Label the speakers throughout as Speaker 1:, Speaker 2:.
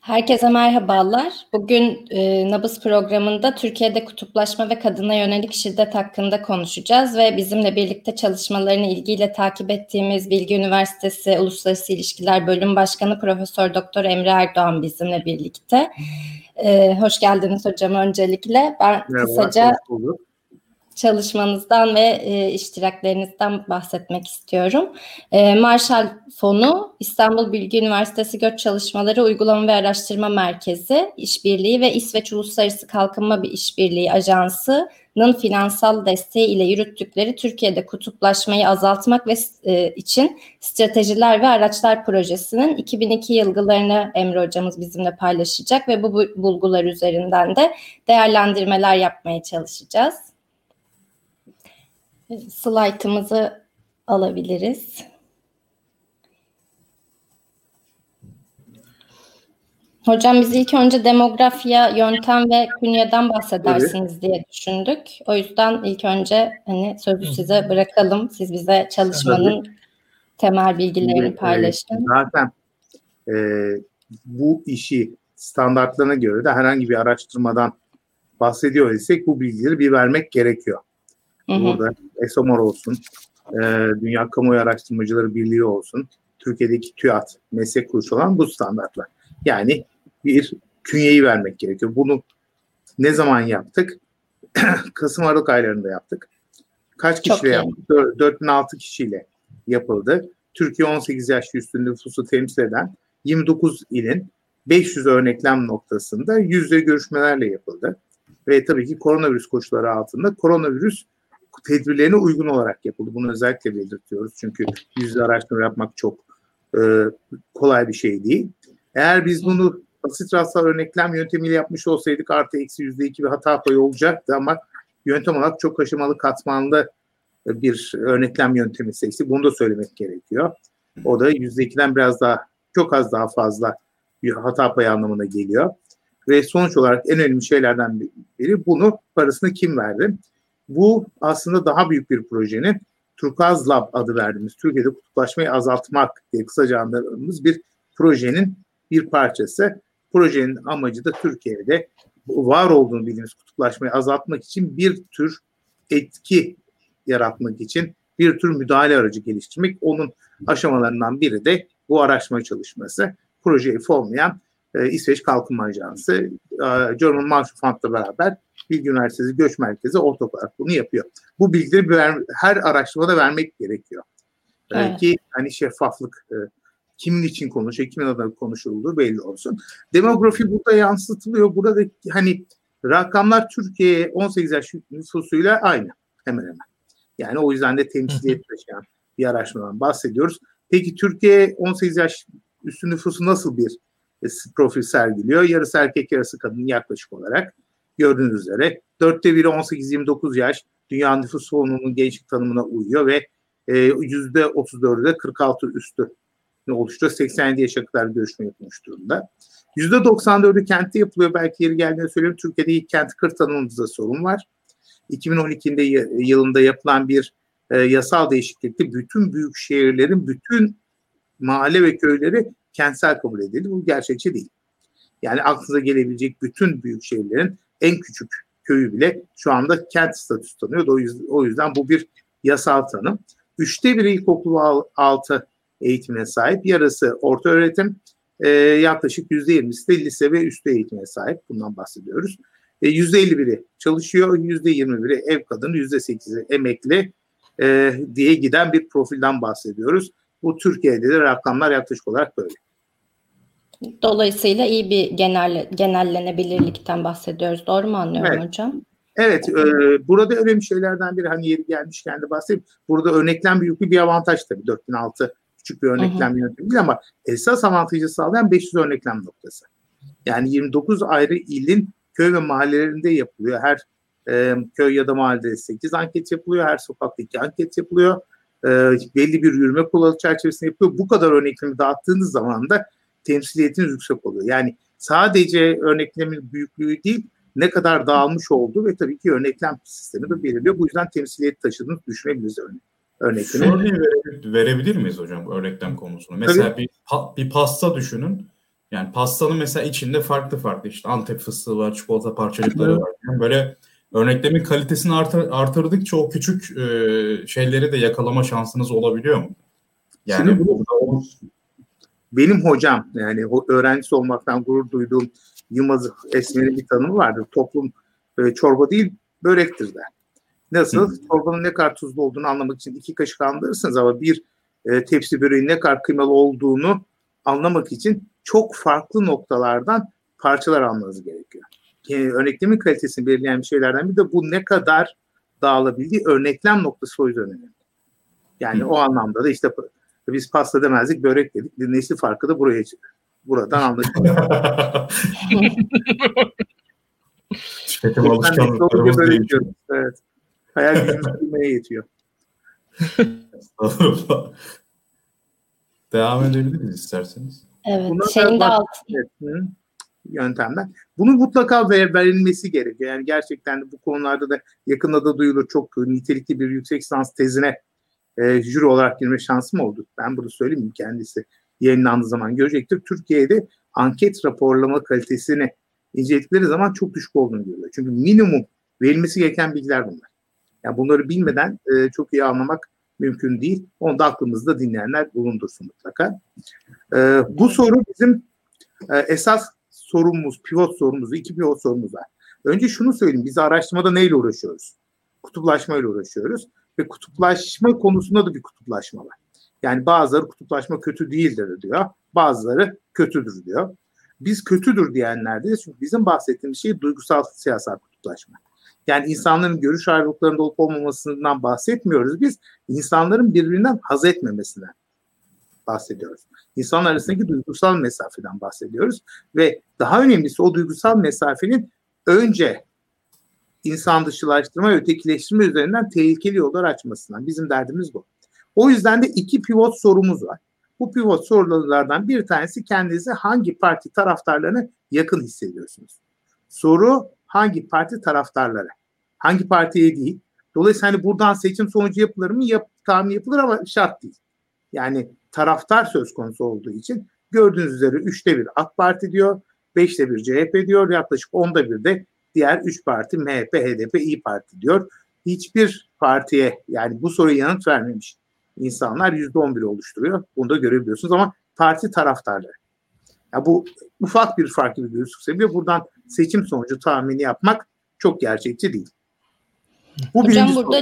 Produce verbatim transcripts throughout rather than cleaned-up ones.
Speaker 1: Herkese merhabalar. Bugün e, Nabız programında Türkiye'de kutuplaşma ve kadına yönelik şiddet hakkında konuşacağız ve bizimle birlikte çalışmalarını ilgiyle takip ettiğimiz Bilgi Üniversitesi Uluslararası İlişkiler Bölüm Başkanı Profesör Doktor Emre Erdoğan bizimle birlikte. E, hoş geldiniz hocam öncelikle. Ben
Speaker 2: Merhaba,
Speaker 1: kısaca çalışmanızdan ve e, iştiraklerinizden bahsetmek istiyorum. E, Marshall Fonu, İstanbul Bilgi Üniversitesi Göç Çalışmaları Uygulama ve Araştırma Merkezi İşbirliği ve İsveç Uluslararası Kalkınma bir İşbirliği Ajansı'nın finansal desteği ile yürüttükleri Türkiye'de kutuplaşmayı azaltmak ve e, için stratejiler ve araçlar projesinin iki bin iki yıllarını Emre hocamız bizimle paylaşacak ve bu bulgular üzerinden de değerlendirmeler yapmaya çalışacağız. Slaytımızı alabiliriz. Hocam biz ilk önce demografya, yöntem ve künyeden bahsedersiniz evet. diye düşündük. O yüzden ilk önce hani sözü size bırakalım. Siz bize çalışmanın Tabii. temel bilgilerini Şimdi, paylaşın.
Speaker 2: E, zaten e, bu işi standartlarına göre de herhangi bir araştırmadan bahsediyor isek bu bilgileri bir vermek gerekiyor. Burada ESOMAR olsun, e, Dünya Kamuoyu Araştırmacıları Birliği olsun, Türkiye'deki TÜYAT, meslek kuruluşu olan bu standartlar. Yani bir künyeyi vermek gerekiyor. Bunu ne zaman yaptık? Kasım Aralık aylarında yaptık. Kaç kişiyle yaptık? dört bin altı kişiyle yapıldı. Türkiye on sekiz yaş üstü nüfusu temsil eden yirmi dokuz ilin beş yüz örneklem noktasında yüzde görüşmelerle yapıldı. Ve tabii ki koronavirüs koşulları altında koronavirüs tedbirlerine uygun olarak yapıldı. Bunu özellikle belirtiyoruz. Çünkü yüzde araştırma yapmak çok e, kolay bir şey değil. Eğer biz bunu basit rastsal örneklem yöntemiyle yapmış olsaydık artı eksi yüzde iki bir hata payı olacaktı ama yöntem olarak çok aşamalı katmanlı bir örneklem yöntemi seçtik. Bunu da söylemek gerekiyor. O da yüzde ikiden biraz daha çok az daha fazla bir hata payı anlamına geliyor. Ve sonuç olarak en önemli şeylerden biri bunu parasını kim verdi? Bu aslında daha büyük bir projenin Turkuaz Lab adı verdiğimiz Türkiye'de kutuplaşmayı azaltmak diye kısaca anladığımız bir projenin bir parçası. Projenin amacı da Türkiye'de var olduğunu bildiğimiz kutuplaşmayı azaltmak için bir tür etki yaratmak için bir tür müdahale aracı geliştirmek. Onun aşamalarından biri de bu araştırma çalışması. Projeyi fonlayan e, İsveç Kalkınma Ajansı, e, German Marshall Fund'la beraber Bilgi Üniversitesi Göç Merkezi ortak olarak bunu yapıyor. Bu bilgileri ver, her araştırmada vermek gerekiyor. Evet. E, ki hani şeffaflık e, kimin için konuşuyor, kimin adına konuşulduğu belli olsun. Demografi burada yansıtılıyor. Burada hani rakamlar Türkiye on sekiz yaş nüfusuyla aynı hemen hemen. Yani o yüzden de temsiliyet taşıyan bir araştırmadan bahsediyoruz. Peki Türkiye on sekiz yaş üstü nüfusu nasıl bir e, profil sergiliyor? Yarısı erkek, yarısı kadın yaklaşık olarak. Gördüğünüz üzere dörtte biri on sekiz yirmi dokuz yaş Dünya Nüfus Fonu'nun gençlik tanımına uyuyor ve e, yüzde otuz dördü de kırk altı üstü oluşturuyor. seksen yedi yaşa kadar görüşme yapılmış durumda. yüzde doksan dördü kentte yapılıyor. Belki yeri geldiğinde söyleyeyim. Türkiye'de ilk kent kır tanımımızda sorun var. iki bin on iki yılında yapılan bir e, yasal değişiklikte bütün büyük şehirlerin bütün mahalle ve köyleri kentsel kabul edildi. Bu gerçekçi değil. Yani aklınıza gelebilecek bütün büyük şehirlerin en küçük köyü bile şu anda kent statüsü tanıyor. O yüzden, o yüzden bu bir yasal tanım. Üçte biri ilkokul altı eğitimine sahip. Yarısı orta öğretim. E, yaklaşık yüzde yirmisi de lise ve üstü eğitime sahip. Bundan bahsediyoruz. E, yüzde elli biri çalışıyor. Yüzde yirmi biri ev kadını. Yüzde sekizi emekli e, diye giden bir profilden bahsediyoruz. Bu Türkiye'de de rakamlar yaklaşık olarak böyle.
Speaker 1: Dolayısıyla iyi bir genel, genellenebilirlikten bahsediyoruz. Doğru mu anlıyorum
Speaker 2: evet.
Speaker 1: hocam?
Speaker 2: Evet. E, burada önemli şeylerden biri hani yeri gelmişken de bahsedeyim. Burada örneklem büyüklüğü bir avantaj tabii. dört bin altı küçük bir örneklem yöntemi değil ama esas avantajı sağlayan beş yüz örneklem noktası. Yani yirmi dokuz ayrı ilin köy ve mahallelerinde yapılıyor. Her e, köy ya da mahallede sekiz anket yapılıyor. Her sokakta iki anket yapılıyor. E, belli bir yürüme kuralı çerçevesinde yapılıyor. Bu kadar örneklemi dağıttığınız zaman da temsiliyetiniz yüksek oluyor. Yani sadece örneklemin büyüklüğü değil, ne kadar dağılmış olduğu ve tabii ki örneklem sistemi de belirliyor. Bu yüzden temsiliyet taşıdığını düşünebiliriz örnek. Örneklemi.
Speaker 3: Şu örneği verebilir, verebilir miyiz hocam bu örneklem konusunu? Mesela bir, bir pasta düşünün. Yani pastanın mesela içinde farklı farklı işte Antep fıstığı var, çikolata parçacıkları var. Yani böyle örneklemin kalitesini artır, artırdıkça o küçük e, şeyleri de yakalama şansınız olabiliyor mu? Yani
Speaker 2: Şimdi bu,
Speaker 3: burada o...
Speaker 2: benim hocam, yani öğrencisi olmaktan gurur duyduğum Yılmaz Esmer'in bir tanımı vardır. Toplum e, çorba değil börektir der. Nasıl? Hı. Çorbanın ne kadar tuzlu olduğunu anlamak için iki kaşık andırırsınız ama bir e, tepsi böreğin ne kadar kıymalı olduğunu anlamak için çok farklı noktalardan parçalar almanız gerekiyor. Yani örneklemin kalitesini belirleyen bir şeylerden bir de bu ne kadar dağılabildiği örneklem noktası o yüzden önemli. Yani Hı. o anlamda da işte biz pasta demezdik, börek dedik. Nesli farkı da buraya çıkıyor. Buradan anlaşılıyor.
Speaker 3: Tüketim alışkanlıklarımız değişiyor.
Speaker 2: Evet. Hayal gücümüz bilmeye yetiyor.
Speaker 3: Devam edebiliriz isterseniz.
Speaker 1: Evet. Buna şeyin de altında.
Speaker 2: Yöntemler. Bunun mutlaka ver, verilmesi gerekiyor. Yani gerçekten de bu konularda da yakında da duyulur. Çok nitelikli bir yüksek lisans tezine e, jüri olarak girme şansım oldu. Ben bunu söyleyeyim, kendisi yayınlandığı zaman görecektir. Türkiye'de anket raporlama kalitesini inceledikleri zaman çok düşük olduğunu görüyor. Çünkü minimum verilmesi gereken bilgiler bunlar. Yani bunları bilmeden e, çok iyi anlamak mümkün değil. Onu da aklımızda dinleyenler bulundursun mutlaka. E, bu soru bizim e, esas sorumuz, pivot sorumuz, iki pivot sorumuz var. Önce şunu söyleyeyim, biz araştırmada neyle uğraşıyoruz? Kutuplaşmayla uğraşıyoruz ve kutuplaşma konusunda da bir kutuplaşma var. Yani bazıları kutuplaşma kötü değildir diyor, bazıları kötüdür diyor. Biz kötüdür diyenlerdeyiz çünkü bizim bahsettiğimiz şey duygusal siyasal kutuplaşma. Yani insanların görüş ayrılıklarında olup olmamasından bahsetmiyoruz biz. İnsanların birbirinden haz etmemesinden bahsediyoruz. İnsanlar arasındaki duygusal mesafeden bahsediyoruz. Ve daha önemlisi o duygusal mesafenin önce insan dışılaştırma ve ötekileştirme üzerinden tehlikeli yollar açmasından. Bizim derdimiz bu. O yüzden de iki pivot sorumuz var. Bu pivot sorulardan bir tanesi kendinizi hangi parti taraftarlarına yakın hissediyorsunuz? Soru hangi parti taraftarları? Hangi partiye değil? Dolayısıyla hani buradan seçim sonucu yapılır mı? Yap, tahmin yapılır ama şart değil. Yani taraftar söz konusu olduğu için gördüğünüz üzere üçte bir AK Parti diyor, beşte bir C H P diyor, yaklaşık onda bir de diğer üç parti M H P, H D P, İYİ Parti diyor. Hiçbir partiye yani bu soruya yanıt vermemiş insanlar yüzde on bir oluşturuyor. Bunu da görebiliyorsunuz ama parti taraftarları. Ya bu ufak bir farklı bir gözükse bile buradan seçim sonucu tahmini yapmak çok gerçekçi değil.
Speaker 1: Bu Hocam burada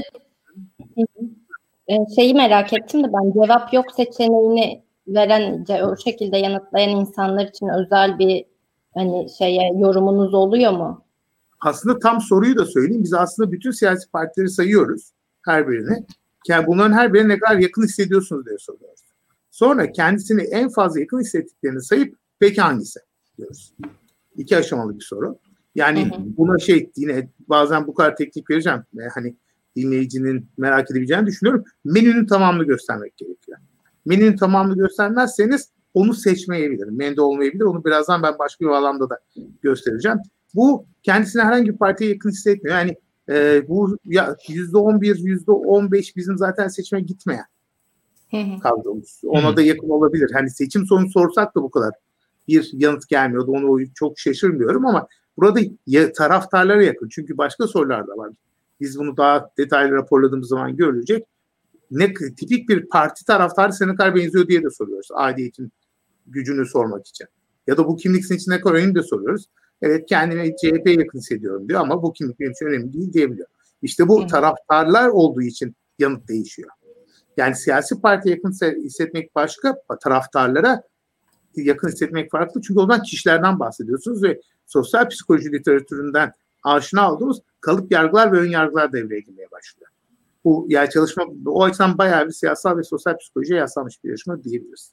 Speaker 1: soru. Şeyi merak ettim de ben cevap yok seçeneğini veren, o şekilde yanıtlayan insanlar için özel bir hani şeye yorumunuz oluyor mu?
Speaker 2: Aslında tam soruyu da söyleyeyim. Biz aslında bütün siyasi partileri sayıyoruz her birini. Yani bunların her birine ne kadar yakın hissediyorsunuz diye soruyoruz. Sonra kendisini en fazla yakın hissettiklerini sayıp peki hangisi diyoruz. İki aşamalı bir soru. Yani hı hı. buna şey yine bazen bu kadar teknik vereceğim. Hani dinleyicinin merak edebileceğini düşünüyorum. Menünün tamamını göstermek gerekiyor. Menünün tamamını göstermezseniz onu seçmeyebilir. Menüde olmayabilir. Onu birazdan ben başka bir alanda da göstereceğim. Bu kendisine herhangi bir partiye yakın hissetmiyor. Yani e, bu ya yüzde on bir, yüzde on beş bizim zaten seçime gitmeyen kavramımız. Ona da yakın olabilir. Hani seçim sonu sorsak da bu kadar bir yanıt gelmiyordu. Onu çok şaşırmıyorum ama burada ya, taraftarlara yakın. Çünkü başka sorular da var. Biz bunu daha detaylı raporladığımız zaman görülecek. Ne tipik bir parti taraftarı sana kadar benziyor diye de soruyoruz. Aidiyetin gücünü sormak için. Ya da bu kimlik senin için ne kadar önemli de soruyoruz. Evet kendimi C H P'ye yakın hissediyorum diyor ama bu kimlik benim için önemli değil diyebiliyor. İşte bu taraftarlar olduğu için yanıt değişiyor. Yani siyasi partiye yakın hissetmek başka, taraftarlara yakın hissetmek farklı. Çünkü o zaman kişilerden bahsediyorsunuz ve sosyal psikoloji literatüründen aşina olduğumuz kalıp yargılar ve ön yargılar devreye girmeye başlıyor. Bu yani çalışma o açıdan bayağı bir siyasal ve sosyal psikolojiye yaslanmış bir yarışma diyebiliriz.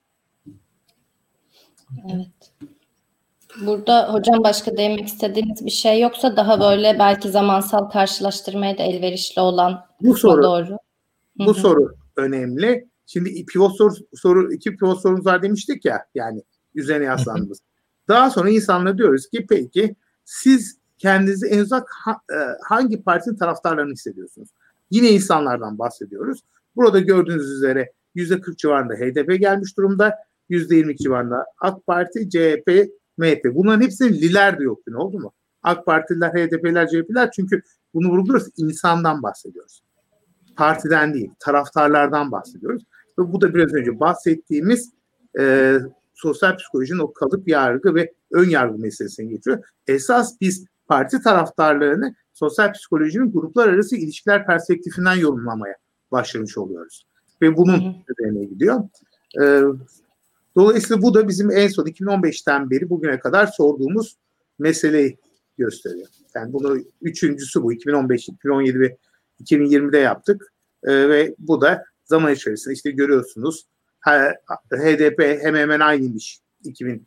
Speaker 1: Evet. Burada hocam başka değinmek istediğiniz bir şey yoksa daha böyle belki zamansal karşılaştırmaya da elverişli olan
Speaker 2: bu soru
Speaker 1: doğru.
Speaker 2: Bu Hı-hı. soru önemli. Şimdi pivot soru, soru iki pivot sorumuz var demiştik ya, yani üzerine yaslandığımız. Daha sonra insanlara diyoruz ki peki siz kendinizi en uzak ha, e, hangi partinin taraftarlarını hissediyorsunuz? Yine insanlardan bahsediyoruz. Burada gördüğünüz üzere yüzde kırk civarında H D P gelmiş durumda. yüzde yirmi civarında AK Parti, C H P, M H P. Bunların hepsinin lider de yoktu. Ne oldu mu? AK Partililer, H D P'ler, C H P'ler, çünkü bunu vurguluyoruz. İnsandan bahsediyoruz. Partiden değil, taraftarlardan bahsediyoruz. Ve bu da biraz önce bahsettiğimiz e, sosyal psikolojinin o kalıp yargı ve ön yargı meselesine geçiyor. Esas biz parti taraftarlarını sosyal psikolojinin gruplar arası ilişkiler perspektifinden yorumlamaya başlamış oluyoruz. Ve bunun üzerine gidiyor. E, dolayısıyla bu da bizim en son iki bin on beşten beri bugüne kadar sorduğumuz meseleyi gösteriyor. Yani bunu üçüncüsü bu. iki bin on beş, iki bin on yedi ve iki bin yirmide yaptık. E, ve bu da zaman içerisinde işte görüyorsunuz H D P hemen hemen aynıymış iki bin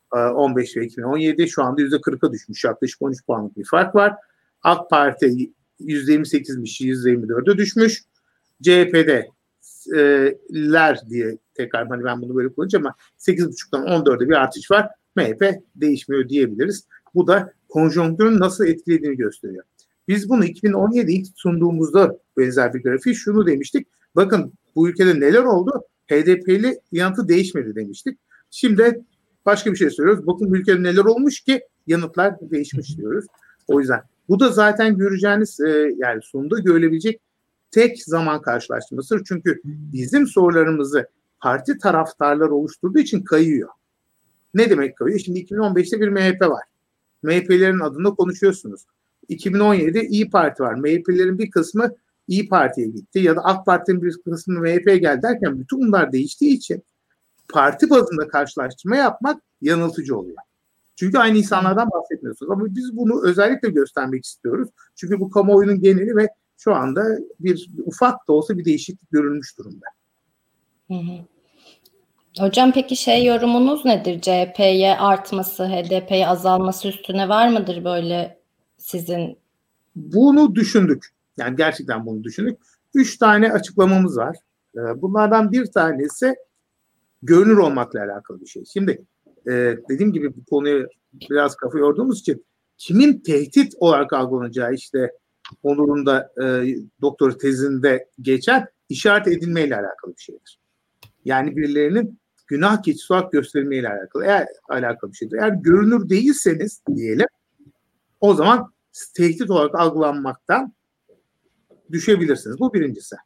Speaker 2: on beş ve iki bin on yedi. Şu anda yüzde kırka düşmüş. Yaklaşık on üç puanlık bir fark var. AK Parti yüzde yirmi sekizmiş, yüzde yirmi dörde düşmüş. C H P'de e, ler diye tekrar hani ben bunu böyle kullanacağım ama sekiz buçuktan on dörde bir artış var. M H P değişmiyor diyebiliriz. Bu da konjonktürün nasıl etkilediğini gösteriyor. Biz bunu iki bin on yedi ilk sunduğumuzda benzer bir grafiği şunu demiştik. Bakın bu ülkede neler oldu? H D P'li yanıtı değişmedi demiştik. Şimdi başka bir şey söylüyoruz. Bakın bu ülkede neler olmuş ki yanıtlar değişmiş diyoruz. O yüzden bu da zaten göreceğiniz e, yani sonunda görülebilecek tek zaman karşılaştırması. Çünkü bizim sorularımızı parti taraftarlar oluşturduğu için kayıyor. Ne demek kayıyor? Şimdi iki bin on beşte bir M H P var. M H P'lerin adında konuşuyorsunuz. iki bin on yedide İyi Parti var. M H P'lerin bir kısmı İyi Parti'ye gitti ya da AK Parti'nin bir kısmı M H P'ye geldi derken bütün bunlar değiştiği için parti bazında karşılaştırma yapmak yanıltıcı oluyor. Çünkü aynı insanlardan bahsetmiyorsunuz. Ama biz bunu özellikle göstermek istiyoruz. Çünkü bu kamuoyunun geneli ve şu anda bir ufak da olsa bir değişiklik görülmüş durumda.
Speaker 1: Hı hı. Hocam peki şey yorumunuz nedir? C H P'ye artması, H D P'ye azalması üstüne var mıdır böyle sizin?
Speaker 2: Bunu düşündük. Yani gerçekten bunu düşündük. Üç tane açıklamamız var. Bunlardan bir tanesi görünür olmakla alakalı bir şey. Şimdi e, dediğim gibi bu konuyu biraz kafa yorduğumuz için kimin tehdit olarak algılanacağı işte Onur'un da e, doktor tezinde geçen işaret edilmeyle alakalı bir şeydir. Yani birilerinin günah keçisi olarak gösterilmeyle alakalı, eğer alakalı bir şeydir. Eğer görünür değilseniz diyelim o zaman tehdit olarak algılanmaktan düşebilirsiniz. Bu birincisi.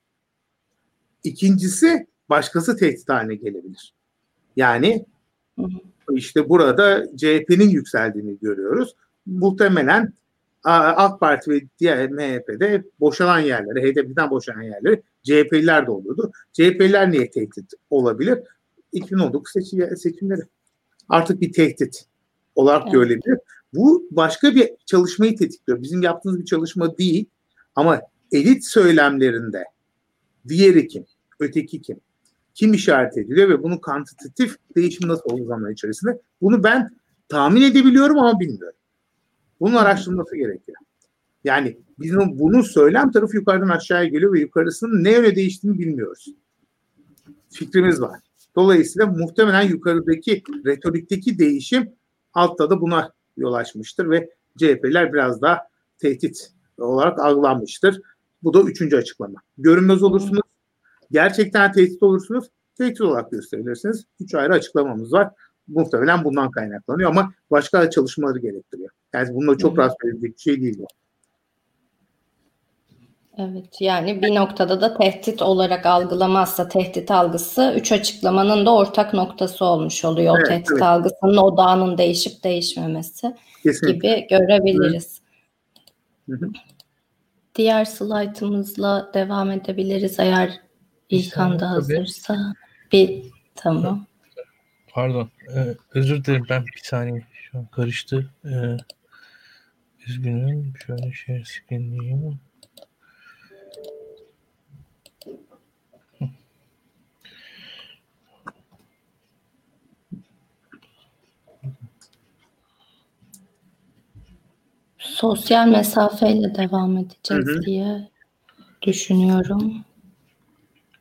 Speaker 2: İkincisi başkası tehdit haline gelebilir. Yani işte burada C H P'nin yükseldiğini görüyoruz. Muhtemelen AK Parti ve diğer M H P'de boşalan yerleri, H D P'den boşalan yerleri C H P'liler de oluyordu. C H P'liler niye tehdit olabilir? iki bin on dokuz seçim, seçimleri artık bir tehdit olarak evet. görülebilir. Bu başka bir çalışmayı tetikliyor. Bizim yaptığımız bir çalışma değil ama elit söylemlerinde diğeri kim, öteki kim, kim işaret ediliyor ve bunun kantitatif değişimi nasıl olduğu zaman içerisinde bunu ben tahmin edebiliyorum ama bilmiyorum. Bunun araştırılması gerekiyor. Yani bizim bunun söylem tarafı yukarıdan aşağıya geliyor ve yukarısının ne yöne değiştiğini bilmiyoruz. Fikrimiz var. Dolayısıyla muhtemelen yukarıdaki retorikteki değişim altta da buna yol açmıştır ve C H P'ler biraz daha tehdit olarak algılanmıştır. Bu da üçüncü açıklama. Görünmez olursunuz. Gerçekten tehdit olursunuz. Tehdit olarak gösterilirsiniz. Üç ayrı açıklamamız var. Muhtemelen bundan kaynaklanıyor ama başka çalışmaları gerektiriyor. Yani bununla çok rahat söyleyecek bir şey değil bu.
Speaker 1: Evet, yani bir noktada da tehdit olarak algılamazsa tehdit algısı üç açıklamanın da ortak noktası olmuş oluyor. Evet, o tehdit evet. algısının odağının değişip değişmemesi Kesinlikle. gibi görebiliriz. Hı hı. Diğer slaytımızla devam edebiliriz eğer İlkan da hazırsa. Bir tamam.
Speaker 4: Pardon, ee, özür dilerim ben bir saniye şu an karıştı. Ee, üzgünüm. Şöyle share screen'leyeyim.
Speaker 1: Sosyal mesafeyle devam edeceğiz hı hı. diye düşünüyorum.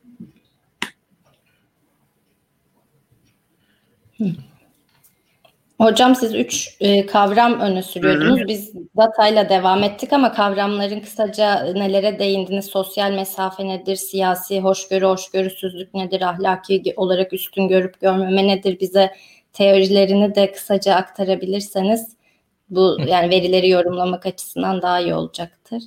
Speaker 1: Hı. Hocam siz üç e, kavram öne sürüyordunuz. Hı-hı. Biz datayla devam ettik ama kavramların kısaca nelere değindiniz? Sosyal mesafe nedir? Siyasi hoşgörü, hoşgörüsüzlük nedir? Ahlaki olarak üstün görüp görmeme nedir? Bize teorilerini de kısaca aktarabilirseniz bu yani verileri yorumlamak açısından daha iyi olacaktır.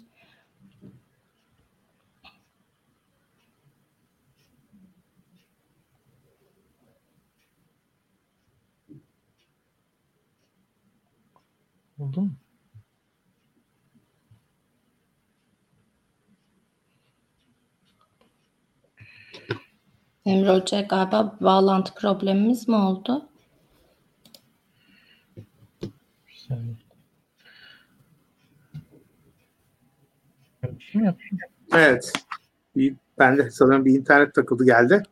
Speaker 4: Oldu mu?
Speaker 1: Emre Hoca galiba bağlantı problemimiz mi oldu?
Speaker 2: Evet. Bir, ben de sanırım bir internet takıldı geldi.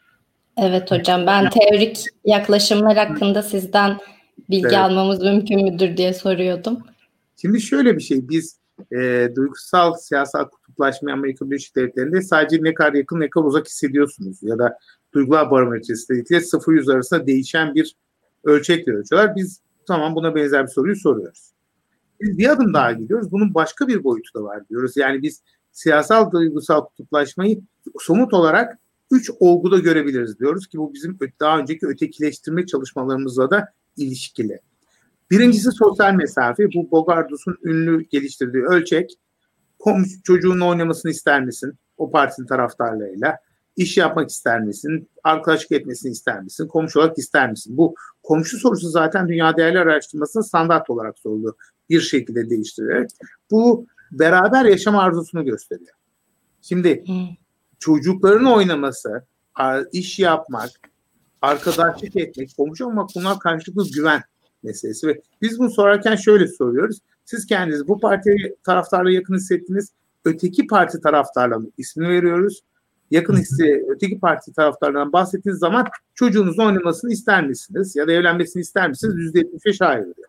Speaker 1: Evet hocam, ben teorik yaklaşımlar hakkında sizden bilgi evet. almamız mümkün müdür diye soruyordum.
Speaker 2: Şimdi şöyle bir şey, biz e, duygusal siyasal kutuplaşmayı Amerika Birleşik Devletleri'nde sadece ne kadar yakın ne kadar uzak hissediyorsunuz ya da duygular barometresi dedikleri sıfır yüz arasında değişen bir ölçekle ölçüyorlar. Biz tamam buna benzer bir soruyu soruyoruz. Biz bir adım daha gidiyoruz. Bunun başka bir boyutu da var diyoruz. Yani biz siyasal duygusal kutuplaşmayı somut olarak üç olguda görebiliriz diyoruz ki bu bizim daha önceki ötekileştirme çalışmalarımızla da ilişkili. Birincisi sosyal mesafe. Bu Bogardus'un ünlü geliştirdiği ölçek. Komşu çocuğunun oynamasını ister misin? O partinin taraftarlarıyla. İş yapmak ister misin? Arkadaşlık etmesini ister misin? Komşu olarak ister misin? Bu komşu sorusu zaten Dünya Değerler Araştırması'nın standart olarak soruluyor. Bir şekilde değiştirilerek. Bu beraber yaşam arzusunu gösteriyor. Şimdi hmm. çocukların oynaması, iş yapmak, arkadaşlık etmek, komşu olmak bunlar karşılıklı güven meselesi. Ve biz bunu sorarken şöyle soruyoruz. Siz kendiniz bu parti taraftarla yakın hissettiniz. Öteki parti taraftarlarına ismini veriyoruz. Yakın hissi öteki parti taraftarlarından bahsettiğiniz zaman çocuğunuzun oynamasını ister misiniz? Ya da evlenmesini ister misiniz? yüzde yetmiş beş hayır diyor.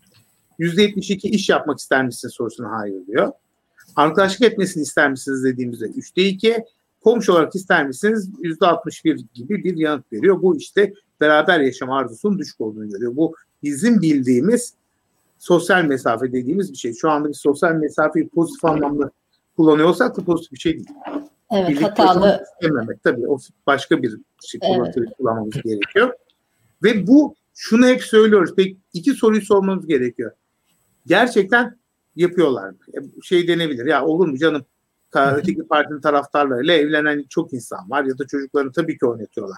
Speaker 2: yüzde yetmiş iki iş yapmak ister misiniz sorusuna hayır diyor. Arkadaşlık etmesini ister misiniz dediğimizde üçte iki. Komşu olarak ister misiniz? yüzde altmış bir gibi bir yanıt veriyor. Bu işte beraber yaşam arzusunun düşük olduğunu görüyor. Bu bizim bildiğimiz sosyal mesafe dediğimiz bir şey. Şu anda bir sosyal mesafeyi pozitif anlamda kullanıyorsak da pozitif bir şey değil.
Speaker 1: Evet, birlikte hatalı.
Speaker 2: İstememek tabii o başka bir şey evet. kullanmamız gerekiyor. Ve bu şunu hep söylüyoruz. Peki iki soruyu sormamız gerekiyor. Gerçekten yapıyorlar mı? Şey denebilir. Ya olur mu canım? Öteki partinin taraftarlarıyla evlenen çok insan var ya da çocuklarını tabii ki oynatıyorlar.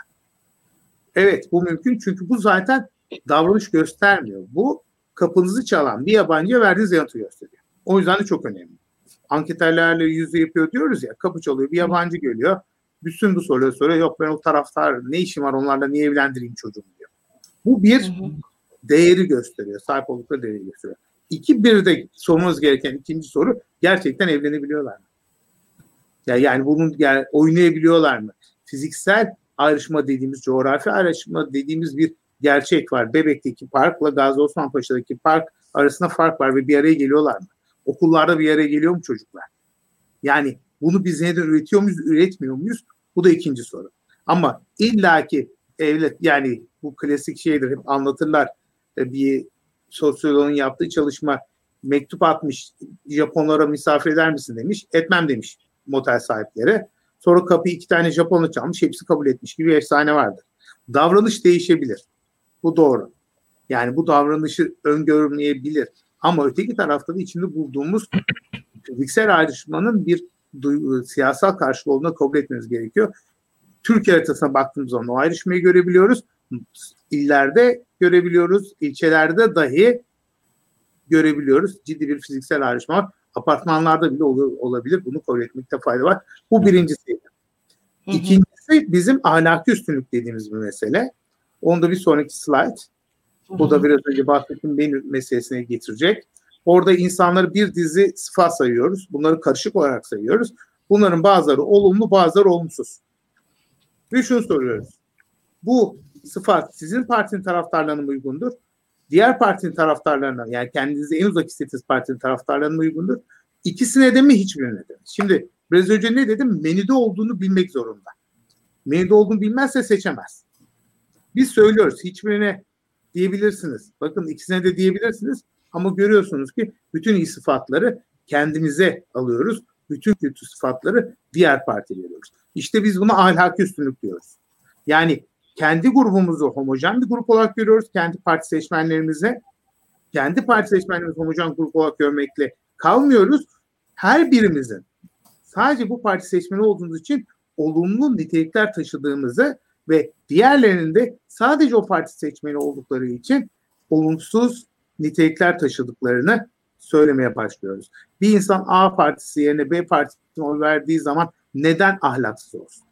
Speaker 2: Evet bu mümkün çünkü bu zaten davranış göstermiyor. Bu kapınızı çalan bir yabancıya verdiğiniz yanıtı gösteriyor. O yüzden de çok önemli. Anketörlerle yüzde yapıyor diyoruz ya, kapı çalıyor bir yabancı geliyor. Bütün bu soruları soruyor. Yok ben o taraftar ne işim var onlarla niye evlendireyim çocuğumu diyor. Bu bir hı hı. değeri gösteriyor. Sahip oldukları değeri gösteriyor. İki bir de sormamız gereken ikinci soru gerçekten evlenebiliyorlar mı? Yani, yani bunun yani oynayabiliyorlar mı? Fiziksel ayrışma dediğimiz, coğrafi ayrışma dediğimiz bir gerçek var. Bebek'teki parkla Gazi Osman Paşa'daki park arasında fark var ve bir araya geliyorlar mı? Okullarda bir araya geliyor mu çocuklar? Yani bunu biz neden üretiyor muyuz, üretmiyor muyuz? Bu da ikinci soru. Ama illaki evlet yani bu klasik şeydir, hep anlatırlar. Bir sosyoloğun yaptığı çalışma mektup atmış, Japonlara misafir eder misin demiş, etmem demiş motel sahipleri. Sonra kapıyı iki tane Japonla çalmış, hepsi kabul etmiş gibi bir efsane vardır. Davranış değişebilir. Bu doğru. Yani bu davranışı öngörmeyebilir. Ama öteki tarafta da içinde bulduğumuz fiziksel ayrışmanın bir duygu, siyasal karşılığı olduğunu kabul etmemiz gerekiyor. Türkiye haritasına baktığımız zaman o ayrışmayı görebiliyoruz. İllerde görebiliyoruz. İlçelerde dahi görebiliyoruz. Ciddi bir fiziksel ayrışma var. Apartmanlarda bile ol- olabilir. Bunu kabul etmekte fayda var. Bu birincisi. İkincisi bizim ahlaki üstünlük dediğimiz bir mesele. Onu da bir sonraki slide. Bu da biraz önce bahsettiğim benim meselesine getirecek. Orada insanları bir dizi sıfat sayıyoruz. Bunları karışık olarak sayıyoruz. Bunların bazıları olumlu, bazıları olumsuz. Ve şunu soruyoruz. Bu sıfat sizin partinin taraftarlarına mı uygundur? Diğer partinin taraftarlarına, yani kendinizi en uzak hissettiğiniz partinin taraftarlarına mı uygundur? İkisine de mi, hiçbirine de mi? Şimdi biraz önce ne dedim? Menüde olduğunu bilmek zorunda. Menüde olduğunu bilmezse seçemez. Biz söylüyoruz hiçbirine diyebilirsiniz. Bakın ikisine de diyebilirsiniz ama görüyorsunuz ki bütün iyi sıfatları kendimize alıyoruz. Bütün kötü sıfatları diğer partiye veriyoruz. İşte biz buna ahlaki üstünlük diyoruz. Yani kendi grubumuzu homojen bir grup olarak görüyoruz. Kendi parti seçmenlerimize, kendi parti seçmenlerimizi homojen grup olarak görmekle kalmıyoruz. Her birimizin sadece bu parti seçmeni olduğumuz için olumlu nitelikler taşıdığımızı ve diğerlerinin de sadece o parti seçmeni oldukları için olumsuz nitelikler taşıdıklarını söylemeye başlıyoruz. Bir insan A partisi yerine B partisine oy verdiği zaman neden ahlaksız olsun?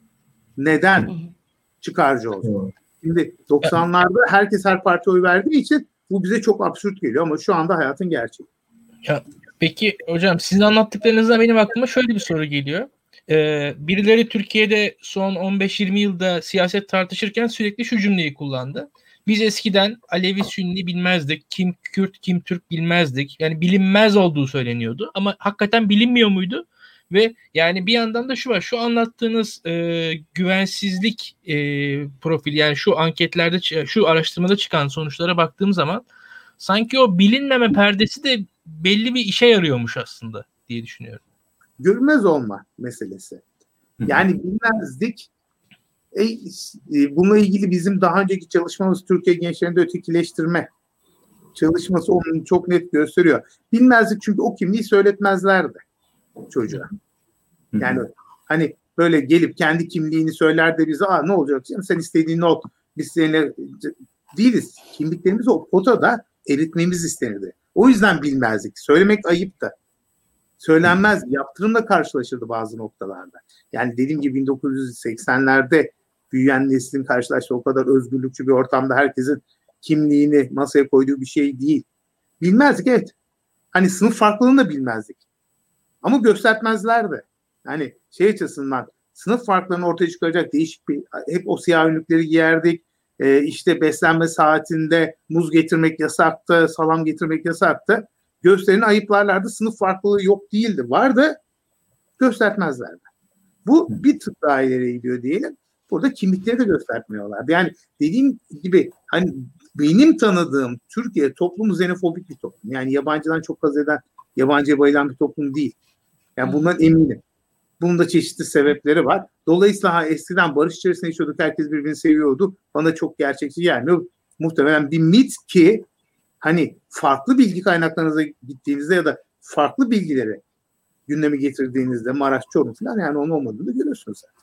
Speaker 2: Neden çıkarcı olsun? Şimdi doksanlarda herkes her partiye oy verdiği için bu bize çok absürt geliyor ama şu anda hayatın gerçeği.
Speaker 4: Ya, peki hocam sizin anlattıklarınızda benim aklıma şöyle bir soru geliyor. Ee, birileri Türkiye'de son on beş yirmi yılda siyaset tartışırken sürekli şu cümleyi kullandı. Biz eskiden Alevi Sünni bilmezdik. Kim Kürt, kim Türk bilmezdik. Yani bilinmez olduğu söyleniyordu. Ama hakikaten bilinmiyor muydu? Ve yani bir yandan da şu var. Şu anlattığınız e, güvensizlik e, profili, yani şu anketlerde, şu araştırmada çıkan sonuçlara baktığım zaman sanki o bilinmeme perdesi de belli bir işe yarıyormuş aslında diye düşünüyorum.
Speaker 2: Görünmez olma meselesi. Yani bilmezdik. E, e, bununla ilgili bizim daha önceki çalışmamız Türkiye gençlerinde ötekileştirme çalışması onu çok net gösteriyor. Bilmezdik çünkü o kimliği söyletmezlerdi çocuğa. Yani hani böyle gelip kendi kimliğini söyler de bize aa ne olacak canım sen istediğin ol. Biz seninle değiliz. Kimliklerimizi o potada eritmemiz istenirdi. O yüzden bilmezdik. Söylemek ayıp da. Söylenmez. Yaptırımla karşılaşırdı bazı noktalarda. Yani dediğim gibi bin dokuz yüz seksenlerde büyüyen neslin karşılaştığı o kadar özgürlükçü bir ortamda herkesin kimliğini masaya koyduğu bir şey değil. Bilmezdik evet. Hani sınıf farklılığını da bilmezdik. Ama göstermezlerdi. Yani şey açısından sınıf farklarını ortaya çıkaracak değişik bir hep o siyah önlükleri giyerdik. Ee, işte beslenme saatinde muz getirmek yasaktı, salam getirmek yasaktı. Gösterini ayıplarlardı. Sınıf farklılığı yok değildi. Vardı. Göstermezlerdi. Bu bir tık daha ileriye gidiyor diyelim. Burada kimlikleri de göstermiyorlardı. Yani dediğim gibi hani benim tanıdığım Türkiye toplumu xenofobik bir toplum. Yani yabancıdan çok haz eden, yabancıya bayılan bir toplum değil. Yani bundan eminim. Bunun da çeşitli sebepleri var. Dolayısıyla ha, eskiden barış içerisinde yaşıyorduk. Herkes birbirini seviyordu. Bana çok gerçekçi gelmiyor. Muhtemelen bir mit ki hani farklı bilgi kaynaklarınıza gittiğinizde ya da farklı bilgileri gündeme getirdiğinizde Maraş, Çorum falan yani onun olmadığını da görüyorsunuz zaten.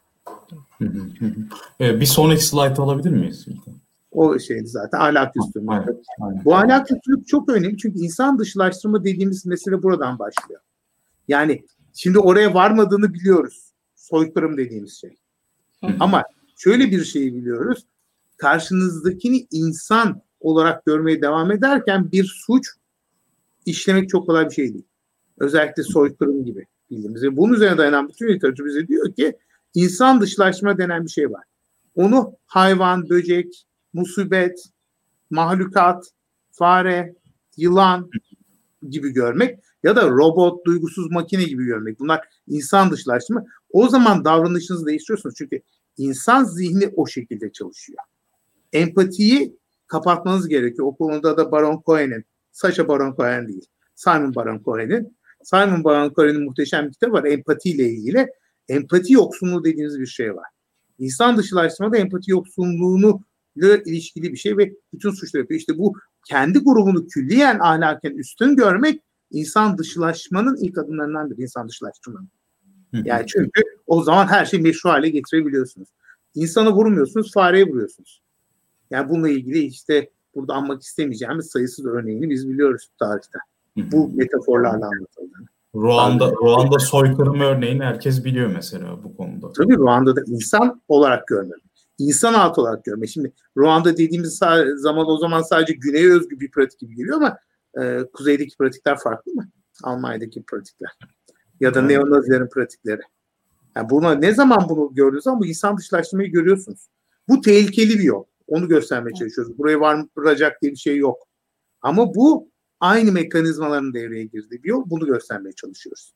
Speaker 3: Ee, bir sonraki slide alabilir miyiz?
Speaker 2: O şeydi zaten ahlak üstünlüğü. Bu ahlak üstünlük çok önemli çünkü insan dışılaştırma dediğimiz mesele buradan başlıyor. Yani şimdi oraya varmadığını biliyoruz. Soykırım dediğimiz şey. Ama şöyle bir şeyi biliyoruz. Karşınızdakini insan olarak görmeye devam ederken bir suç işlemek çok kolay bir şey değil. Özellikle soykırım gibi bildiğimiz. Ve bunun üzerine dayanan bütün literatür bize diyor ki insan dışılaştırma denen bir şey var. Onu hayvan, böcek, musibet, mahlukat, fare, yılan gibi görmek ya da robot, duygusuz makine gibi görmek. Bunlar insan dışılaştırma. O zaman davranışınızı değiştiriyorsunuz. Çünkü insan zihni o şekilde çalışıyor. Empatiyi kapatmanız gerekiyor. O konuda da Baron Cohen'in, Sacha Baron Cohen değil, Simon Baron Cohen'in, Simon Baron Cohen'in muhteşem bir kitabı var empatiyle ilgili. Empati yoksunluğu dediğiniz bir şey var. İnsan dışılaştırmada empati yoksunluğunu ile ilişkili bir şey ve bütün suçları yapıyor. İşte bu kendi grubunu külliyen ahlaken üstün görmek insan dışılaşmanın ilk adımlarındandır. İnsan dışılaştırmanın. Yani çünkü o zaman her şeyi meşru hale getirebiliyorsunuz. İnsanı vurmuyorsunuz, fareye vuruyorsunuz. Yani bununla ilgili işte burada anmak istemeyeceğimiz sayısız örneğini biz biliyoruz tarihte. Bu metaforlarla anlatıldığını.
Speaker 3: Ruanda, Ruanda soykırımı örneğini herkes biliyor mesela bu konuda.
Speaker 2: Tabii Ruanda'da insan olarak görmek. İnsan altı olarak görmek. Şimdi Ruanda dediğimiz zaman o zaman sadece güneye özgü bir pratik gibi geliyor ama e, kuzeydeki pratikler farklı mı? Almanya'daki pratikler. Ya da evet. Neonazilerin pratikleri. Yani buna ne zaman bunu gördüğünüz zaman bu insan dışılaştırmayı görüyorsunuz. Bu tehlikeli bir yol. Onu göstermeye çalışıyoruz. Buraya varacak diye bir şey yok. Ama bu aynı mekanizmaların devreye girdiği bir yol. Bunu göstermeye çalışıyoruz.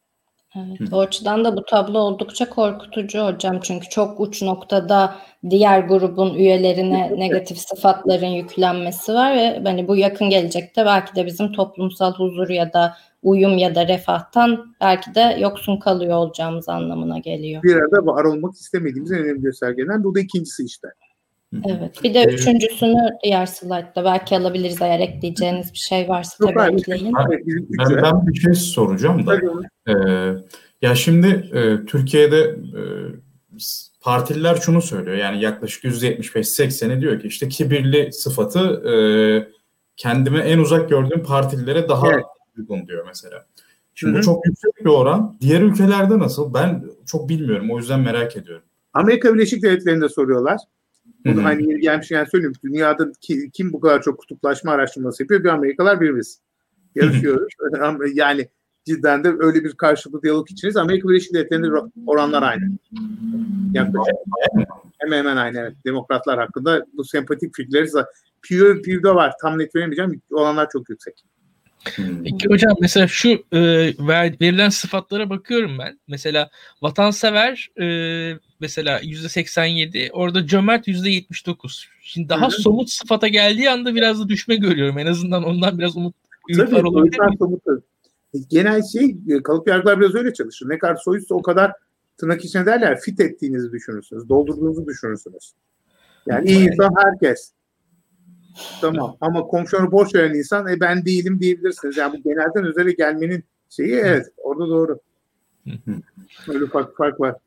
Speaker 1: Evet, o açıdan da bu tablo oldukça korkutucu hocam. Çünkü çok uç noktada diğer grubun üyelerine negatif sıfatların yüklenmesi var ve hani bu yakın gelecekte belki de bizim toplumsal huzur ya da uyum ya da refahtan belki de yoksun kalıyor olacağımız anlamına geliyor.
Speaker 2: Bir arada var olmak istemediğimiz en önemli göstergeler. Bu da ikincisi işte.
Speaker 1: Evet. Bir de üçüncüsünü diğer slaytta belki alabiliriz eğer ekleyeceğiniz bir şey varsa
Speaker 2: Yok,
Speaker 1: tabii
Speaker 2: hayır.
Speaker 1: ekleyin.
Speaker 2: Bizim
Speaker 3: Ben,
Speaker 2: üçü.
Speaker 3: ben bir şey soracağım da. Ee, ya şimdi e, Türkiye'de e, partililer şunu söylüyor. Yani yaklaşık yüzde yetmiş beş sekseni diyor ki işte kibirli sıfatı e, kendime en uzak gördüğüm partililere daha
Speaker 2: evet.
Speaker 3: uygun diyor mesela. Şimdi
Speaker 2: Hı-hı.
Speaker 3: bu çok yüksek bir oran. Diğer ülkelerde nasıl? Ben çok bilmiyorum. O yüzden merak ediyorum.
Speaker 2: Amerika Birleşik Devletleri'nde soruyorlar. Bunu hani yeri gelmişken söyleyeyim. Dünyada ki, kim bu kadar çok kutuplaşma araştırması yapıyor? Bir Amerikalılar, bir biz. Yarışıyoruz. Yani cidden de öyle bir karşılıklı diyalog içiniz. Amerika Birleşik Devletleri'nde oranlar aynı. Yaklaşık. Hemen hemen aynı. Evet. Demokratlar hakkında bu sempatik fikirleri Pew, Pew'da var. Tam net veremeyeceğim. Olanlar çok yüksek.
Speaker 4: Peki hocam mesela şu e, verilen sıfatlara bakıyorum ben. Mesela vatansever e, mesela yüzde seksen yedi, orada cömert yüzde yetmiş dokuz. Şimdi daha Hı-hı. somut sıfata geldiği anda biraz da düşme görüyorum. En azından ondan biraz umut ümit var olabilir mi?
Speaker 2: Genel şey, kalıp yargılar biraz öyle çalışır. Ne kadar soyutsa o kadar tırnak içine derler fit ettiğinizi düşünürsünüz. Doldurduğunuzu düşünürsünüz. Yani iyi insan herkes. Tamam ama komşunu borç veren insan e, ben değilim diyebilirsiniz. Yani bu genelden özele gelmenin şeyi evet orada doğru. Öyle fark, fark var.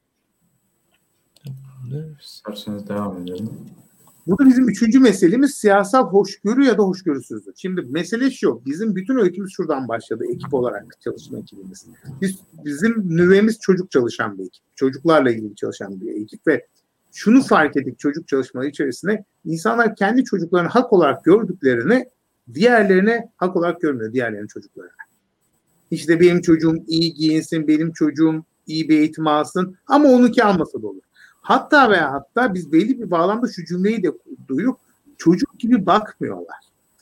Speaker 3: İsterseniz devam edelim.
Speaker 2: Burada bizim üçüncü meselemiz siyasal hoşgörü ya da hoşgörüsüzlük. Şimdi mesele şu, bizim bütün öykümüz şuradan başladı ekip olarak çalışma ekibimiz. Biz, bizim nüvemiz çocuk çalışan bir ekip. Çocuklarla ilgili çalışan bir ekip ve şunu fark ettik çocuk çalışmaları içerisinde insanlar kendi çocuklarını hak olarak gördüklerini diğerlerine hak olarak görmüyor, diğerlerinin çocuklarına. İşte benim çocuğum iyi giyinsin, benim çocuğum iyi bir eğitim alsın ama onunki almasa da olur. Hatta veya hatta biz belli bir bağlamda şu cümleyi de duyup çocuk gibi bakmıyorlar.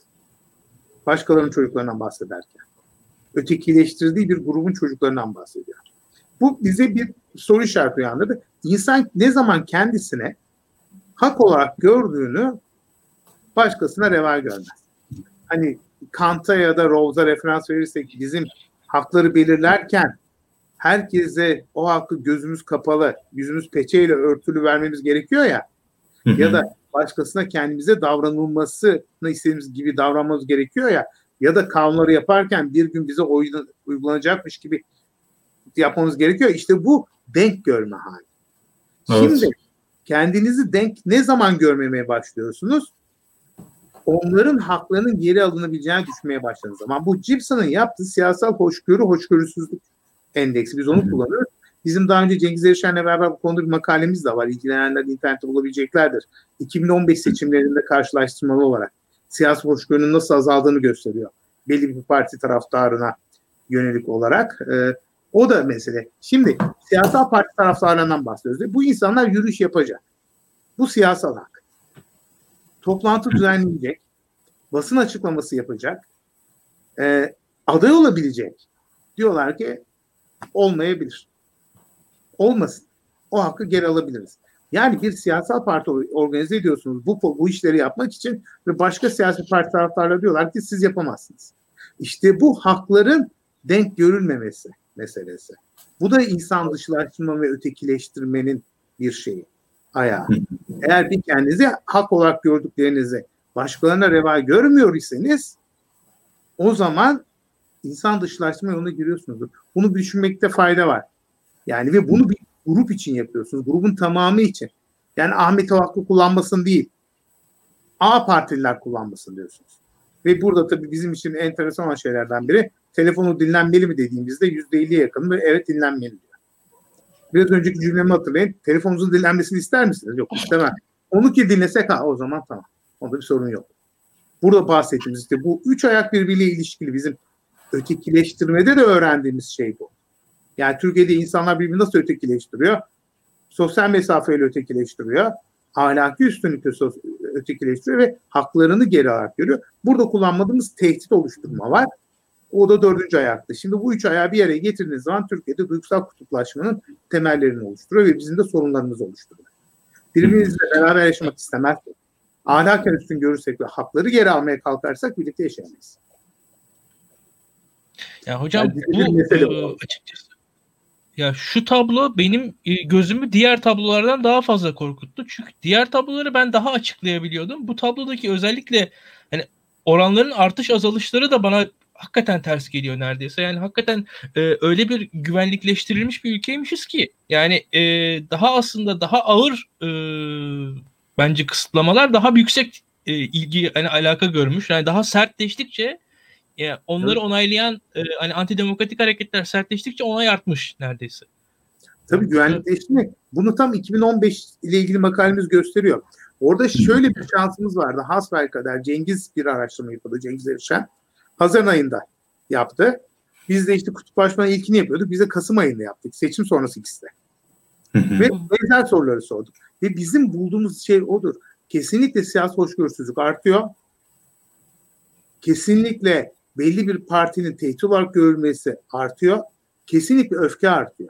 Speaker 2: Başkalarının çocuklarından bahsederken. Ötekileştirdiği bir grubun çocuklarından bahsediyor. Bu bize bir soru işareti uyandırdı. İnsan ne zaman kendisine hak olarak gördüğünü başkasına reva görmez. Hani Kant'a ya da Rawls'a referans verirsek bizim hakları belirlerken herkese o hakkı gözümüz kapalı, yüzümüz peçeyle örtülü vermemiz gerekiyor ya. Hı hı. Ya da başkasına kendimize davranılmasını istediğimiz gibi davranmamız gerekiyor ya. Ya da kanunları yaparken bir gün bize uygulanacakmış gibi yapmamız gerekiyor. İşte bu denk görme hali. Evet. Şimdi kendinizi denk ne zaman görmemeye başlıyorsunuz? Onların haklarının geri alınabileceğini düşünmeye başladığınız zaman. Bu Gibson'ın yaptığı siyasal hoşgörü, hoşgörüsüzlük endeksi. Biz onu kullanıyoruz. Bizim daha önce Cengiz Erişen'le beraber bu konuda bir makalemiz de var. İlgilenenler internette bulabileceklerdir. iki bin on beş seçimlerinde karşılaştırmalı olarak siyasi hoşgörünün nasıl azaldığını gösteriyor. Belli bir parti taraftarına yönelik olarak. Ee, o da mesele. Şimdi siyasal parti taraftarlarından bahsediyoruz. Bu insanlar yürüyüş yapacak. Bu siyasal hak. Toplantı düzenleyecek. Basın açıklaması yapacak. E, aday olabilecek. Diyorlar ki olmayabilir. Olmasın. O hakkı geri alabiliriz. Yani bir siyasal parti organize ediyorsunuz bu, bu işleri yapmak için ve başka siyasi parti taraftarları diyorlar ki siz yapamazsınız. İşte bu hakların denk görülmemesi meselesi. Bu da insan dışılaştırma ve ötekileştirmenin bir şeyi, ayağı. Eğer bir kendinizi hak olarak gördüklerinizi başkalarına reva görmüyor iseniz o zaman insan dışılaştırma yoluna giriyorsunuz. Bunu düşünmekte fayda var. Yani ve bunu bir grup için yapıyorsunuz. Grubun tamamı için. Yani Ahmet o hakkı kullanmasın değil. A partililer kullanmasın diyorsunuz. Ve burada tabii bizim için enteresan olan şeylerden biri telefonu dinlenmeli mi dediğimizde yüzde elliye yakın ve evet dinlenmeli diyor. Biraz önceki cümlemi hatırlayın. Telefonunuzun dinlenmesini ister misiniz? Yok istemem. Onu ki dinlesek ha o zaman tamam. Onda bir sorun yok. Burada bahsettiğimiz işte bu üç ayak birbiriyle ilişkili bizim ötekileştirmede de öğrendiğimiz şey bu. Yani Türkiye'de insanlar birbirini nasıl ötekileştiriyor? Sosyal mesafeyle ötekileştiriyor. Ahlaki üstünlükle ötekileştiriyor ve haklarını geri alarak görüyor. Burada kullanmadığımız tehdit oluşturma var. O da dördüncü ayaktı. Şimdi bu üç ayağı bir araya getirdiğiniz zaman Türkiye'de duygusal kutuplaşmanın temellerini oluşturuyor ve bizim de sorunlarımızı oluşturuyor. Birbirimizle beraber yaşamak istemezsek, ahlaken üstün görürsek ve hakları geri almaya kalkarsak birlikte yaşayamayız.
Speaker 4: Ya hocam
Speaker 2: yani
Speaker 4: bu e, açıkçası ya şu tablo benim e, gözümü diğer tablolardan daha fazla korkuttu. Çünkü diğer tabloları ben daha açıklayabiliyordum. Bu tablodaki özellikle hani oranların artış azalışları da bana hakikaten ters geliyor neredeyse. Yani hakikaten e, öyle bir güvenlikleştirilmiş bir ülkeymişiz ki yani e, daha aslında daha ağır e, bence kısıtlamalar daha yüksek e, ilgi hani alaka görmüş. Yani daha sertleştikçe yani onları evet. onaylayan e, hani antidemokratik hareketler sertleştikçe onay artmış neredeyse.
Speaker 2: Tabii güvenlikleşme. Bunu tam iki bin on beş ile ilgili makalemiz gösteriyor. Orada şöyle bir şansımız vardı. Hasbelkader Cengiz bir araştırma yapıyordu. Cengiz Erişen. Haziran ayında yaptı. Biz de işte kutuplaşmanın ilkini yapıyorduk. Biz de Kasım ayında yaptık. Seçim sonrası ikisi de. Ve benzer soruları sorduk. Ve bizim bulduğumuz şey odur. Kesinlikle siyasi hoşgörüsüzlük artıyor. Kesinlikle belli bir partinin tehdit olarak görülmesi artıyor. Kesinlikle öfke artıyor.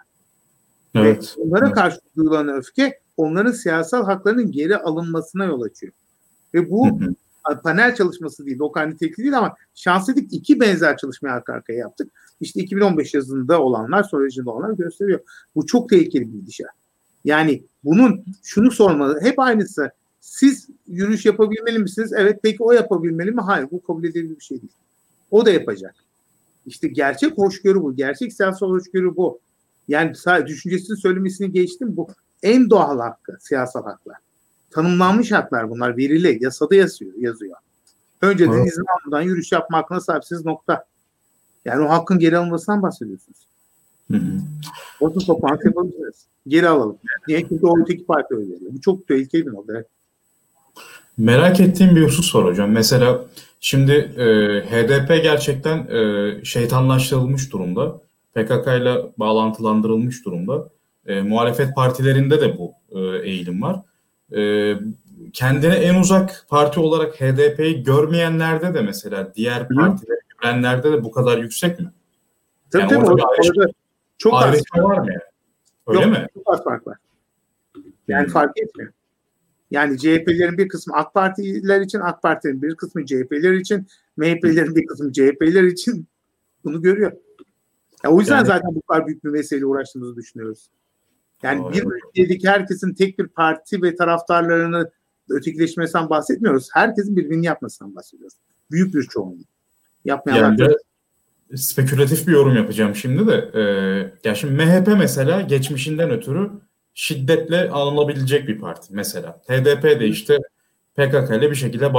Speaker 2: Evet. Ve onlara karşı duyulan öfke onların siyasal haklarının geri alınmasına yol açıyor. Ve bu hı hı. panel çalışması değil, lokal nitelikli değil ama şanslıydık iki benzer çalışmayı arka arkaya yaptık. İşte iki bin on beş yazında olanlar, sonracında olanlar gösteriyor. Bu çok tehlikeli bir gidişat. Yani bunun şunu sormalı, hep aynısı. Siz yürüyüş yapabilmeli misiniz? Evet, peki o yapabilmeli mi? Hayır, bu kabul edilebilir bir şey değil. O da yapacak. İşte gerçek hoşgörü bu. Gerçek siyasal hoşgörü bu. Yani sadece düşüncesini söylemesini geçtim. Bu en doğal hakkı, siyasal haklar. Tanımlanmış haklar bunlar. Verili, yasada yazıyor. yazıyor. Önceden evet. izin almadan yürüyüş yapma hakkına sahipsiniz nokta. Yani o hakkın geri alınmasından bahsediyorsunuz. Hı hı. Basın toplantı yapabiliriz. Geri alalım. Niye? Çünkü o öteki parti öyle veriyor. Bu çok tehlikeli bir nokta.
Speaker 3: Merak ettiğim bir husus var hocam. Mesela şimdi e, H D P gerçekten e, şeytanlaştırılmış durumda. P K K ile bağlantılandırılmış durumda. E, muhalefet partilerinde de bu e, eğilim var. E, kendine en uzak parti olarak H D P'yi görmeyenlerde de mesela diğer partileri görenlerde de bu kadar yüksek mi?
Speaker 2: Tabii yani tabii. Orada, orada çok az
Speaker 3: var mı yani? Öyle
Speaker 2: Yok,
Speaker 3: mi?
Speaker 2: Çok az fark var. Yani hmm. fark etmiyor. Yani C H P'lerin bir kısmı AK Partililer için, AK Parti'nin bir kısmı C H P'ler için, M H P'lerin bir kısmı C H P'ler için bunu görüyor. Yani o yüzden yani, zaten bu kadar büyük bir meseleyle uğraştığımızı düşünüyoruz. Yani o, bir evet. ülkedeki herkesin tek bir parti ve taraftarlarını ötekileşmesinden bahsetmiyoruz. Herkesin birbirini yapmasından bahsediyoruz. Büyük bir çoğunluğu. Yapmayanlar
Speaker 3: yani de spekülatif bir yorum yapacağım şimdi de. Ee, ya şimdi M H P mesela geçmişinden ötürü şiddetle alınabilecek bir parti mesela. H D P de işte P K K ile bir şekilde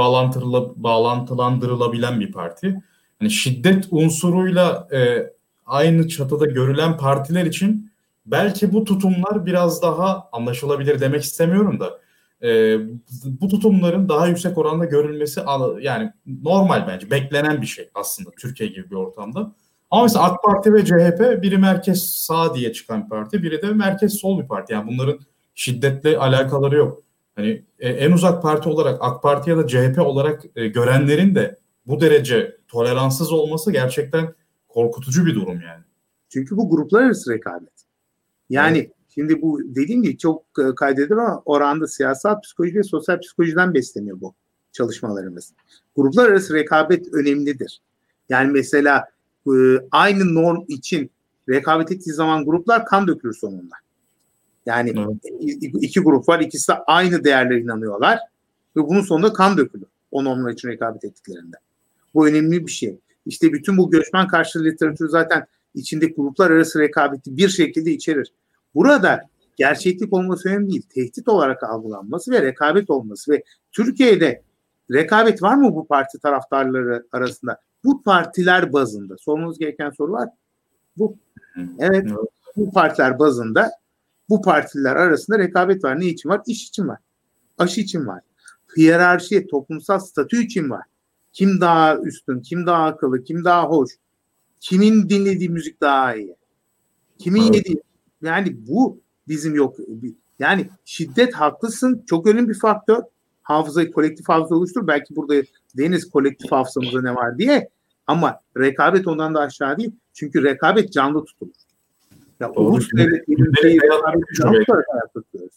Speaker 3: bağlantılandırılabilen bir parti. Yani şiddet unsuruyla e, aynı çatıda görülen partiler için belki bu tutumlar biraz daha anlaşılabilir demek istemiyorum da e, bu tutumların daha yüksek oranda görülmesi yani normal bence. Beklenen bir şey aslında Türkiye gibi bir ortamda. Ama mesela AK Parti ve C H P biri merkez sağ diye çıkan bir parti, biri de merkez sol bir parti. Yani bunların şiddetle alakaları yok. Hani e, en uzak parti olarak AK Parti ya da C H P olarak e, görenlerin de bu derece toleranssız olması gerçekten korkutucu bir durum yani.
Speaker 2: Çünkü bu gruplar arası rekabet. Yani evet. Şimdi bu dediğim gibi çok kaydedilir ama oranda siyasal psikoloji ve sosyal psikolojiden besleniyor bu çalışmalarımız. Gruplar arası rekabet önemlidir. Yani mesela aynı norm için rekabet ettiği zaman gruplar kan dökülür sonunda. Yani evet. iki grup var, ikisi de aynı değerlere inanıyorlar ve bunun sonunda kan dökülür o normlar için rekabet ettiklerinde. Bu önemli bir şey. İşte bütün bu göçmen karşıtı literatürü zaten içindeki gruplar arası rekabeti bir şekilde içerir. Burada gerçeklik olması önemli değil. Tehdit olarak algılanması ve rekabet olması ve Türkiye'de rekabet var mı bu parti taraftarları arasında? Bu partiler bazında. Sormamız gereken soru var. Bu. Evet. Bu partiler bazında bu partiler arasında rekabet var. Ne için var? İş için var. Aşı için var. Hiyerarşi, toplumsal statü için var. Kim daha üstün, kim daha akıllı, kim daha hoş, kimin dinlediği müzik daha iyi, kimin evet. yediği. Yani bu bizim yok. Yani şiddet haklısın. Çok önemli bir faktör. Hafızayı, kolektif hafıza oluştur. Belki burada deniz kolektif hafızamızda ne var diye. Ama rekabet ondan da aşağı değil. Çünkü rekabet canlı tutulur. Ya ulus devletlerin şeyi rekabeti canlı tutarak ayakta tutuyoruz.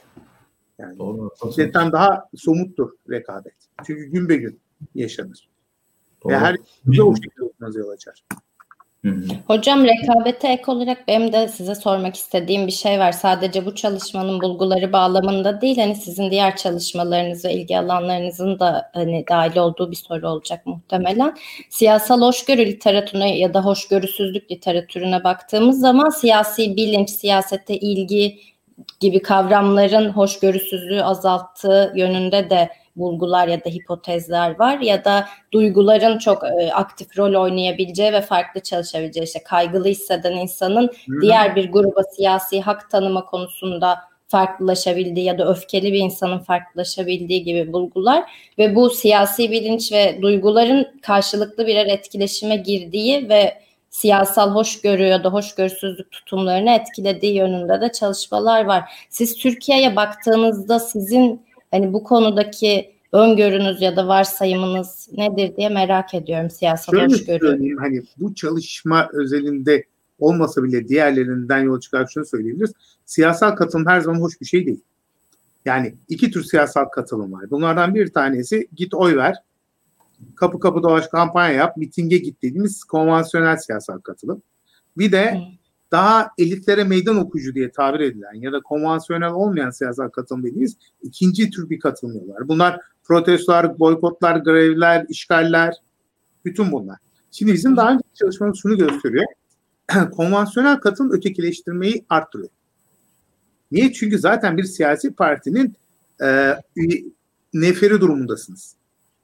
Speaker 2: Yani şiddetten daha somuttur rekabet. Çünkü gün be gün yaşanır. Doğru. Ve her gün o şekilde yol açar.
Speaker 1: Hocam rekabete ek olarak benim de size sormak istediğim bir şey var. Sadece bu çalışmanın bulguları bağlamında değil, hani sizin diğer çalışmalarınız ve ilgi alanlarınızın da hani dahil olduğu bir soru olacak muhtemelen. Siyasal hoşgörü literatürüne ya da hoşgörüsüzlük literatürüne baktığımız zaman siyasi bilinç, siyasete ilgi gibi kavramların hoşgörüsüzlüğü azalttığı yönünde de bulgular ya da hipotezler var ya da duyguların çok e, aktif rol oynayabileceği ve farklı çalışabileceği, işte kaygılı hisseden insanın Hı-hı. diğer bir gruba siyasi hak tanıma konusunda farklılaşabildiği ya da öfkeli bir insanın farklılaşabildiği gibi bulgular ve bu siyasi bilinç ve duyguların karşılıklı birer etkileşime girdiği ve siyasal hoşgörü ya da hoşgörüsüzlük tutumlarını etkilediği yönünde de çalışmalar var. Siz Türkiye'ye baktığınızda sizin hani bu konudaki öngörünüz ya da varsayımınız nedir diye merak ediyorum siyasal
Speaker 2: Şöyle
Speaker 1: hoşgörü.
Speaker 2: Söyleyeyim, hani bu çalışma özelinde olmasa bile diğerlerinden yola çıkarak şunu söyleyebiliriz. Siyasal katılım her zaman hoş bir şey değil. Yani iki tür siyasal katılım var. Bunlardan bir tanesi git oy ver, kapı kapı dolaş kampanya yap, mitinge git dediğimiz konvansiyonel siyasal katılım. Bir de Hı. daha elitlere meydan okuyucu diye tabir edilen ya da konvansiyonel olmayan siyasal katılım dediğimiz ikinci tür bir katılım var. Bunlar protestolar, boykotlar, grevler, işgaller, bütün bunlar. Şimdi bizim daha önceki çalışmamız şunu gösteriyor. Konvansiyonel katılım ötekileştirmeyi arttırıyor. Niye? Çünkü zaten bir siyasi partinin e, neferi durumundasınız.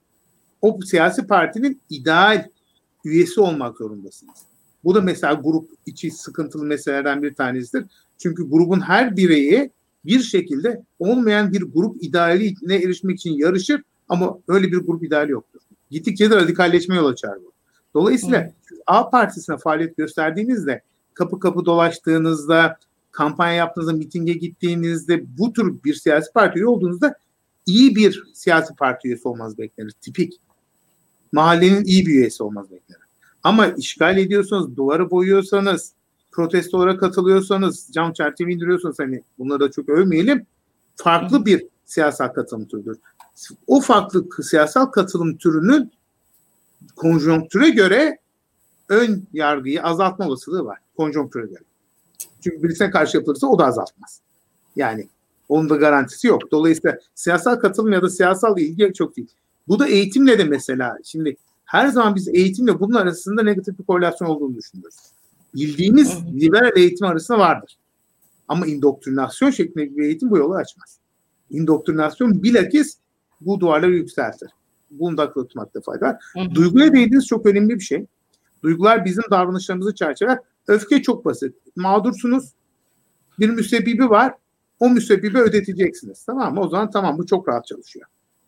Speaker 2: O siyasi partinin ideal üyesi olmak zorundasınız. Bu da mesela grup içi sıkıntılı meselelerden bir tanesidir. Çünkü grubun her bireyi bir şekilde olmayan bir grup idealine erişmek için yarışır ama öyle bir grup ideali yoktur. Gittikçe de radikalleşme yol açar bu. Dolayısıyla hmm. A partisine faaliyet gösterdiğinizde, kapı kapı dolaştığınızda, kampanya yaptığınızda, mitinge gittiğinizde, bu tür bir siyasi parti üye olduğunuzda iyi bir siyasi parti üyesi olmanız beklenir. Tipik. Mahallenin iyi bir üyesi olmanız beklenir. Ama işgal ediyorsanız, duvarı boyuyorsanız, protestolara katılıyorsanız, cam çerçeve indiriyorsanız, hani bunları da çok övmeyelim, farklı bir siyasal katılım türüdür. O farklı siyasal katılım türünün konjonktüre göre ön yargıyı azaltma olasılığı var. Konjonktüre göre. Çünkü birisine karşı yapılırsa o da azaltmaz. Yani onun da garantisi yok. Dolayısıyla siyasal katılım ya da siyasal ilgi çok değil. Bu da eğitimle de mesela. Şimdi her zaman biz eğitimle bunun arasında negatif bir korelasyon olduğunu düşünüyoruz. Bildiğimiz liberal eğitim arasında vardır. Ama indoktrinasyon şeklinde bir eğitim bu yolu açmaz. İndoktrinasyon bilakis bu duvarları yükseltir. Bunu da akıl tutmakta fayda var. Duyguya değdiğiniz çok önemli bir şey. Duygular bizim davranışlarımızı çerçeveler. Öfke çok basit. Mağdursunuz. Bir müsebbibi var. O müsebbibi ödeteceksiniz. Tamam mı? O zaman tamam, bu çok rahat çalışıyor.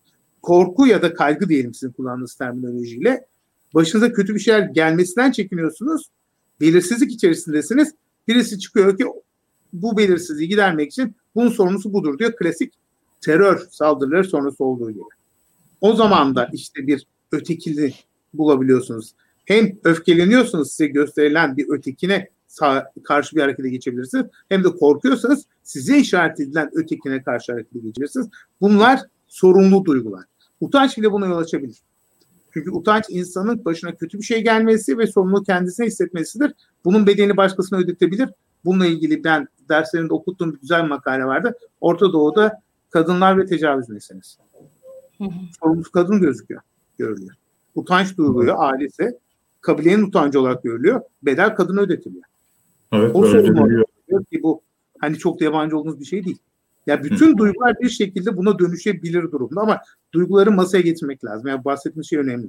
Speaker 2: Korku ya da kaygı diyelim sizin kullandığınız terminolojiyle. Başınıza kötü bir şeyler gelmesinden çekiniyorsunuz. Belirsizlik içerisindesiniz. Birisi çıkıyor ki bu belirsizliği gidermek için bunun sorumlusu budur diyor. Klasik terör saldırıları sonrası olduğu gibi. O zaman da işte bir ötekili bulabiliyorsunuz. Hem öfkeleniyorsunuz, size gösterilen bir ötekine sağ, karşı bir harekete geçebilirsiniz. Hem de korkuyorsanız size işaret edilen ötekine karşı harekete geçebilirsiniz. Bunlar sorumlu duygular. Utanç bile buna yol açabilir. Çünkü utanç insanın başına kötü bir şey gelmesi ve sorumluluğu kendisine hissetmesidir. Bunun bedelini başkasına ödetebilir. Bununla ilgili ben derslerinde okuttuğum bir güzel makale vardı. Orta Doğu'da kadınlar ve tecavüz meselesi. Sorumlusu kadın gözüküyor, görülüyor. Utanç duyuluyor, ailesi. Kabilenin utancı olarak görülüyor. Bedel kadına ödetiliyor.
Speaker 3: Evet,
Speaker 2: o sorumlu ki bu hani çok da yabancı olduğunuz bir şey değil. Ya yani bütün Hı. duygular bir şekilde buna dönüşebilir durumda ama duyguları masaya getirmek lazım. Yani bahsettiğiniz şey önemli.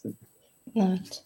Speaker 1: Evet.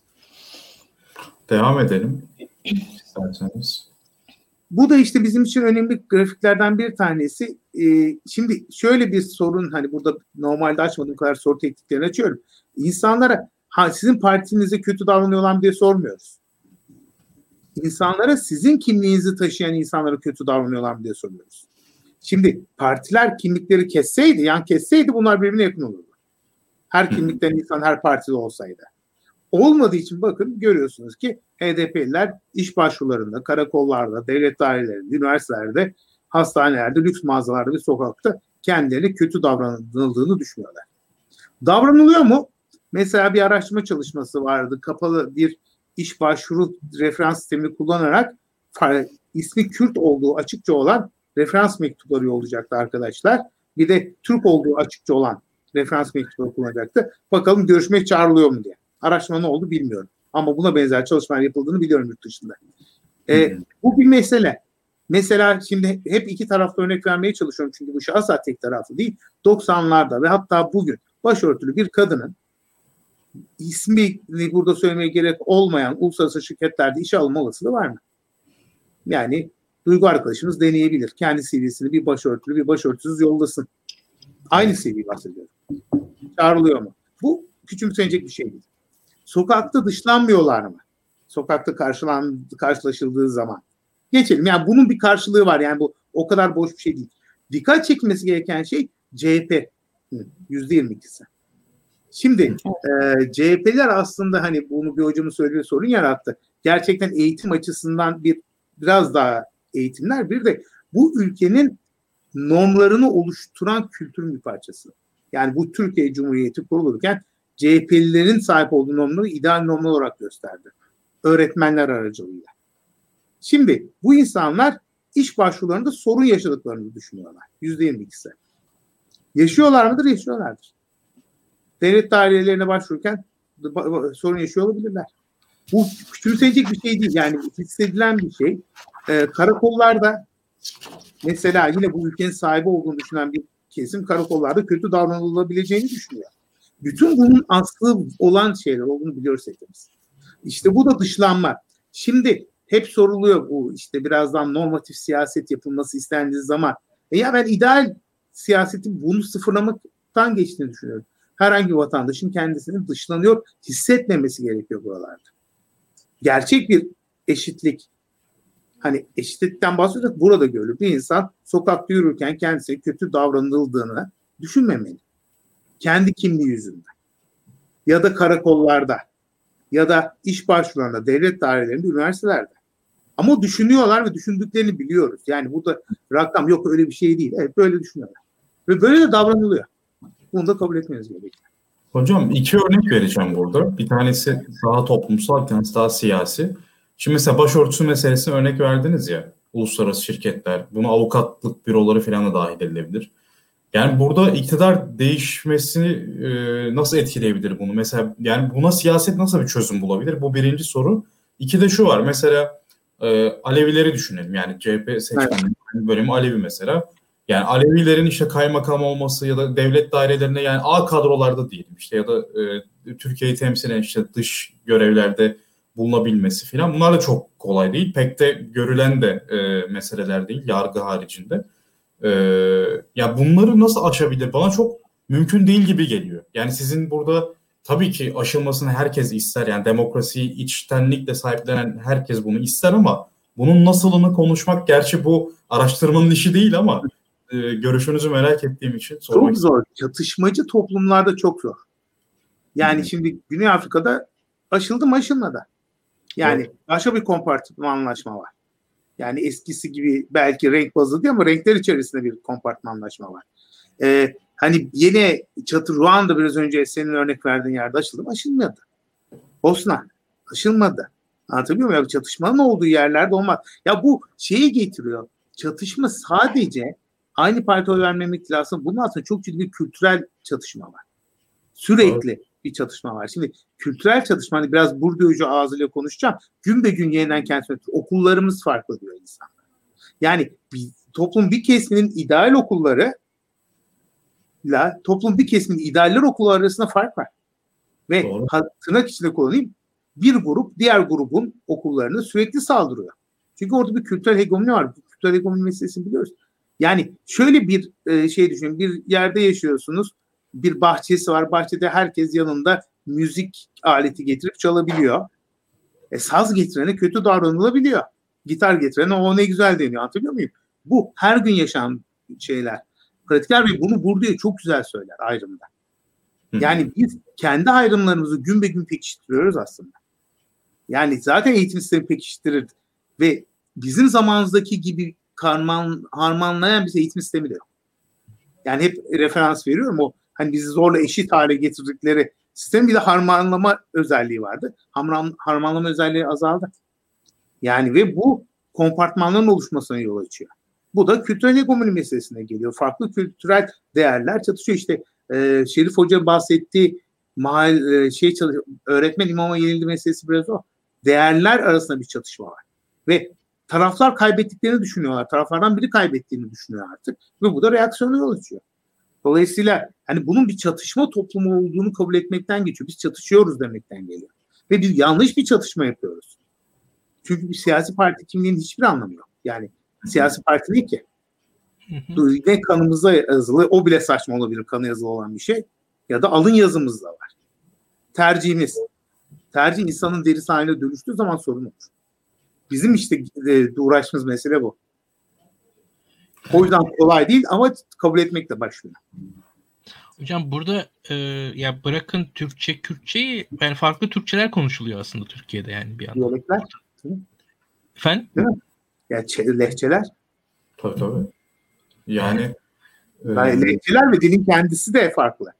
Speaker 3: Devam edelim isterseniz.
Speaker 2: Bu da işte bizim için önemli grafiklerden bir tanesi. Ee, şimdi şöyle bir sorun, hani burada normalde açmadığım kadar soru tekniklerini açıyorum. İnsanlara ha, sizin partinize kötü davranıyorlar mı diye sormuyoruz. İnsanlara sizin kimliğinizi taşıyan insanlara kötü davranıyorlar mı diye soruyoruz. Şimdi partiler kimlikleri kesseydi, yan kesseydi bunlar birbirine yakın olurdu. Her kimlikten insan her partide olsaydı. olmadığı için bakın görüyorsunuz ki H D P'liler iş başvurularında, karakollarda, devlet dairelerinde, üniversitelerde, hastanelerde, lüks mağazalarda ve sokakta kendilerine kötü davranıldığını düşünüyorlar. Davranılıyor mu? Mesela bir araştırma çalışması vardı. Kapalı bir iş başvuru referans sistemini kullanarak ismi Kürt olduğu açıkça olan referans mektupları yollayacaktı arkadaşlar. Bir de Türk olduğu açıkça olan referans mektupları kullanacaktı. Bakalım görüşmeye çağrılıyor mu diye. Araştırma ne oldu bilmiyorum. Ama buna benzer çalışmalar yapıldığını biliyorum yurt dışında. Ee, bu bir mesele. Mesela şimdi hep iki taraflı örnek vermeye çalışıyorum. Çünkü bu şey asla tek taraflı değil. doksanlarda ve hatta bugün başörtülü bir kadının ismini burada söylemeye gerek olmayan uluslararası şirketlerde işe alınma olasılığı var mı? Yani Duygu arkadaşımız deneyebilir. Kendi C V'sini bir başörtülü bir başörtüsüz yollasın. Aynı C V bahsediyorum. Çağrılıyor mu? Bu küçümsenecek bir şey değil. Sokakta dışlanmıyorlar mı? Sokakta karşılan, karşılaşıldığı zaman. Geçelim. Yani bunun bir karşılığı var. Yani bu o kadar boş bir şey değil. Dikkat çekilmesi gereken şey C H P. yüzde yirmi ikisi. Şimdi e, C H P'liler aslında hani bunu bir hocamın söylediği sorun yarattı. Gerçekten eğitim açısından bir biraz daha eğitimler. Bir de bu ülkenin normlarını oluşturan kültürün bir parçası. Yani bu Türkiye Cumhuriyeti kurulurken C H P'lilerin sahip olduğu normları ideal normlar olarak gösterdi. Öğretmenler aracılığıyla. Şimdi bu insanlar iş başvurularında sorun yaşadıklarını düşünüyorlar. yüzde yirmi ikisi. Yaşıyorlar mıdır? Yaşıyorlardır. Devlet dairelerine başvururken sorun yaşıyor olabilirler. Bu küçümsenecek bir şey değil. Yani hissedilen bir şey. Ee, karakollarda mesela yine bu ülkenin sahibi olduğunu düşünen bir kesim karakollarda kötü davranılabileceğini düşünüyor. Bütün bunun aslı olan şeyler olduğunu biliyoruz hepimiz. İşte bu da dışlanma. Şimdi hep soruluyor bu işte birazdan normatif siyaset yapılması istendiği zaman. E ya ben ideal siyasetin bunu sıfırlamaktan geçtiğini düşünüyorum. Herhangi bir vatandaşın kendisini dışlanıyor hissetmemesi gerekiyor buralarda. Gerçek bir eşitlik, hani eşitlikten bahsediyorsak burada görülür. Bir insan sokakta yürürken kendisine kötü davranıldığını düşünmemeli. Kendi kimliği yüzünden. Ya da karakollarda ya da iş başvurularında, devlet dairelerinde, üniversitelerde. Ama düşünüyorlar ve düşündüklerini biliyoruz. Yani burada rakam yok öyle bir şey değil. Evet böyle düşünüyorlar. Ve böyle de davranılıyor. Bunu da kabul etmeniz gerekiyor.
Speaker 3: Hocam iki örnek vereceğim burada. Bir tanesi daha toplumsal, bir tanesi daha siyasi. Şimdi mesela başörtüsü meselesine örnek verdiniz ya. Uluslararası şirketler, bunu avukatlık büroları falan da dahil edilebilir. Yani burada iktidar değişmesini e, nasıl etkileyebilir bunu? Mesela yani buna siyaset nasıl bir çözüm bulabilir? Bu birinci soru. İki de şu var. Mesela e, Alevileri düşünelim. Yani C H P seçmeninin evet. bölümü Alevi mesela. Yani Alevilerin işte kaymakam olması ya da devlet dairelerinde yani A kadrolarda diyelim işte ya da e, Türkiye'yi temsilen işte dış görevlerde bulunabilmesi falan. Bunlar da çok kolay değil. Pek de görülen de e, meseleler değil yargı haricinde. Ee, ya bunları nasıl aşabilir? Bana çok mümkün değil gibi geliyor. Yani sizin burada tabii ki aşılmasını herkes ister. Yani demokrasiyi içtenlikle sahiplenen herkes bunu ister ama bunun nasılını konuşmak gerçi bu araştırmanın işi değil ama e, görüşünüzü merak ettiğim için sormak
Speaker 2: Çok zor. Çatışmacı toplumlarda çok zor. Yani hmm. şimdi Güney Afrika'da aşıldı mı aşılmadı. Yani evet. başka bir kompartmanlaşma var. Yani eskisi gibi belki renk bazlı değil ama renkler içerisinde bir kompartmanlaşma var. Ee, hani yine çatı Ruanda biraz önce senin örnek verdiğin yerde aşıldı mı? Aşılmadı. Bosna aşılmadı. Anlatabiliyor muyum? Çatışmanın olduğu yerlerde olmaz. Ya bu şeyi getiriyor. Çatışma sadece aynı parti oy vermemek lazım. Bunun aslında çok ciddi bir kültürel çatışma var. Sürekli evet. bir çatışma var. Şimdi kültürel çatışma hani biraz Bourdieu'cu ağzıyla konuşacağım. Gün be gün yeniden kendisine okullarımız farklı diyor insanlar. Yani bir, toplum bir kesiminin ideal okulları ile toplum bir kesiminin idealler okulları arasında fark var. Ve Doğru. tırnak içinde kullanayım bir grup diğer grubun okullarını sürekli saldırıyor. Çünkü orada bir kültürel hegemoni var. Bu kültürel hegemoni meselesini biliyoruz. Yani şöyle bir e, şey düşünün. Bir yerde yaşıyorsunuz. Bir bahçesi var. Bahçede herkes yanında müzik aleti getirip çalabiliyor. E, saz getirene kötü davranılabiliyor. Gitar getirene o ne güzel deniyor. Anlatabiliyor muyum? Bu her gün yaşanan şeyler. Pratikler ve bunu Bourdieu çok güzel söyler ayrımda. Yani biz kendi ayrımlarımızı gün be gün pekiştiriyoruz aslında. Yani zaten eğitim sistemi pekiştirir ve bizim zamanımızdaki gibi karman, harmanlayan bir eğitim sistemi de yok. Yani hep referans veriyorum, o hani bizi zorla eşit hale getirdikleri sistem bir de harmanlama özelliği vardı. Harman, harmanlama özelliği azaldı. Yani ve bu kompartmanların oluşmasına yol açıyor. Bu da kültürel hegemoni meselesine geliyor. Farklı kültürel değerler çatışıyor. İşte e, Şerif Hoca bahsettiği mahal, e, şey çalışıyor, öğretmen imama yenildi meselesi biraz o. Değerler arasında bir çatışma var. Ve taraflar kaybettiklerini düşünüyorlar. Taraflardan biri kaybettiğini düşünüyor artık. Ve bu da reaksiyona yol açıyor. Dolayısıyla hani bunun bir çatışma toplumu olduğunu kabul etmekten geçiyor. Biz çatışıyoruz demekten geliyor. Ve biz yanlış bir çatışma yapıyoruz. Çünkü bir siyasi parti kimliğinin hiçbir anlamı yok. Yani siyasi parti değil ki. Ne kanımıza yazılı, o bile saçma olabilir, kanı yazılı olan bir şey. Ya da alın yazımız da var. Tercihimiz. Tercih insanın derisi haline dönüştüğü zaman sorun olur. Bizim işte e, uğraştığımız mesele bu. O yüzden kolay değil ama kabul etmekle başlıyor.
Speaker 4: Hocam burada e, ya bırakın Türkçe, Kürtçeyi, yani farklı Türkçeler konuşuluyor aslında Türkiye'de yani bir yandan.
Speaker 2: Diyalekler.
Speaker 4: Efendim?
Speaker 2: Değil mi? Yani lehçeler.
Speaker 3: Tabii tabii. Yani
Speaker 2: yani e, lehçeler ve dilin kendisi de farklı.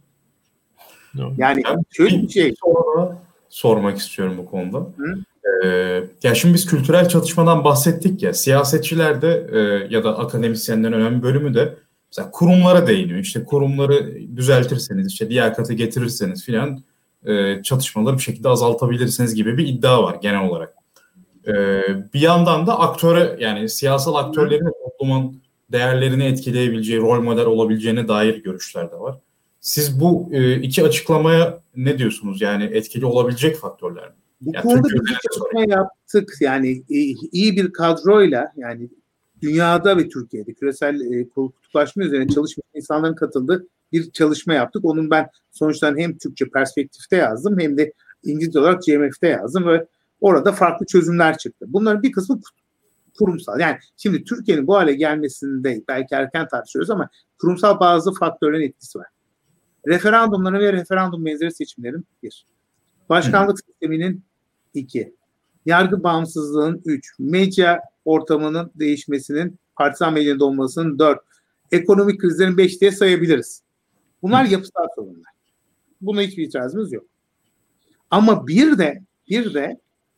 Speaker 4: Doğru.
Speaker 2: Yani şöyle bir şey.
Speaker 3: Sonra sormak istiyorum bu konuda. Ee, ya şimdi biz kültürel çatışmadan bahsettik ya, siyasetçiler de e, ya da akademisyenlerin önemli bölümü de mesela kurumlara değiniyor. İşte kurumları düzeltirseniz, işte liyakatı getirirseniz filan e, çatışmaları bir şekilde azaltabilirsiniz gibi bir iddia var genel olarak. E, bir yandan da aktöre, yani siyasal aktörlerin toplumun değerlerini etkileyebileceği, rol model olabileceğine dair görüşler de var. Siz bu e, iki açıklamaya ne diyorsunuz? Yani etkili olabilecek faktörler mi?
Speaker 2: Bu
Speaker 3: yani
Speaker 2: konuda bir çalışma yaptık. Yani iyi bir kadroyla, yani dünyada ve Türkiye'de küresel e, kutuplaşma üzerine çalışmış insanların katıldığı bir çalışma yaptık. Onun ben sonuçlarını hem Türkçe perspektifte yazdım hem de İngilizce olarak C M F'de yazdım ve orada farklı çözümler çıktı. Bunların bir kısmı kurumsal. Yani şimdi Türkiye'nin bu hale gelmesinde belki erken tartışıyoruz ama kurumsal bazı faktörlerin etkisi var. Referandumların ve referandum benzeri seçimlerin bir. Başkanlık Hı. sisteminin iki. Yargı bağımsızlığının üç. Medya ortamının değişmesinin, partisan medyanın olmasının dört. Ekonomik krizlerin beş diye sayabiliriz. Bunlar Hı. yapısal sorunlar. Buna hiçbir itirazımız yok. Ama bir de bir de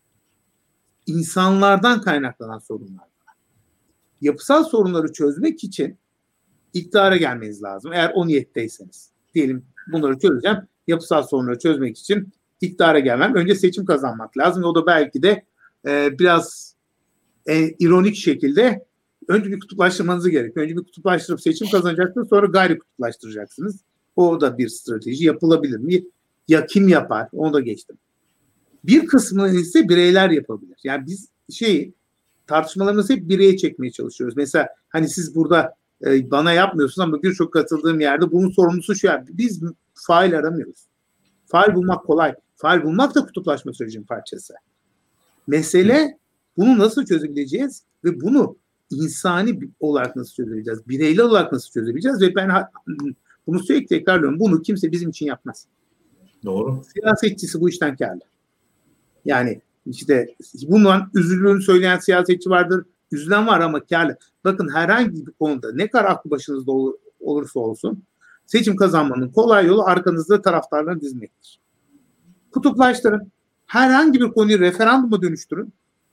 Speaker 2: insanlardan kaynaklanan sorunlar var. Yapısal sorunları çözmek için iktidara gelmeniz lazım. Eğer o niyetteyseniz. Diyelim bunları çözeceğim. Yapısal sorunları çözmek için iktidara gelmem. Önce seçim kazanmak lazım. O da belki de e, biraz e, ironik şekilde önce bir kutuplaştırmanız gerekiyor. Önce bir kutuplaştırıp seçim kazanacaksınız. Sonra gayri kutuplaştıracaksınız. O da bir strateji. Yapılabilir mi? Ya kim yapar? Onu da geçtim. Bir kısmını ise bireyler yapabilir. Yani biz şey tartışmalarımızı hep bireye çekmeye çalışıyoruz. Mesela hani siz burada e, bana yapmıyorsunuz ama birçok katıldığım yerde bunun sorumlusu şu. Yani biz fail aramıyoruz. Fail bulmak kolay. Fail bulmak da kutuplaşma sürecinin parçası. Mesele bunu nasıl çözebileceğiz ve bunu insani olarak nasıl çözebileceğiz? Bireyli olarak nasıl çözebileceğiz? Ve ben bunu sürekli tekrarlıyorum. Bunu kimse bizim için yapmaz.
Speaker 3: Doğru.
Speaker 2: Siyasetçisi bu işten kârlı. Yani işte bundan üzüldüğünü söyleyen siyasetçi vardır. Üzülen var ama kârlı. Bakın herhangi bir konuda ne kadar aklı başınızda ol, olursa olsun seçim kazanmanın kolay yolu arkanızda taraftarlarını dizmektir. Kutuplaştırın. Herhangi bir konuyu referanduma dönüştürün.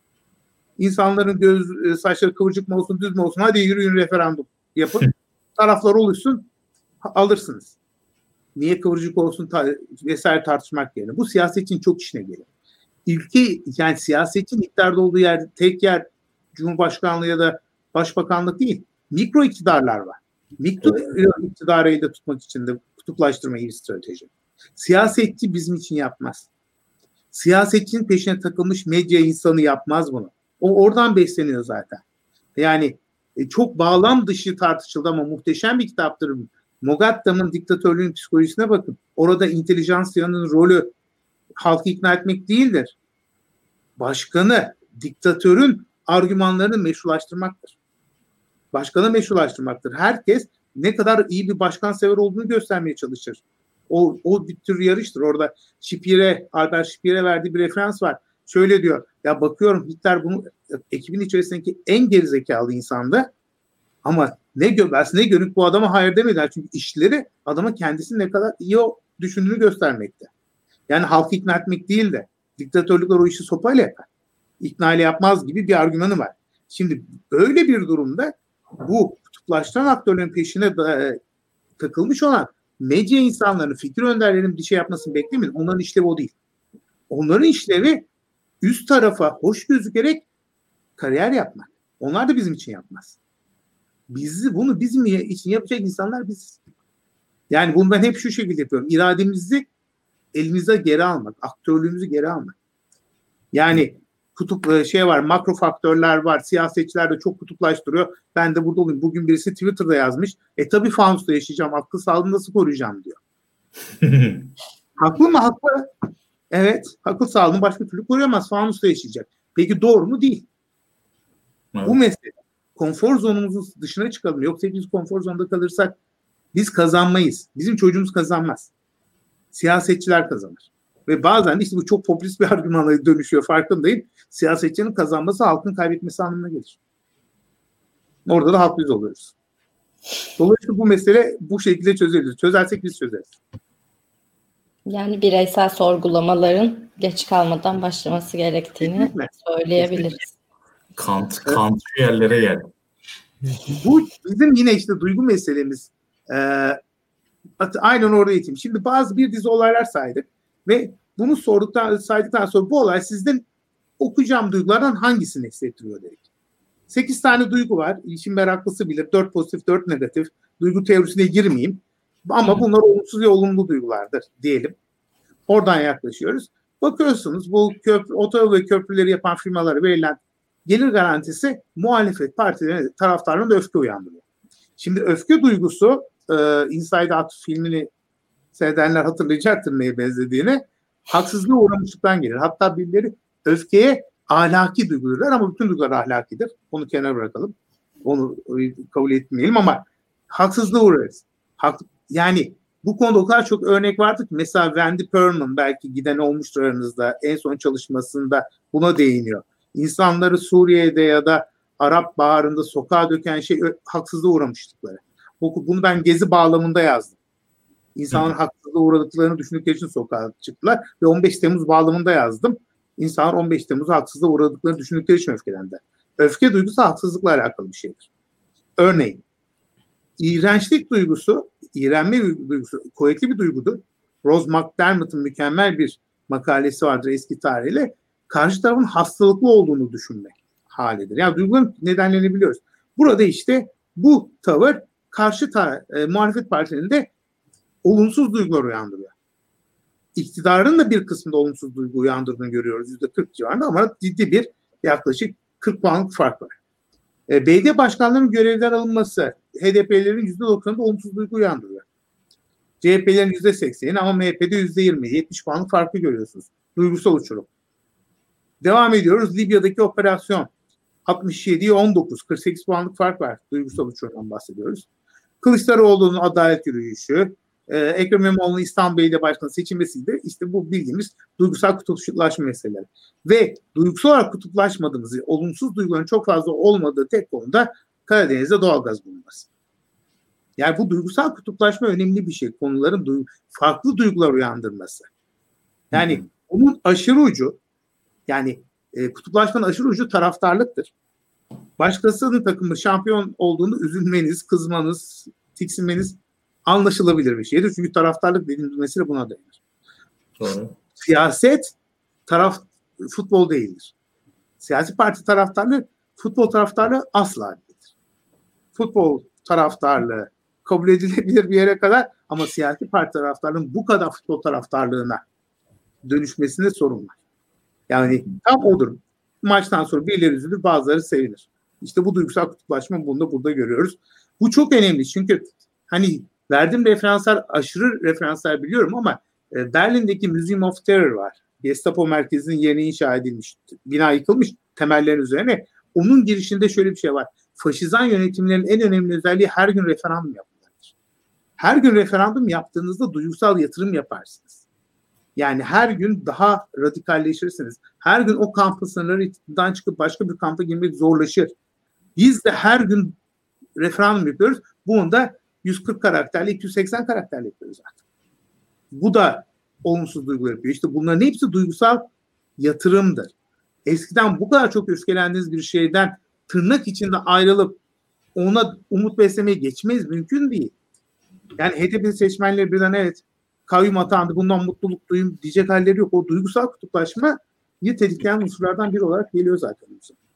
Speaker 2: İnsanların göz, saçları kıvırcık mı olsun, düz mü olsun, hadi yürüyün referandum yapın. Taraflar oluşsun, alırsınız. Niye kıvırcık olsun ta- vesaire tartışmak yerine. Bu siyasetçinin çok işine gelir. Ülke, yani siyasetçinin iktidarda olduğu yer, tek yer Cumhurbaşkanlığı ya da Başbakanlık değil. Mikro iktidarlar var. Mikro iktidarı elde tutmak için de kutuplaştırma iyi bir strateji. Siyasetçi bizim için yapmaz. Siyasetçinin peşine takılmış medya insanı yapmaz bunu. O oradan besleniyor zaten. Yani e, çok bağlam dışı tartışıldı ama muhteşem bir kitaptır. Mogattam'ın diktatörlüğün psikolojisine bakın. Orada intelijansiyanın rolü halkı ikna etmek değildir. Başkanı, diktatörün argümanlarını meşrulaştırmaktır. Başkanı meşrulaştırmaktır. Herkes ne kadar iyi bir başkan sever olduğunu göstermeye çalışır. O, o bir tür yarıştır. Orada Spire, Albert Spire verdiği bir referans var. Şöyle diyor, ya bakıyorum Hitler bunu ekibin içerisindeki en gerizekalı insandı ama ne Göbels ne Gönük bu adama hayır demediler. Çünkü işleri adama kendisini ne kadar iyi düşündüğünü göstermekte. Yani halkı ikna etmek değil de diktatörlükler o işi sopayla yapar. İkna ile yapmaz gibi bir argümanı var. Şimdi öyle bir durumda bu kutuplaştıran aktörlerin peşine da, takılmış olan medya insanlarının, fikir önderlerinin bir şey yapmasını beklemeyin. Onların işlevi o değil. Onların işlevi üst tarafa hoş gözükerek kariyer yapmak. Onlar da bizim için yapmaz. Bizi, bunu bizim için yapacak insanlar biziz. Yani bunu ben hep şu şekilde yapıyorum. İrademizi elimize geri almak, aktörlüğümüzü geri almak. Yani kutup şey var, makro faktörler var. Siyasetçiler de çok kutuplaştırıyor. Ben de burada olayım. Bugün birisi Twitter'da yazmış. E tabii fanusta yaşayacağım. Akıl sağlığını nasıl koruyacağım diyor. Haklı mı? Haklı. Evet. Akıl sağlığını başka türlü koruyamaz. Fanusta yaşayacak. Peki doğru mu? Değil. Evet. Bu mesele. Konfor zonumuzun dışına çıkalım. Yoksa biz konfor zonunda kalırsak biz kazanmayız. Bizim çocuğumuz kazanmaz. Siyasetçiler kazanır. Ve bazen de işte bu çok popülist bir argümana dönüşüyor, farkındayım. Siyasetçinin kazanması halkın kaybetmesi anlamına gelir. Orada da haklıyız oluyoruz. Dolayısıyla bu mesele bu şekilde çözülür. Çözersek biz çözeriz.
Speaker 1: Yani bireysel sorgulamaların geç kalmadan başlaması gerektiğini Kesinlikle. söyleyebiliriz. Kesinlikle.
Speaker 3: Kant, Kant yerlere gel.
Speaker 2: Bu bizim yine işte duygu meselemiz. Ee, aynen orada eğitim. Şimdi bazı bir dizi olaylar saydık ve bunu sorduktan, saydıktan sonra bu olay sizden okuyacağım duygulardan hangisini hissettiriyor dedik. Sekiz tane duygu var. İşin meraklısı bilir. Dört pozitif, dört negatif. Duygu teorisine girmeyeyim. Ama bunlar olumsuz ve olumlu duygulardır diyelim. Oradan yaklaşıyoruz. Bakıyorsunuz bu köprü, otoyol ve köprüleri yapan firmalara verilen gelir garantisi muhalefet partilerinin taraftarının da öfke uyandırıyor. Şimdi öfke duygusu e, Inside Out filmini seyredenler hatırlayacaktır neye benzediğini. Haksızlığa uğramışlıktan gelir. Hatta birileri öfkeye ahlaki duygular ama bütün duygular ahlakidir. Onu kenara bırakalım. Onu kabul etmeyelim ama haksızlığa uğrarız. Hak, yani bu konuda o kadar çok örnek vardı ki mesela Wendy Perlman belki giden olmuştur aranızda en son çalışmasında buna değiniyor. İnsanları Suriye'de ya da Arap Baharı'nda sokağa döken şey haksızlığa uğramışlıkları. Bunu ben Gezi bağlamında yazdım. İnsanların haksızlığa uğradıklarını düşündükleri için sokağa çıktılar ve on beş Temmuz bağlamında yazdım. İnsanlar on beş Temmuz'a haksızlığa uğradıklarını düşündükleri için öfkelendi. Öfke duygusu haksızlıkla alakalı bir şeydir. Örneğin iğrençlik duygusu, iğrenme duygusu kuvvetli bir duygudur. Rose McDermott'ın mükemmel bir makalesi vardır eski tarihle. Karşı tarafın hastalıklı olduğunu düşünmek halidir. Yani duyguların nedenlerini biliyoruz. Burada işte bu tavır karşı ta- e, muhalefet partilerinde olumsuz duygular uyandırıyor. İktidarın da bir kısmında olumsuz duygu uyandırdığını görüyoruz. yüzde kırk civarında ama ciddi bir yaklaşık kırk puanlık fark var. E, belediye başkanlarının görevden alınması H D P'lerin yüzde doksanında olumsuz duygu uyandırıyor. C H P'lerin yüzde sekseni ama M H P'de yüzde yirmi, yetmiş puanlık farkı görüyorsunuz. Duygusal uçurum. Devam ediyoruz. Libya'daki operasyon altmış yediye on dokuz, kırk sekiz puanlık fark var. Duygusal uçurumdan bahsediyoruz. Kılıçdaroğlu'nun adalet yürüyüşü, e, Ekrem İmamoğlu'nun İstanbul Belediye Başkanı seçilmesiydi. İşte bu bildiğimiz duygusal kutuplaşma meseleleri. Ve duygusal olarak kutuplaşmadığımızı, olumsuz duyguların çok fazla olmadığı tek konuda Karadeniz'de doğalgaz bulunması. Yani bu duygusal kutuplaşma önemli bir şey. Konuların duygu, farklı duygular uyandırması. Yani hmm. bunun aşırı ucu, yani e, kutuplaşmanın aşırı ucu taraftarlıktır. Başkasının takımı şampiyon olduğunu üzülmeniz, kızmanız, tiksinmeniz anlaşılabilir bir şeydir. Çünkü taraftarlık dediğimiz mesele buna dayanır. Doğru. Siyaset taraf futbol değildir. Siyasi parti taraftarlığı futbol taraftarlığı asla değildir. Futbol taraftarlığı kabul edilebilir bir yere kadar ama siyasi parti taraftarlığının bu kadar futbol taraftarlığına dönüşmesinde sorun var. Yani tam odur. Maçtan sonra birileri üzülür, bazıları sevinir. İşte bu duygusal kutuplaşma bunu da burada görüyoruz. Bu çok önemli çünkü hani verdiğim referanslar aşırı referanslar biliyorum ama e, Berlin'deki Museum of Terror var. Gestapo merkezinin yeni inşa edilmiş. Bina yıkılmış temellerin üzerine. Onun girişinde şöyle bir şey var. Faşizan yönetimlerin en önemli özelliği her gün referandum yapmalarıdır. Her gün referandum yaptığınızda duygusal yatırım yaparsınız. Yani her gün daha radikalleşirsiniz. Her gün o kampın sınırlarından çıkıp başka bir kampa girmek zorlaşır. Biz de her gün referandum yapıyoruz. Bunu da yüz kırk karakterle, iki yüz seksen karakterle yapıyoruz artık. Bu da olumsuz duygu yapıyor. İşte bunların hepsi duygusal yatırımdır. Eskiden bu kadar çok öfkelendiğiniz bir şeyden tırnak içinde ayrılıp ona umut beslemeye geçmeyiz. Mümkün değil. Yani H D P seçmenleri birden evet kayyum atandı, bundan mutluluk duyayım diyecek halleri yok. O duygusal kutuplaşmayı tetikleyen unsurlardan biri olarak geliyor zaten.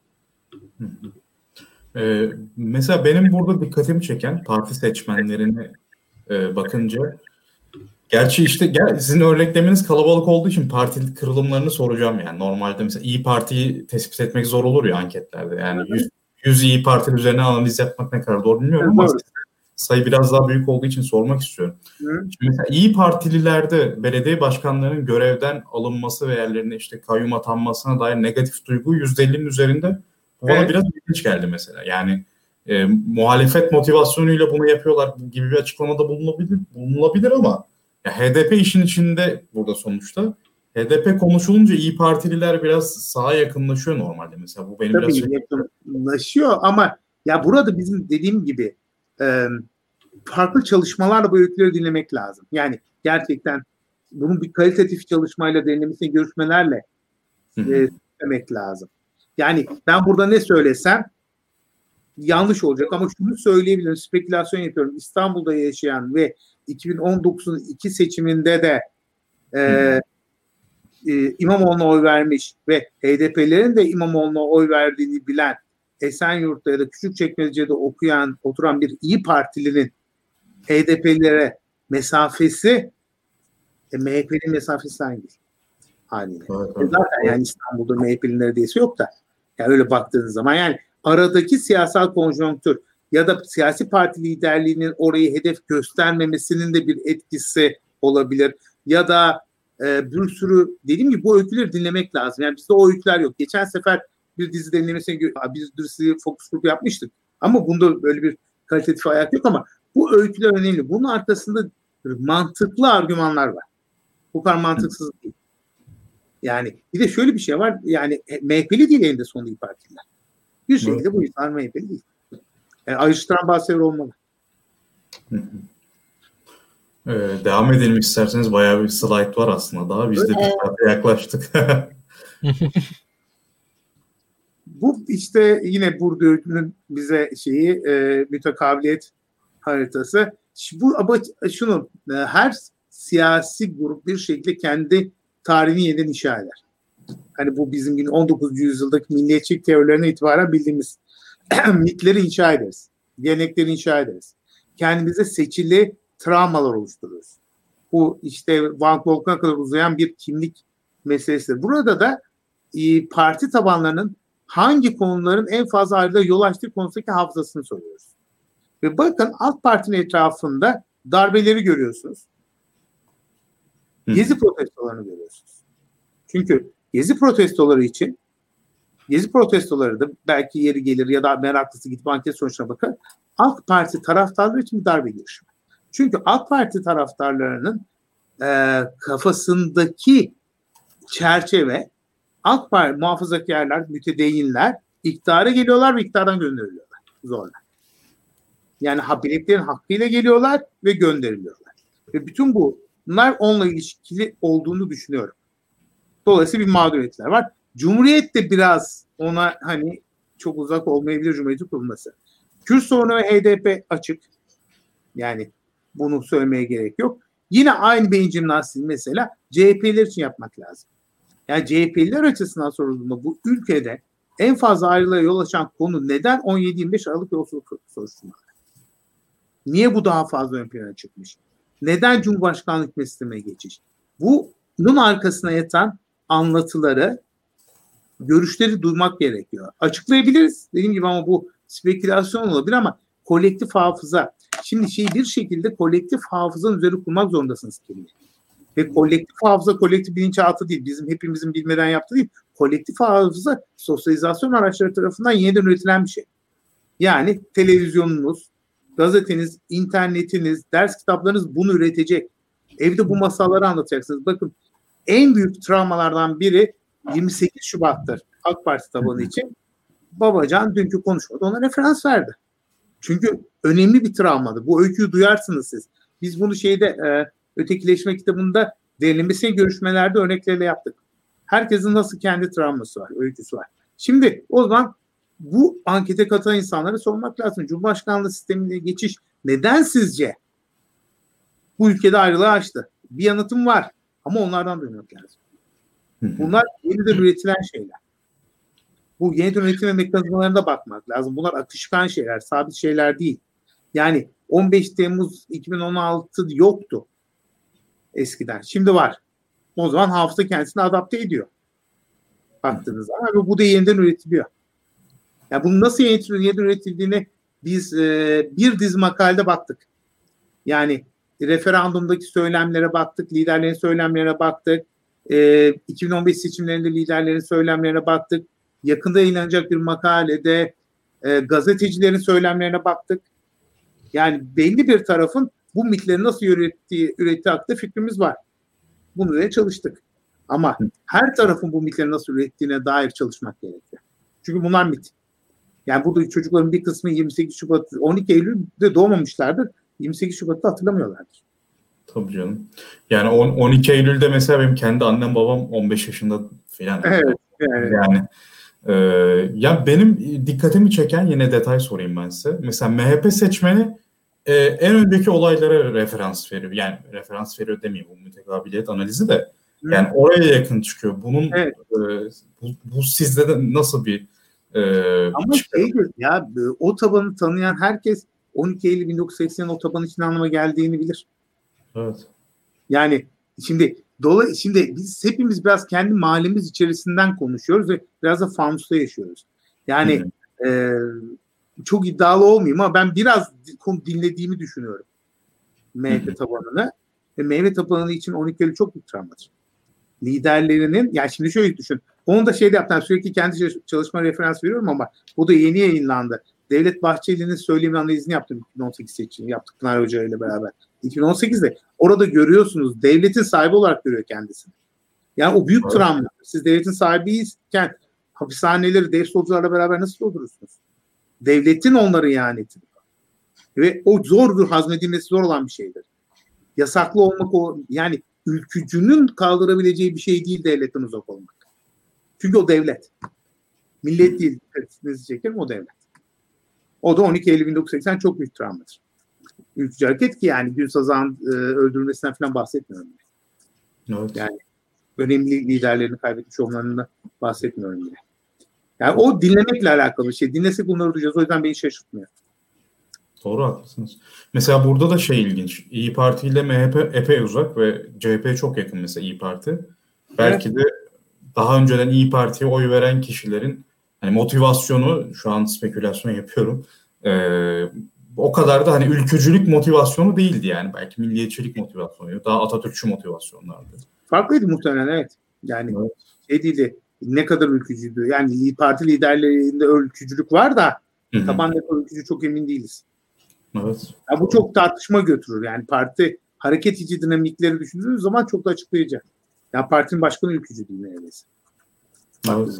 Speaker 3: Ee, mesela benim burada dikkatimi çeken parti seçmenlerine e, bakınca, gerçi işte gel, sizin örneklemeniz kalabalık olduğu için parti kırılımlarını soracağım yani. Normalde mesela İyi Parti'yi tespit etmek zor olur ya anketlerde. Yani yüz, yüz İyi Parti'nin üzerine analiz yapmak ne kadar doğru bilmiyorum ama
Speaker 2: doğru.
Speaker 3: Sayı biraz daha büyük olduğu için sormak istiyorum. Hı. Şimdi mesela İyi Partililerde belediye başkanlarının görevden alınması ve yerlerine işte kayyum atanmasına dair negatif duygu yüzde ellinin üzerinde. Bu bana evet. biraz ilginç geldi mesela. Yani e, muhalefet motivasyonuyla bunu yapıyorlar gibi bir açıklamada bulunabilir, bulunabilir ama ya H D P işin içinde burada sonuçta. H D P konuşulunca İyi Partililer biraz sağa yakınlaşıyor normalde mesela. Bu benim
Speaker 2: Tabii
Speaker 3: biraz
Speaker 2: yakınlaşıyor ama ya burada bizim dediğim gibi e, farklı çalışmalarla bu öyküleri dinlemek lazım. Yani gerçekten bunun bir kalitatif çalışmayla derinlemesine görüşmelerle e, demek lazım. Yani ben burada ne söylesem yanlış olacak ama şunu söyleyebilirim. Spekülasyon yapıyorum. İstanbul'da yaşayan ve iki bin on dokuzun iki seçiminde de e, e, İmamoğlu'na oy vermiş ve H D P'lerin de İmamoğlu'na oy verdiğini bilen Esenyurt'ta ya da Küçükçekmece'de okuyan, oturan bir İyi Partilinin H D P'lilere mesafesi e, M H P'nin mesafesi aynı değil. Haliyle. Evet, evet. Zaten yani İstanbul'da M H P'nin neredeyse yok da yani öyle baktığınız zaman yani aradaki siyasal konjonktür ya da siyasi parti liderliğinin orayı hedef göstermemesinin de bir etkisi olabilir. Ya da e, bir sürü dediğim gibi bu öyküleri dinlemek lazım. Yani bizde o öyküler yok. Geçen sefer bir dizi dinlemesine biz dizi fokus grup yapmıştık. Ama bunda böyle bir kalitatif ayak yok ama bu öyküler önemli. Bunun arkasında mantıklı argümanlar var. Bu kadar mantıksız değil. Yani bir de şöyle bir şey var. Yani M H P'li değil elinde son İYİ Partililer. Bir şekilde evet. Bu insanlar M H P'li değil. Yani ayrıştıran bazı şeyler olmalı.
Speaker 3: Ee, devam edelim isterseniz. Bayağı bir slide var aslında daha. Biz de bir saate yaklaştık.
Speaker 2: Bu işte yine burada öykünün bize şeyi e, mütekabiliyet haritası. Bu ama şunu e, her siyasi grup bir şekilde kendi tarihini yeniden inşa eder. Hani bu bizim on dokuzuncu yüzyıldaki milliyetçilik teorilerine itibaren bildiğimiz mitleri inşa ederiz. Gelenekleri inşa ederiz. Kendimize seçili travmalar oluştururuz. Bu işte Van Gogh'a kadar uzayan bir kimlik meselesi. Burada da e, parti tabanlarının hangi konuların en fazla ayrılığa yol açtığı konusundaki hafızasını soruyoruz. Ve bakın alt partinin etrafında darbeleri görüyorsunuz. Gezi protestolarını görüyorsunuz. Çünkü Gezi protestoları için Gezi protestoları da belki yeri gelir ya da meraklısı gidip anket sonuçlarına bakar. AK Parti taraftarları için bir darbe girişimi. Çünkü AK Parti taraftarlarının e, kafasındaki çerçeve AK Parti muhafazakarlar, mütedeyinler iktidara geliyorlar ve iktidardan gönderiliyorlar zorla. Yani habiliklerin hakkıyla geliyorlar ve gönderiliyorlar. Ve bütün bunlar onunla ilişkili olduğunu düşünüyorum. Dolayısıyla bir mağduriyetler var. Cumhuriyet de biraz ona hani çok uzak olmayabilir Cumhuriyet'in kurulması. Kürt sorunu ve H D P açık. Yani bunu söylemeye gerek yok. Yine aynı beyin jimnastiği mesela C H P'liler için yapmak lazım. Yani C H P'liler açısından sorulduğunda bu ülkede en fazla ayrılığa yol açan konu neden on yedi yirmi beş Aralık yolsuzluk soruşturmaları? Niye bu daha fazla ön plana çıkmış? Neden Cumhurbaşkanlık mesleğine geçiş? Bunun arkasına yatan anlatıları, görüşleri duymak gerekiyor. Açıklayabiliriz dediğim gibi ama bu spekülasyon olabilir ama kolektif hafıza. Şimdi şey bir şekilde kolektif hafızanın üzerine kurmak zorundasınız kendini. Ve kolektif hafıza kolektif bilinçaltı değil. Bizim hepimizin bilmeden yaptığı değil. Kolektif hafıza sosyalizasyon araçları tarafından yeniden üretilen bir şey. Yani televizyonunuz, gazeteniz, internetiniz, ders kitaplarınız bunu üretecek. Evde bu masalları anlatacaksınız. Bakın en büyük travmalardan biri yirmi sekiz Şubat'tır AK Parti tabanı için. Babacan dünkü konuşmada ona referans verdi. Çünkü önemli bir travmadı. Bu öyküyü duyarsınız siz. Biz bunu şeyde e, ötekileşme kitabında derinlemesine görüşmelerde örneklerle yaptık. Herkesin nasıl kendi travması var, öyküsü var. Şimdi o zaman bu ankete katılan insanlara sormak lazım. Cumhurbaşkanlığı sistemine geçiş neden sizce bu ülkede ayrılığı açtı? Bir yanıtım var ama onlardan duymak lazım. Bunlar yeniden üretilen şeyler. Bu yeniden üretim mekanizmalarına bakmak lazım. Bunlar akışkan şeyler, sabit şeyler değil. Yani on beş Temmuz iki bin on altı yoktu eskiden. Şimdi var. O zaman hafıza kendisini adapte ediyor. Baktığınız zaman bu da yeniden üretiliyor. Yani bunun nasıl yeniden üretildiğini biz e, bir dizi makalede baktık. Yani referandumdaki söylemlere baktık, liderlerin söylemlerine baktık. E, iki bin on beş seçimlerinde liderlerin söylemlerine baktık. Yakında yayınlanacak bir makalede e, gazetecilerin söylemlerine baktık. Yani belli bir tarafın bu mitleri nasıl ürettiği, ürettiği hakkında fikrimiz var. Bunu da çalıştık. Ama her tarafın bu mitleri nasıl ürettiğine dair çalışmak gerekiyor. Çünkü bunlar mit. Yani burada çocukların bir kısmı yirmi sekiz Şubat, on iki Eylül'de doğmamışlardır. yirmi sekiz Şubat'ta hatırlamıyorlardır.
Speaker 3: Tabii canım. Yani on iki Eylül'de mesela benim kendi annem babam on beş yaşında falan.
Speaker 2: Evet. Yani,
Speaker 3: yani e, ya benim dikkatimi çeken yine detay sorayım ben size. Mesela M H P seçmeni e, en önceki olaylara referans veriyor. Yani referans veriyor demeyeyim, bu mütekabiliyet analizi de. Yani oraya yakın çıkıyor. Bunun
Speaker 2: evet.
Speaker 3: e, bu, bu sizde de nasıl bir e,
Speaker 2: ama şeydir ya, o tabanı tanıyan herkes on iki Eylül bin dokuz yüz seksenin o tabanın için anlama geldiğini bilir.
Speaker 3: Evet.
Speaker 2: Yani şimdi dolayı şimdi biz hepimiz biraz kendi mahallemiz içerisinden konuşuyoruz ve biraz da fanusta yaşıyoruz. Yani e, çok iddialı olmayayım ama ben biraz dinlediğimi düşünüyorum M H P tabanını. Ve M H P tabanı için on iki Eylül çok büyük travmadır. Liderlerinin, yani şimdi şöyle düşün. Onu da şeyde yaptım, sürekli kendi çalışma referans veriyorum ama bu da yeni yayınlandı. Devlet Bahçeli'nin söylem analizini yaptım iki bin on sekiz seçimini yaptık Pınar Hoca ile beraber. iki bin on sekizde orada görüyorsunuz devletin sahibi olarak görüyor kendisini. Yani o büyük evet. travma. Siz devletin sahibiyken hapishaneleri dev solcularla beraber nasıl doldurursunuz? Devletin onları ihaneti. Ve o zordur, hazmedilmesi zor olan bir şeydir. Yasaklı olmak o, yani ülkücünün kaldırabileceği bir şey değil devletten uzak olmak. Çünkü o devlet. Millet değil, dikkatinizi çekerim, o devlet. O da on iki Eylül bin dokuz yüz seksen çok büyük travmadır. Ülkücü hareket ki yani Gül Sazak'ın e, öldürülmesinden falan bahsetmiyorum.
Speaker 3: Evet.
Speaker 2: Yani önemli liderlerini kaybetmiş olmalarından bahsetmiyorum bile. Yani o dinlemekle alakalı bir şey. Dinlesek bunları duyacağız. O yüzden beni şaşırtmıyor.
Speaker 3: Doğru, haklısınız. Mesela burada da şey ilginç. İYİ Parti ile M H P epey uzak ve C H P'ye çok yakın mesela İYİ Parti. Belki evet. de daha önceden İYİ Parti'ye oy veren kişilerin hani motivasyonu, şu an spekülasyon yapıyorum. Ee, o kadar da hani ülkücülük motivasyonu değildi yani. Belki milliyetçilik motivasyonu, daha Atatürkçü motivasyonlardı.
Speaker 2: Farklıydı muhtemelen, evet. Yani evet. şey değildi. Ne kadar ülkücüydü. Yani İYİ Parti liderlerinde ülkücülük var da taban ne kadar ülkücü çok emin değiliz.
Speaker 3: Evet.
Speaker 2: Ya bu çok tartışma götürür. Yani parti hareket içi dinamikleri düşündüğünüz zaman çok da açıklayıcı. Ya yani partinin başkanı ülkücü değil neredeyse.
Speaker 3: Evet.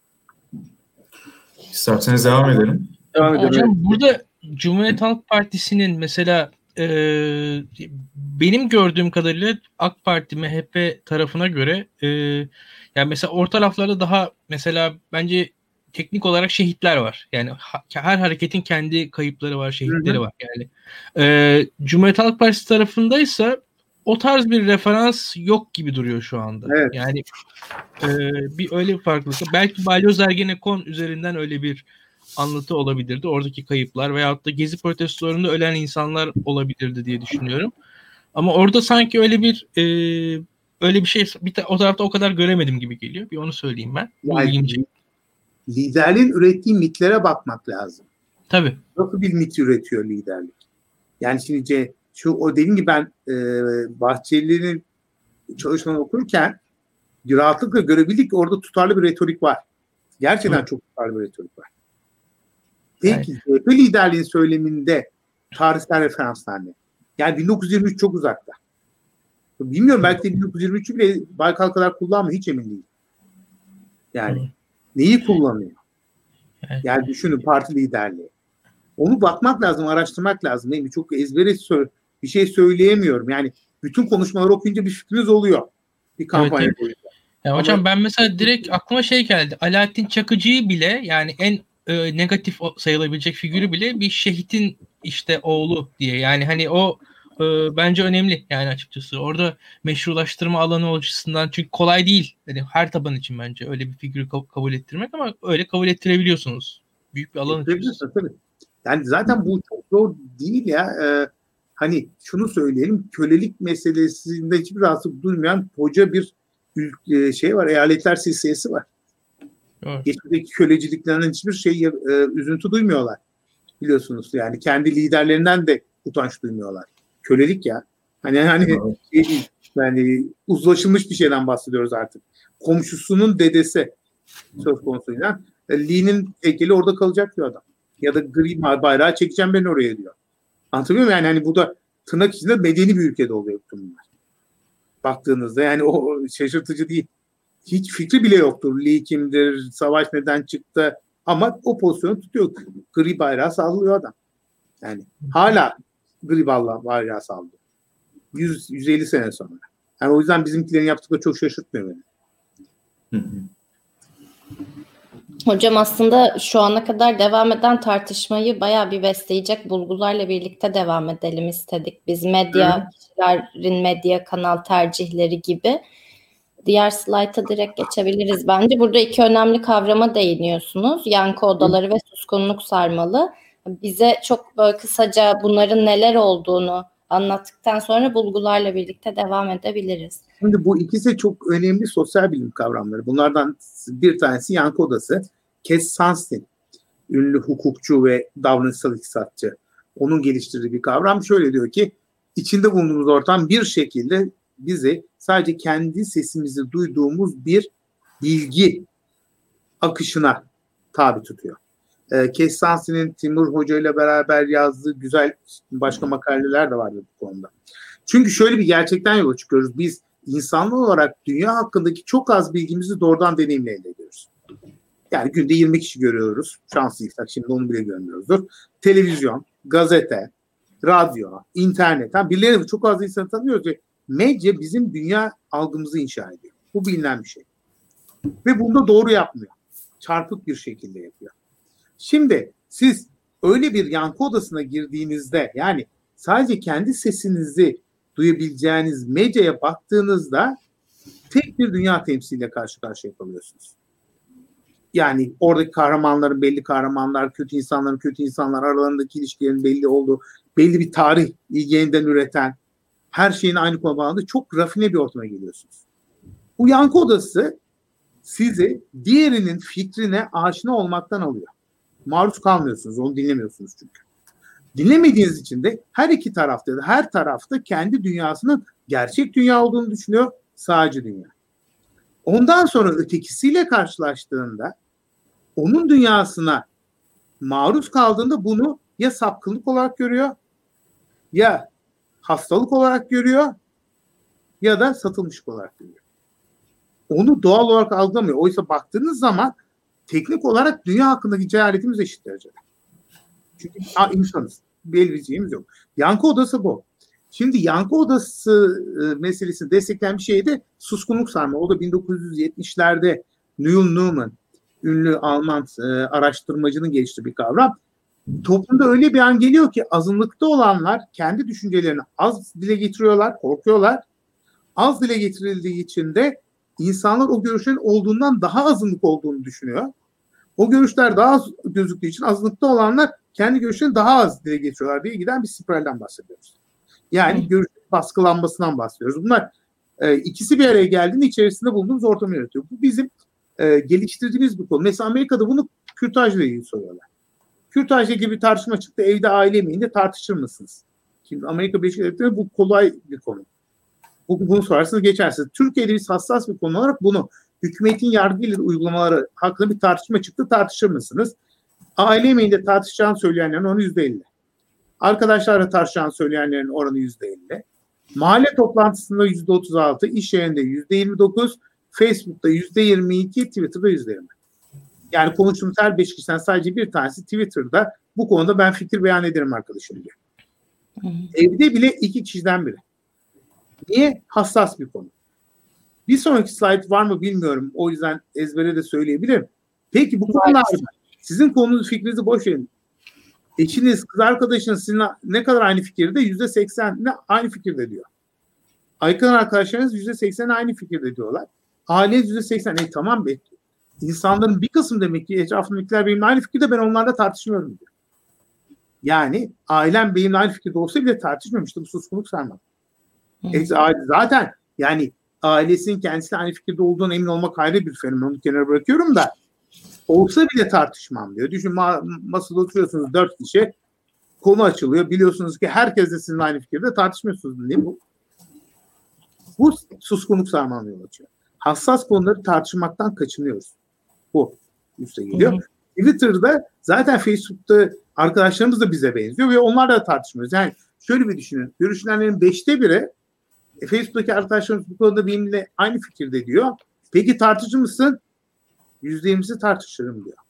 Speaker 3: İsterseniz devam edelim.
Speaker 4: Devam edelim. Hocam burada Cumhuriyet Halk Partisi'nin mesela e, benim gördüğüm kadarıyla AK Parti M H P tarafına göre e, yani mesela orta taraflarda daha mesela bence teknik olarak şehitler var. Yani ha, her hareketin kendi kayıpları var, şehitleri hı hı. var. Yani e, Cumhuriyet Halk Partisi tarafındaysa o tarz bir referans yok gibi duruyor şu anda.
Speaker 2: Evet.
Speaker 4: Yani e, bir öyle bir farklılık. Belki Balyoz Ergenekon üzerinden öyle bir anlatı olabilirdi. Oradaki kayıplar veyahut da Gezi protestolarında ölen insanlar olabilirdi diye düşünüyorum. Ama orada sanki öyle bir e, öyle bir şey bir ta- o tarafta o kadar göremedim gibi geliyor. Bir onu söyleyeyim ben. Bu
Speaker 2: yani,
Speaker 4: ilginç.
Speaker 2: Liderliğin ürettiği mitlere bakmak lazım.
Speaker 4: Tabii.
Speaker 2: Nasıl bir mit üretiyor liderlik? Yani şimdi şu o dediğim gibi ben e, Bahçeli'nin çalışmalarını okurken rahatlıkla görebildik ki orada tutarlı bir retorik var. Gerçekten Hı. çok tutarlı bir retorik var. Peki C H P liderliğin söyleminde tarihsel referanslar ne? Yani bin dokuz yüz yirmi üç çok uzakta. Bilmiyorum, belki de bin dokuz yüz yirmi üçü bile Baykal kadar kullanmıyor, hiç emin değilim. Yani Hı. neyi kullanıyor? Yani düşünün, parti liderliği. Onu bakmak lazım, araştırmak lazım. Değil mi? Çok ezbere sö- bir şey söyleyemiyorum. Yani bütün konuşmaları okuyunca bir fikriniz oluyor. Bir kampanya
Speaker 4: evet,
Speaker 2: boyunca.
Speaker 4: Ya
Speaker 2: Ama
Speaker 4: hocam ben mesela direkt aklıma şey geldi. Alaaddin Çakıcı'yı bile, yani en e, negatif sayılabilecek figürü bile bir şehitin işte oğlu diye. Yani hani o e, bence önemli yani açıkçası. Orada meşrulaştırma alanı açısından, çünkü kolay değil. Yani her taban için bence öyle bir figürü ka- kabul ettirmek, ama öyle kabul ettirebiliyorsunuz. Büyük bir alan açıyorsunuz.
Speaker 2: Tabii. Yani zaten bu çok zor değil ya. Ee, hani şunu söyleyelim, kölelik meselesinde hiçbir rahatsızlık duymayan koca bir ülke, şey var, eyaletler silsilesi var. Evet. Geçmişteki köleciliklerinin hiçbir şey e, üzüntü duymuyorlar. Biliyorsunuz yani kendi liderlerinden de utanç duymuyorlar. Kölelik ya. Hani hani evet. şey değil, yani uzlaşılmış bir şeyden bahsediyoruz artık. Komşusunun dedesi söz konusuyla Lee'nin heykeli orada kalacak diyor adam. Ya da gri bayrağı çekeceğim ben oraya diyor. Anlatabiliyor muyum? Yani hani bu da tırnak içinde medeni bir ülkede oluyor bütün bunlar. Baktığınızda yani o şaşırtıcı değil. Hiç fikri bile yoktur. Lee kimdir, savaş neden çıktı, ama o pozisyonu tutuyor. Gri bayrağı sallıyor adam. Yani hala gri bayrağı sallıyor. yüz yüz elli sene sonra. Yani o yüzden bizimkilerin yaptıkları çok şaşırtmıyor beni. Hı hı.
Speaker 1: Hocam aslında şu ana kadar devam eden tartışmayı bayağı bir besleyecek bulgularla birlikte devam edelim istedik. Biz medya, Hı. kişilerin medya kanal tercihleri gibi. Diğer slayta direkt geçebiliriz. Bence burada iki önemli kavrama değiniyorsunuz. Yankı odaları Hı. ve suskunluk sarmalı. Bize çok böyle kısaca bunların neler olduğunu anlattıktan sonra bulgularla birlikte devam edebiliriz.
Speaker 2: Şimdi bu ikisi çok önemli sosyal bilim kavramları. Bunlardan bir tanesi yankı odası. Cass Sunstein, ünlü hukukçu ve davranışsal iktisatçı. Onun geliştirdiği bir kavram. Şöyle diyor ki, içinde bulunduğumuz ortam bir şekilde bizi sadece kendi sesimizi duyduğumuz bir bilgi akışına tabi tutuyor. Ee, Cass Sunstein'in Timur Hoca ile beraber yazdığı güzel başka makaleler de vardı bu konuda. Çünkü şöyle bir gerçekten yola çıkıyoruz. Biz insanlı olarak dünya hakkındaki çok az bilgimizi doğrudan deneyimle elde ediyoruz. Yani günde yirmi kişi görüyoruz. Şanslıysak şimdi onu bile görmüyoruzdur. Televizyon, gazete, radyo, internet. Ha, birileri çok az insan tanıyoruz ve medya bizim dünya algımızı inşa ediyor. Bu bilinen bir şey. Ve bunu da doğru yapmıyor. Çarpık bir şekilde yapıyor. Şimdi siz öyle bir yankı odasına girdiğinizde, yani sadece kendi sesinizi duyabileceğiniz medyaya baktığınızda tek bir dünya temsiliyle karşı karşıya kalıyorsunuz. Yani oradaki kahramanların belli kahramanlar, kötü insanların kötü insanlar, aralarındaki ilişkilerin belli olduğu, belli bir tarih yeniden üreten, her şeyin aynı konu bağlandığı çok rafine bir ortama geliyorsunuz. Bu yankı odası sizi diğerinin fikrine aşina olmaktan alıyor. Maruz kalmıyorsunuz, onu dinlemiyorsunuz çünkü. Dinlemediğiniz için de her iki tarafta ya da her tarafta kendi dünyasının gerçek dünya olduğunu düşünüyor, sadece dünya. Ondan sonra ötekisiyle karşılaştığında, onun dünyasına maruz kaldığında bunu ya sapkınlık olarak görüyor, ya hastalık olarak görüyor, ya da satılmışlık olarak görüyor. Onu doğal olarak algılamıyor. Oysa baktığınız zaman teknik olarak dünya hakkındaki cehaletimiz eşit derecede. Çünkü a, insanız. Belli bir şeyimiz yok. Yankı odası bu. Şimdi yankı odası e, meselesini destekleyen bir şey de suskunluk sarma. O da bin dokuz yüz yetmişlerde Neil Newman, ünlü Alman e, araştırmacının geliştirdiği bir kavram. Toplumda öyle bir an geliyor ki azınlıkta olanlar kendi düşüncelerini az dile getiriyorlar, korkuyorlar. Az dile getirildiği için de insanlar o görüşlerin olduğundan daha azınlık olduğunu düşünüyor. O görüşler daha az gözüktüğü için azınlıkta olanlar kendi görüşlerini daha az dile getiriyorlar diye giden bir spiralden bahsediyoruz. Yani hmm. görüş baskılanmasından bahsediyoruz. Bunlar e, ikisi bir araya geldiğinde içerisinde bulunduğumuz ortamı yaratıyor. Bu bizim e, geliştirdiğimiz bir konu. Mesela Amerika'da bunu kürtajla ilgili soruyorlar. Kürtajla ilgili bir tartışma çıktı. Evde aile yemeğinde tartışır mısınız? Şimdi Amerika Birleşik Devletleri'nde bu kolay bir konu. Bu, bunu sorarsınız geçersiniz. Türkiye'de biz hassas bir konu olarak bunu hükümetin yargıyla uygulamaları hakkında bir tartışma çıktı. Tartışır mısınız? Aile yemeğinde tartışacağını söyleyenlerin onu yüzde elli. Arkadaşlarla tartışan söyleyenlerin oranı yüzde elli. Mahalle toplantısında yüzde otuz altı, iş yerinde yüzde yirmi dokuz, Facebook'ta yüzde yirmi iki, Twitter'da yüzde yirmi. Yani konuştuğumuz her beş kişiden sadece bir tanesi Twitter'da bu konuda ben fikir beyan ederim arkadaşım diyor. Hı hı. Evde bile iki kişiden biri. Niye? Hassas bir konu. Bir sonraki slide var mı bilmiyorum. O yüzden ezbere de söyleyebilirim. Peki bu konularda sizin konunuz, fikrinizi boş verin. Eşiniz, kız arkadaşınız sizinle ne kadar aynı fikirde? yüzde seksen aynı fikirde diyor. Aykın arkadaşlarınız yüzde seksen aynı fikirde diyorlar. Aileniz yüzde seksen. E tamam be. İnsanların bir kısmı demek ki etrafımdakiler benimle aynı fikirde, ben onlarla tartışmıyorum diyor. Yani ailem benimle aynı fikirde olsa bile tartışmamıştı. Bu suskunluk sarmadı. E, zaten yani ailesinin kendisiyle aynı fikirde olduğuna emin olmak ayrı bir fenomen. Onu kenara bırakıyorum da olsa bile tartışmam diyor. Düşün, ma- masada oturuyorsunuz dört kişi, konu açılıyor. Biliyorsunuz ki herkes de sizinle aynı fikirde, tartışmıyorsunuz. Ne bu? Bu suskunluk sarmağına yol açıyor. Hassas konuları tartışmaktan kaçınıyoruz. Bu üste geliyor. Hı hı. Twitter'da zaten Facebook'ta arkadaşlarımız da bize benziyor ve onlarla da tartışmıyoruz. Yani şöyle bir düşünün. Görüşülenlerin beşte biri e, Facebook'taki arkadaşlarımız bu konuda benimle aynı fikirde diyor. Peki tartışır mısın? yüzde yirmisi tartışırım diyor.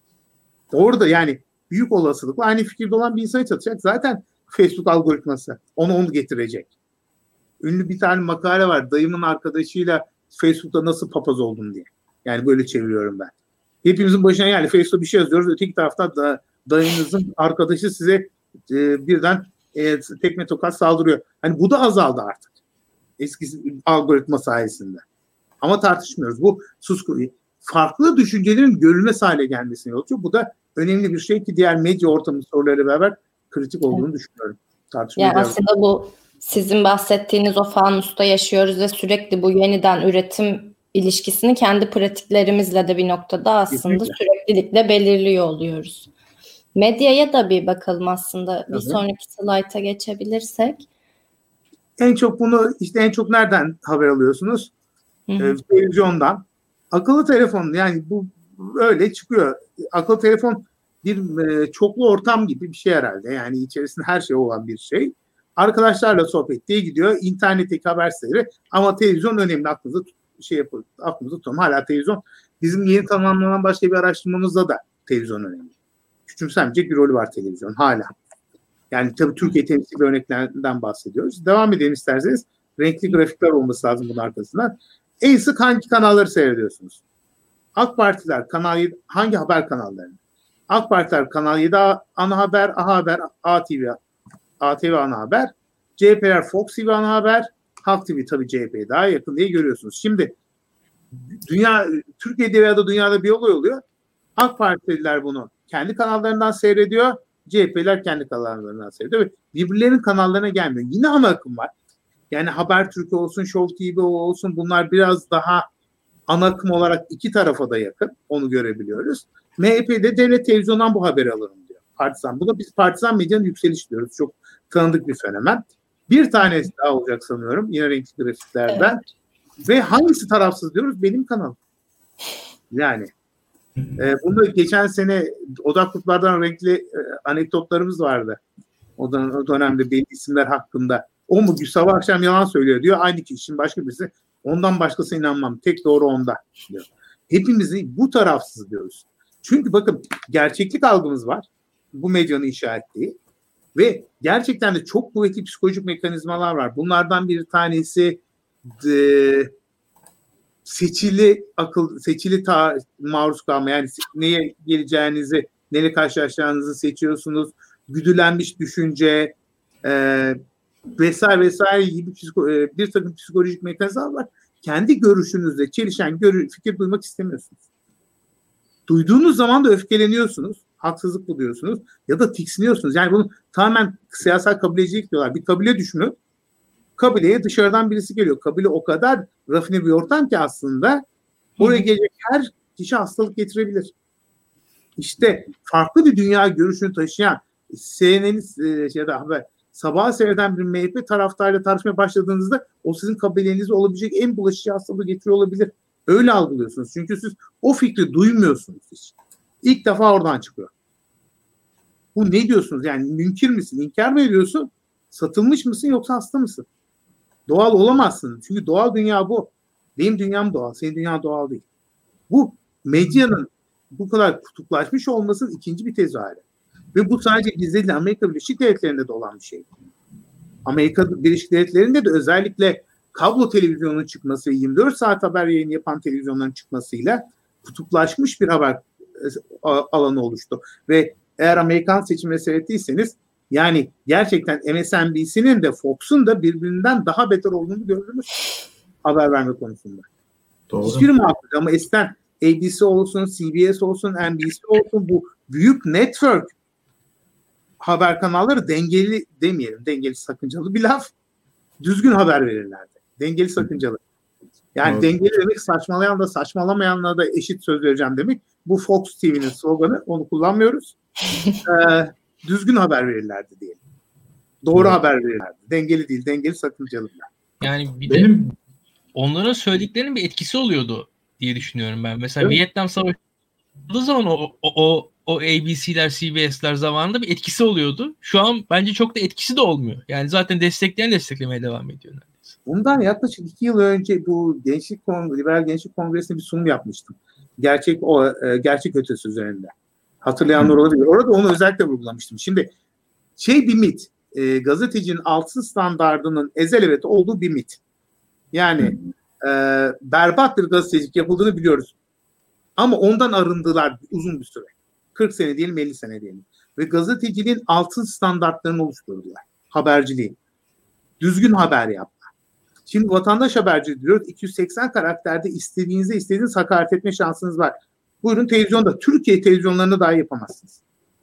Speaker 2: Orada yani büyük olasılıkla aynı fikirde olan bir insanı çalışacak. Zaten Facebook algoritması onu onu getirecek. Ünlü bir tane makale var. Dayımın arkadaşıyla Facebook'ta nasıl papaz oldum diye. Yani böyle çeviriyorum ben. Hepimizin başına yani Facebook'ta bir şey yazıyoruz. Öteki tarafta da dayınızın arkadaşı size e, birden e, tekme tokat saldırıyor. Hani bu da azaldı artık. Eskisi algoritma sayesinde. Ama tartışmıyoruz. Bu susku. Farklı düşüncelerin görülmez hale gelmesine yol açıyor. Bu da önemli bir şey ki diğer medya ortamı sorularıyla beraber kritik olduğunu evet. düşünüyorum.
Speaker 1: Yani aslında bu sizin bahsettiğiniz o fanusta yaşıyoruz ve sürekli bu yeniden üretim ilişkisini kendi pratiklerimizle de bir noktada aslında kesinlikle. Süreklilikle belirliyor oluyoruz. Medyaya da bir bakalım aslında. Bir evet. sonraki slayta geçebilirsek.
Speaker 2: En çok bunu işte en çok nereden haber alıyorsunuz? Ee, televizyondan. Akıllı telefon yani bu öyle çıkıyor. Akıllı telefon bir e, çoklu ortam gibi bir şey herhalde. Yani içerisinde her şey olan bir şey. Arkadaşlarla sohbet diye gidiyor. İnternetteki haber siteleri ama televizyon önemli. Aklınızda şey yapın, aklınızda tutun. Hala televizyon bizim yeni tamamlanan başka bir araştırmamızda da televizyon önemli. Küçümsenmeyecek bir rolü var televizyon hala. Yani tabii Türkiye temsil örneklerden bahsediyoruz. Devam edelim isterseniz. Renkli grafikler olması lazım bunun arkasından. En sık hangi kanalları seyrediyorsunuz? AK Partiler Kanal yedi, hangi haber kanallarını? AK Partiler Kanal yedi ana haber, A Haber, A T V, A T V ana haber, C H P'ler Fox T V ana haber, Halk T V tabii C H P'ye daha yakın diye görüyorsunuz. Şimdi dünya, Türkiye'de veya da dünyada bir olay oluyor. AK Partililer bunu kendi kanallarından seyrediyor, C H P'ler kendi kanallarından seyrediyor ve birbirlerinin kanallarına gelmiyor. Yine ana akım var. Yani Habertürk olsun, Show T V olsun bunlar biraz daha ana akım olarak iki tarafa da yakın. Onu görebiliyoruz. M H P'de devlet televizyondan bu haberi alırım diyor. Partizan. Buna biz partizan medyanın yükseliş diyoruz. Çok tanıdık bir fenomen. Bir tanesi daha olacak sanıyorum. Yine renkli grafiklerden. Evet. Ve hangisi tarafsız diyoruz? Benim kanalım. Yani. E, bunda geçen sene odak gruplardan renkli e, anekdotlarımız vardı. O, da, o dönemde belli isimler hakkında. O mu sabah akşam yalan söylüyor diyor. Aynı kişinin başka birisi. Ondan başkası inanmam. Tek doğru onda diyor. Hepimizi bu tarafsız diyoruz. Çünkü bakın gerçeklik algımız var. Bu medyanın inşa ettiği. Ve gerçekten de çok kuvvetli psikolojik mekanizmalar var. Bunlardan bir tanesi de, seçili akıl, seçili ta, maruz kalma. Yani neye geleceğinizi, neyle karşılaşacağınızı seçiyorsunuz. Güdülenmiş düşünce, e, vesaire vesaire gibi psiko, e, bir takım psikolojik mekanizmalar var. Kendi görüşünüzle çelişen görü, fikir duymak istemiyorsunuz. Duyduğunuz zaman da öfkeleniyorsunuz. Haksızlık buluyorsunuz. Ya da tiksiniyorsunuz. Yani bunu tamamen siyasal kabilecilik diyorlar. Bir kabile düşünün. Kabileye dışarıdan birisi geliyor. Kabile o kadar rafine bir ortam ki aslında oraya gelecek her kişi hastalık getirebilir. İşte farklı bir dünya görüşünü taşıyan C N N'in ya da haber Sabahı seyreden bir M H P taraftarıyla tartışmaya başladığınızda o sizin kabilenizde olabilecek en bulaşıcı hastalığı getiriyor olabilir. Öyle algılıyorsunuz. Çünkü siz o fikri duymuyorsunuz hiç. İlk defa oradan çıkıyor. Bu ne diyorsunuz? Yani münkir misin? İnkar mı ediyorsun? Satılmış mısın yoksa hasta mısın? Doğal olamazsın. Çünkü doğal dünya bu. Benim dünyam doğal. Senin dünyan doğal değil. Bu medyanın bu kadar kutuplaşmış olmasının ikinci bir tezahürü. Ve bu sadece bizde değil, Amerika Birleşik Devletleri'nde de olan bir şey. Amerika Birleşik Devletleri'nde de özellikle kablo televizyonun çıkması, yirmi dört saat haber yayını yapan televizyonların çıkmasıyla kutuplaşmış bir haber alanı oluştu. Ve eğer Amerikan seçimini seyrettiyseniz yani gerçekten M S N B C'nin de Fox'un da birbirinden daha beter olduğunu gördünüz haber verme konusunda.
Speaker 3: Doğru.
Speaker 2: Hiçbir muhabbet ama eskiden A B C olsun, C B S olsun, N B C olsun bu büyük network haber kanalları dengeli demeyelim. Dengeli sakıncalı bir laf. Düzgün haber verirlerdi. Dengeli sakıncalı. Yani evet. Dengeli demek saçmalayan da saçmalamayanla da eşit söz vereceğim demek. Bu Fox T V'nin sloganı. Onu kullanmıyoruz. ee, düzgün haber verirlerdi diyelim. Doğru evet. haber verirlerdi. Dengeli değil. Dengeli sakıncalı.
Speaker 4: Yani bir Benim... de onların söylediklerinin bir etkisi oluyordu diye düşünüyorum ben. Mesela evet. Vietnam Savaşı olduğu zaman o, o, o, o A B C'ler, C B S'ler zamanında bir etkisi oluyordu. Şu an bence çok da etkisi de olmuyor. Yani zaten destekleyen desteklemeye devam ediyor neredeyse.
Speaker 2: Bundan yaklaşık iki yıl önce bu Gençlik Kongre, Liberal Gençlik Kongresi'ne bir sunum yapmıştım. Gerçek o e, gerçek ötesi üzerinde. Hatırlayanlar olabilir. Orada onu özellikle vurgulamıştım. Şimdi şey bir mit. E, gazetecinin altın standardının ezel evet olduğu bir mit. Yani e, berbat bir gazetecilik yapıldığını biliyoruz. Ama ondan arındılar uzun bir süre. kırk sene diyelim, elli sene diyelim. Ve gazeteciliğin altın standartlarını oluşturdular. Haberciliğin. Düzgün haber yapma. Şimdi vatandaş haberci diyoruz. iki yüz seksen karakterde istediğinizde istediğiniz hakaret etme şansınız var. Buyurun televizyonda. Türkiye televizyonlarında dahi yapamazsınız.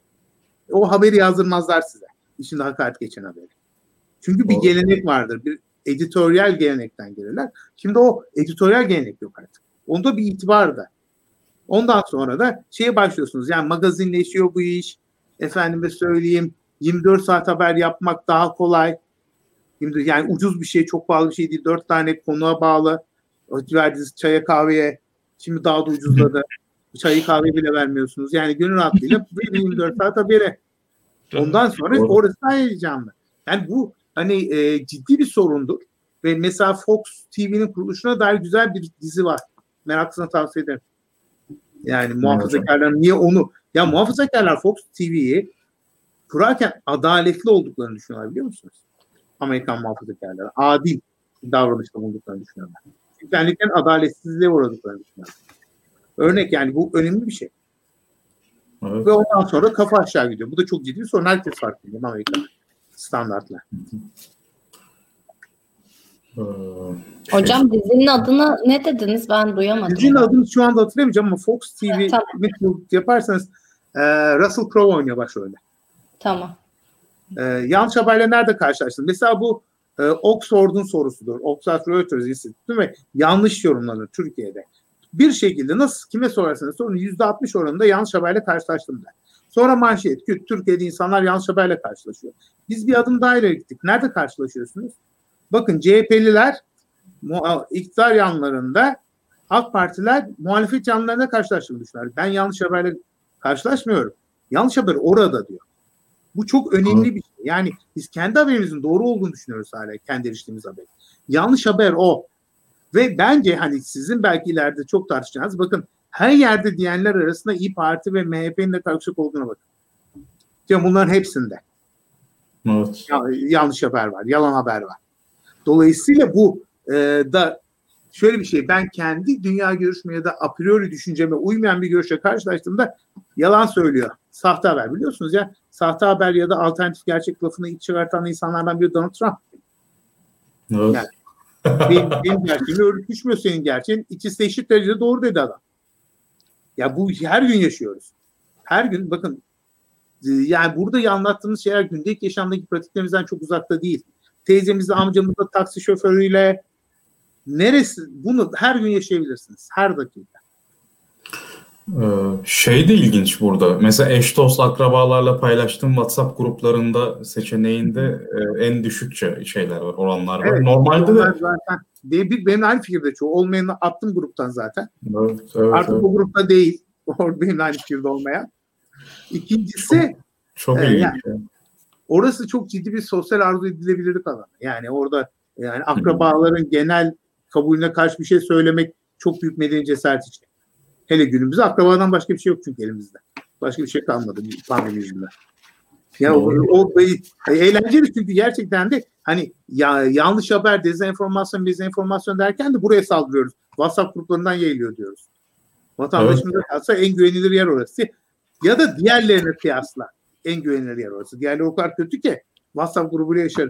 Speaker 2: O haberi yazdırmazlar size. İçinde hakaret geçen haberi. Çünkü bir gelenek vardır. Bir editoryal gelenekten gelirler. Şimdi o editoryal gelenek yok artık. Onda bir itibar da. Ondan sonra da şeye başlıyorsunuz. Yani magazinleşiyor bu iş. Efendime söyleyeyim yirmi dört saat haber yapmak daha kolay. Yani ucuz bir şey, çok pahalı bir şey değil. Dört tane konuğa bağlı. Verdiğiniz çaya kahveye şimdi daha da ucuzladı. Çayı kahve bile vermiyorsunuz. Yani gönül rahatlığıyla yirmi dört saat habere. Ondan sonra orası daha heyecanlı. Yani bu hani e, ciddi bir sorundur. Ve mesela Fox T V'nin kuruluşuna dair güzel bir dizi var. Meraklısına tavsiye ederim. Yani muhafazakarlar niye onu... Ya muhafazakarlar Fox T V'yi kurarken adaletli olduklarını düşünüyorlar biliyor musunuz? Amerikan muhafazakarları. Adil davranışta olduklarını düşünüyorlar. Hükümetlerin adaletsizliğe uğradıklarını düşünüyorlar. Örnek yani bu önemli bir şey. Evet. Ve ondan sonra kafa aşağı gidiyor. Bu da çok ciddi bir sorun. Herkes farklı değil mi Amerika'da? Standartlar.
Speaker 1: Hocam dizinin adına ne dediniz? Ben duyamadım.
Speaker 2: Dizinin adını şu anda hatırlayamayacağım ama Fox T V tamam. yaparsanız e, Russell Crowe oynuyor başrolde.
Speaker 1: Tamam.
Speaker 2: E, yanlış haberle nerede karşılaştınız? Mesela bu e, Oxford'un sorusudur. Oxford Reuters Institute ve yanlış yorumlanır Türkiye'de. Bir şekilde nasıl kime sorarsanız sorun yüzde altmış oranında yanlış haberle karşılaştım der. Sonra manşet, Türkiye'de insanlar yanlış haberle karşılaşıyor. Biz bir adım daha ileri gittik. Nerede karşılaşıyorsunuz? Bakın C H P'liler iktidar yanlarında, AK Partiler muhalefet yanlarında karşılaştığını düşünüyorlar. Ben yanlış haberle karşılaşmıyorum. Yanlış haber orada diyor. Bu çok önemli bir şey. Yani biz kendi haberimizin doğru olduğunu düşünüyoruz hala, kendi eriştiğimiz haber. Yanlış haber o. Ve bence hani sizin belki ileride çok tartışacağınız, bakın her yerde diyenler arasında İYİ Parti ve M H P'nin de karışık olduğuna bakın. Yani bunların hepsinde.
Speaker 3: Evet.
Speaker 2: Yanlış haber var, yalan haber var. Dolayısıyla bu e, da şöyle bir şey, ben kendi dünya görüşme ya da a priori düşünceme uymayan bir görüşle karşılaştığımda yalan söylüyor. Sahte haber biliyorsunuz ya. Sahte haber ya da alternatif gerçek lafını ilk çıkartan insanlardan biri Donald Trump.
Speaker 3: Evet.
Speaker 2: Yani, benim, benim gerçeğimle örtüşmüyor senin gerçeğin. İkisi de eşit derecede doğru dedi adam. Ya bu her gün yaşıyoruz. Her gün bakın yani burada anlattığımız şeyler gündelik yaşamdaki pratiklerimizden çok uzakta değil. Teyzemizle, amcamızla, taksi şoförüyle neresi bunu her gün yaşayabilirsiniz. Her dakika.
Speaker 3: Ee, şey de ilginç burada. Mesela eş dost akrabalarla paylaştığım WhatsApp gruplarında seçeneğinde e, en düşükçe şeyler var, oranlar var.
Speaker 2: Evet,
Speaker 3: normalde de
Speaker 2: zaten benim, benim aynı fikirde çoğu. Olmayanı attım gruptan zaten.
Speaker 3: Evet, evet,
Speaker 2: Artık
Speaker 3: evet.
Speaker 2: o grupta değil. O benim aynı fikirde olmayan. İkincisi
Speaker 3: Çok
Speaker 2: Ee,
Speaker 3: ilginç.
Speaker 2: Yani, orası çok ciddi bir sosyal arzu edilebilirlik alanı. Yani orada yani akrabaların genel kabulüne karşı bir şey söylemek çok büyük medeni cesaret için. Hele günümüzde akrabadan başka bir şey yok çünkü elimizde. Başka bir şey kalmadı pandemi yüzünden. Yani o, o e, eğlenceli çünkü gerçekten de hani ya, yanlış haber, dezenformasyon, dezenformasyon derken de buraya saldırıyoruz. WhatsApp gruplarından yayılıyor diyoruz. Vatandaşımıza evet. Kalsa en güvenilir yer orası. Ya da diğerlerine kıyasla en güvenilir yer orası. Diğerleri o kadar kötü ki WhatsApp grubuyla yaşarım.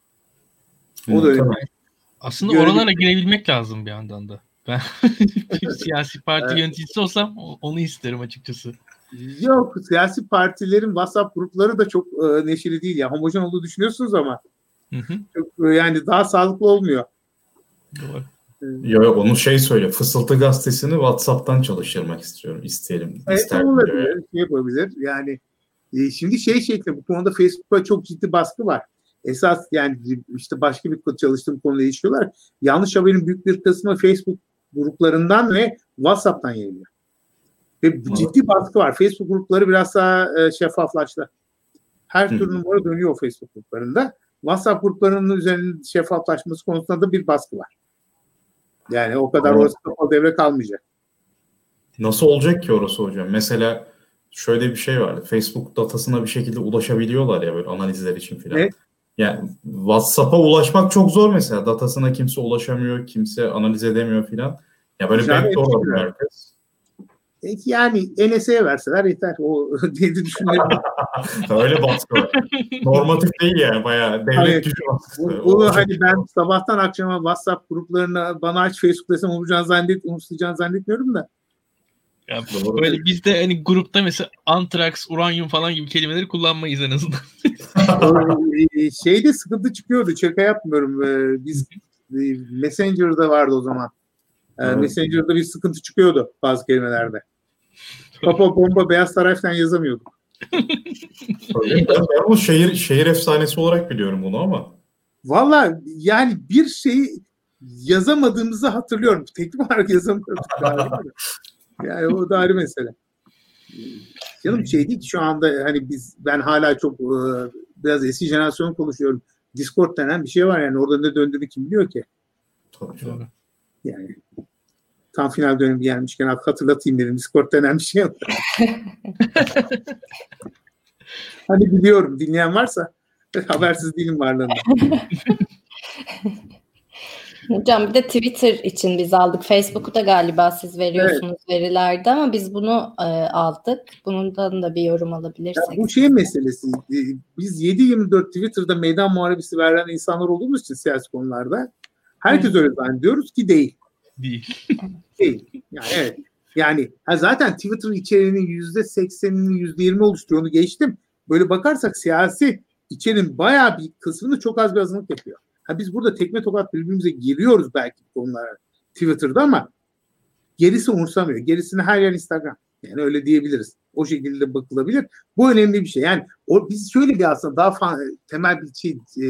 Speaker 2: O da öyle.
Speaker 4: Aslında Görelim. Oralara girebilmek lazım bir yandan da. Ben bir siyasi parti evet. Yöneticisi olsam onu isterim açıkçası.
Speaker 2: Yok, siyasi partilerin WhatsApp grupları da çok e, neşeli değil ya. Homojen olduğu düşünüyorsunuz ama hı hı. Çok, e, yani daha sağlıklı olmuyor.
Speaker 3: Doğru. Yok yok onu şey söyle. Fısıltı gazetesini WhatsApp'tan çalıştırmak istiyorum. İsterim.
Speaker 2: Evet olabilir. Şey yapabilir. Yani e, şimdi şey şekli bu konuda Facebook'a çok ciddi baskı var. Esas yani işte başka bir çalıştığım konuda ilişkiler. Yanlış haberin büyük bir kısmı Facebook gruplarından ve WhatsApp'tan yayılıyor. Ve ciddi baskı var. Facebook grupları biraz daha e, şeffaflaştı. Her Hı. türlü numara dönüyor o Facebook gruplarında. WhatsApp gruplarının üzerinde şeffaflaşması konusunda da bir baskı var. Yani o kadar orası o devre kalmayacak.
Speaker 3: Nasıl olacak ki orası hocam? Mesela şöyle bir şey vardı. Facebook datasına bir şekilde ulaşabiliyorlar ya böyle analizler için filan. Evet. Yani WhatsApp'a ulaşmak çok zor mesela. Datasına kimse ulaşamıyor, kimse analiz edemiyor filan. Ya böyle backdoor alıyor herkes.
Speaker 2: Yani N S A'ya verseler yeter. O diye düşünülebilir.
Speaker 3: Öyle baskı var. Normatif değil yani bayağı devlet hani, gücü baskısı.
Speaker 2: Bu, bunu hani ben sabahtan akşama WhatsApp gruplarına bana aç Facebook desem olacağını zannet, umutlayacağını zannetmiyorum da.
Speaker 4: Ya böyle biz de hani grupta mesela antraks, uranyum falan gibi kelimeleri kullanmayız en azından.
Speaker 2: Şeyde sıkıntı çıkıyordu. Şaka yapmıyorum. Biz Messenger'da vardı o zaman. Evet. Messenger'da bir sıkıntı çıkıyordu bazı kelimelerde. Papa bomba Beyaz Saray'dan yazamıyorduk.
Speaker 3: ben, ben bu şehir şehir efsanesi olarak biliyorum bunu ama.
Speaker 2: Valla yani bir şeyi yazamadığımızı hatırlıyorum. Teknik olarak yazamıyorduk galiba. Yani o da ayrı mesele. Canım şey değil ki şu anda hani biz ben hala çok e, biraz eski jenerasyon konuşuyorum. Discord denen bir şey var yani orada ne döndüğünü kim biliyor ki?
Speaker 3: Tabii canım.
Speaker 2: Yani tam final dönemi gelmişken hatırlatayım dedim. Discord denen bir şey yok. Hani biliyorum dinleyen varsa habersiz değilim varlığından.
Speaker 1: Hocam bir de Twitter için biz aldık. Facebook'u da galiba siz veriyorsunuz evet. verilerde ama biz bunu e, aldık. Bundan da bir yorum alabilirsek.
Speaker 2: Ya bu şey meselesi. Biz yedi yirmi dört Twitter'da meydan muharebesi veren insanlar olduğumuz için siyasi konularda herkes Hı. öyle zannediyoruz ki değil.
Speaker 4: Değil.
Speaker 2: Değil. Yani evet. Yani ha zaten Twitter içeriğinin yüzde seksenini yüzde yirmi oluşturuyor. Onu geçtim. Böyle bakarsak siyasi içerinin bayağı bir kısmını çok az bir azınlık yapıyor. Ha biz burada tekme tokat birbirimize giriyoruz belki konulara Twitter'da ama gerisi umursamıyor. Gerisini her yer Instagram. Yani öyle diyebiliriz. O şekilde bakılabilir. Bu önemli bir şey. Yani o, biz şöyle bir aslında daha fa- temel bir şey e,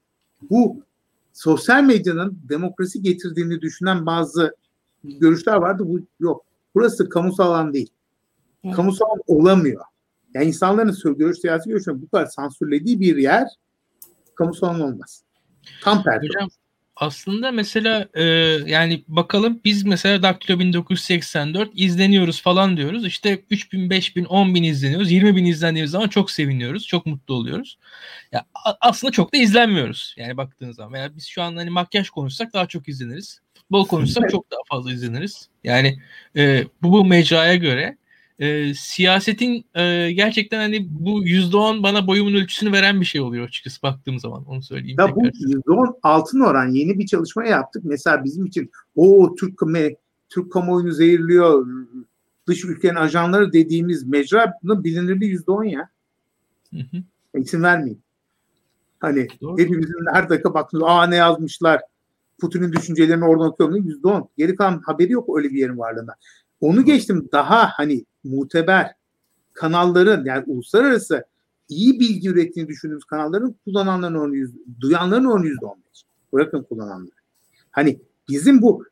Speaker 2: bu sosyal medyanın demokrasi getirdiğini düşünen bazı görüşler vardı. Bu yok. Burası kamusal alan değil. Evet. Kamusal alan olamıyor. Yani insanların görüş, siyasi görüşlerini bu kadar sansürlediği bir yer kamusal alan olmaz. Tam tersi.
Speaker 4: Hocam aslında mesela e, yani bakalım biz mesela Daktilo bin dokuz yüz seksen dört izleniyoruz falan diyoruz. İşte üç bin, beş bin, on bin izleniyoruz. yirmi bin izlendiğimiz zaman çok seviniyoruz. Çok mutlu oluyoruz. Ya aslında çok da izlenmiyoruz. Yani baktığınız zaman. Yani biz şu an hani makyaj konuşsak daha çok izleniriz. Futbol konuşsak çok daha fazla izleniriz. Yani e, bu, bu mecraya göre E, siyasetin e, gerçekten hani bu yüzde on bana boyumun ölçüsünü veren bir şey oluyor açıkçası baktığım zaman onu söyleyeyim.
Speaker 2: Ya bu yüzde on altın oran yeni bir çalışma yaptık. Mesela bizim için o Türk Türk kamuoyunu zehirliyor dış ülkenin ajanları dediğimiz mecranın bilinirliği yüzde on ya. Hı hı. İsim vermeyeyim. Hani Doğru. hepimizin her dakika baktığımız aa ne yazmışlar Putin'in düşüncelerini oradan okuyorum yüzde on. Geri kalan haberi yok öyle bir yerin varlığında. Onu geçtim daha hani muteber kanalların yani uluslararası iyi bilgi ürettiğini düşündüğümüz kanalların kullananların oranı yüzde, duyanların oranı yüzde on beş. Bırakın kullananları. Hani bizim bu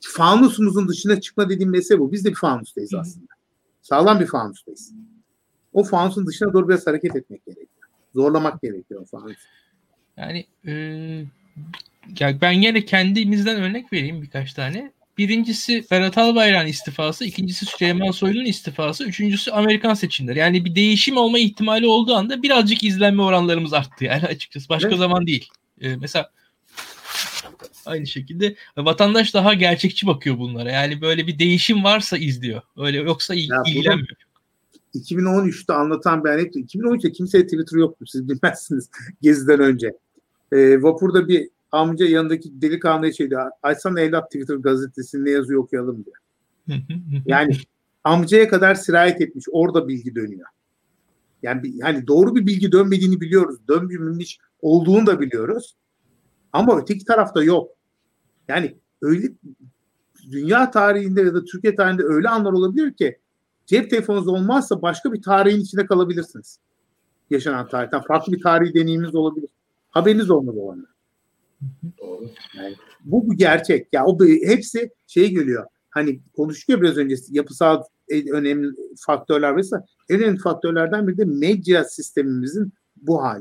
Speaker 2: fanusumuzun dışına çıkma dediğim mesele bu. Biz de bir fanustayız aslında. Sağlam bir fanustayız. o fanusun dışına doğru biraz hareket etmek gerekiyor. Zorlamak gerekiyor o fanusu.
Speaker 4: Yani e, ya ben yine kendimizden örnek vereyim birkaç tane. Birincisi Berat Albayrak'ın istifası, ikincisi Süleyman Soylu'nun istifası, üçüncüsü Amerikan seçimleri. Yani bir değişim olma ihtimali olduğu anda birazcık izlenme oranlarımız arttı yani açıkçası. Başka evet. zaman değil. Ee, mesela aynı şekilde vatandaş daha gerçekçi bakıyor bunlara. Yani böyle bir değişim varsa izliyor. Öyle yoksa il-
Speaker 2: ya
Speaker 4: ilgilenmiyor.
Speaker 2: iki bin on üçte anlatan bir anekdot. iki bin on üçte kimseye Twitter yoktu. Siz bilmezsiniz Gezi'den önce. Ee, vapurda bir amca yanındaki delikanlıya şey diyor. Açsana evlat Twitter gazetesini ne yazıyor okuyalım diyor. Yani amcaya kadar sirayet etmiş. Orada bilgi dönüyor. Yani hani doğru bir bilgi dönmediğini biliyoruz. Dönmemiş olduğunu da biliyoruz. Ama öteki tarafta yok. Yani öyle dünya tarihinde ya da Türkiye tarihinde öyle anlar olabilir ki cep telefonunuz olmazsa başka bir tarihin içinde kalabilirsiniz. Yaşanan tarihten. Farklı bir tarihi deneyiminiz olabilir. Haberiniz olmaz o anda. Yani bu bir gerçek. Ya o hepsi şey geliyor. Hani konuştuk ya biraz önce yapısal önemli faktörler varsa en önemli faktörlerden biri de medya sistemimizin bu hali.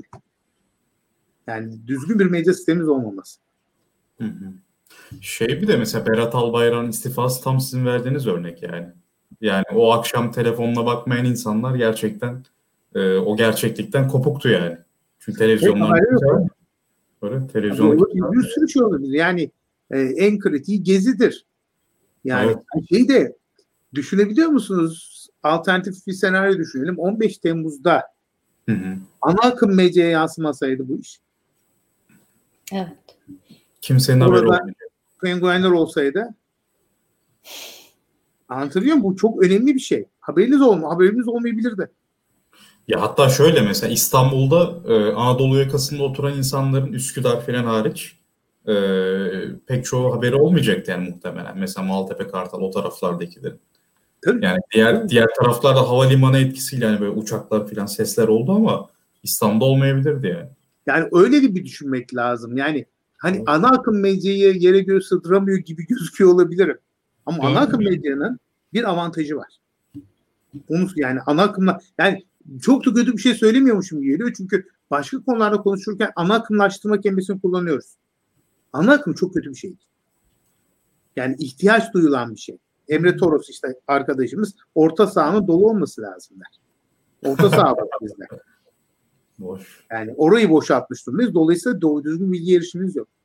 Speaker 2: Yani düzgün bir medya sistemimiz olmaması.
Speaker 3: Hı hı. Şey bir de mesela Berat Albayrak'ın istifası tam sizin verdiğiniz örnek yani. Yani o akşam telefonuna bakmayan insanlar gerçekten e, o gerçeklikten kopuktu yani. Çünkü televizyonlar
Speaker 2: evet,
Speaker 3: böyle televizyonda
Speaker 2: bir sürü şey olabilir. Yani e, en kritiği Gezi'dir. Yani evet. Şey de düşünebiliyor musunuz? Alternatif bir senaryo düşünelim. on beş Temmuz'da hı hı. ana akım medyaya yansımasaydı bu iş.
Speaker 1: Evet.
Speaker 3: Kimsenin haberi olmayacak.
Speaker 2: Penguenler olsaydı anlatabiliyor muyum? Bu çok önemli bir şey. Haberiniz olma, haberiniz olmayabilirdi.
Speaker 3: Ya hatta şöyle mesela İstanbul'da e, Anadolu yakasında oturan insanların Üsküdar falan hariç e, pek çoğu haberi olmayacaktı yani muhtemelen. Mesela Maltepe, Kartal o taraflardakilerin. Tabii. Yani diğer Tabii. diğer taraflarda havalimanı etkisiyle yani böyle uçaklar falan sesler oldu ama İstanbul'da olmayabilirdi yani.
Speaker 2: Yani öyle de bir düşünmek lazım. Yani hani evet. ana akım medyayı yere göre sığdıramıyor gibi gözüküyor olabilirim. Ama evet. ana akım medyanın bir avantajı var. Onu yani ana akımla yani çok da kötü bir şey söylemiyormuşum geliyor. Çünkü başka konularda konuşurken ana akımlaştırma kelimesini kullanıyoruz. Ana akım çok kötü bir şey. Yani ihtiyaç duyulan bir şey. Emre Toros işte arkadaşımız orta sahanın dolu olması lazım der. Orta saha var bizde.
Speaker 3: Boş.
Speaker 2: Yani orayı boşaltmış durumdayız. Dolayısıyla doğru düzgün bilgi erişimimiz yok.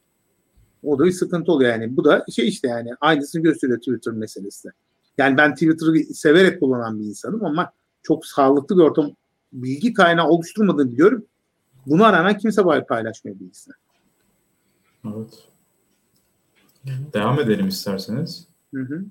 Speaker 2: O da bir sıkıntı oluyor yani. Bu da şey işte yani aynısını gösteriyor Twitter meselesi de. Yani ben Twitter'ı severek kullanan bir insanım ama çok sağlıklı bir ortam bilgi kaynağı oluşturmadığını biliyorum. Buna rağmen kimse bari paylaşmıyor bilgisini.
Speaker 3: Evet. Devam edelim isterseniz.
Speaker 2: Hı hı.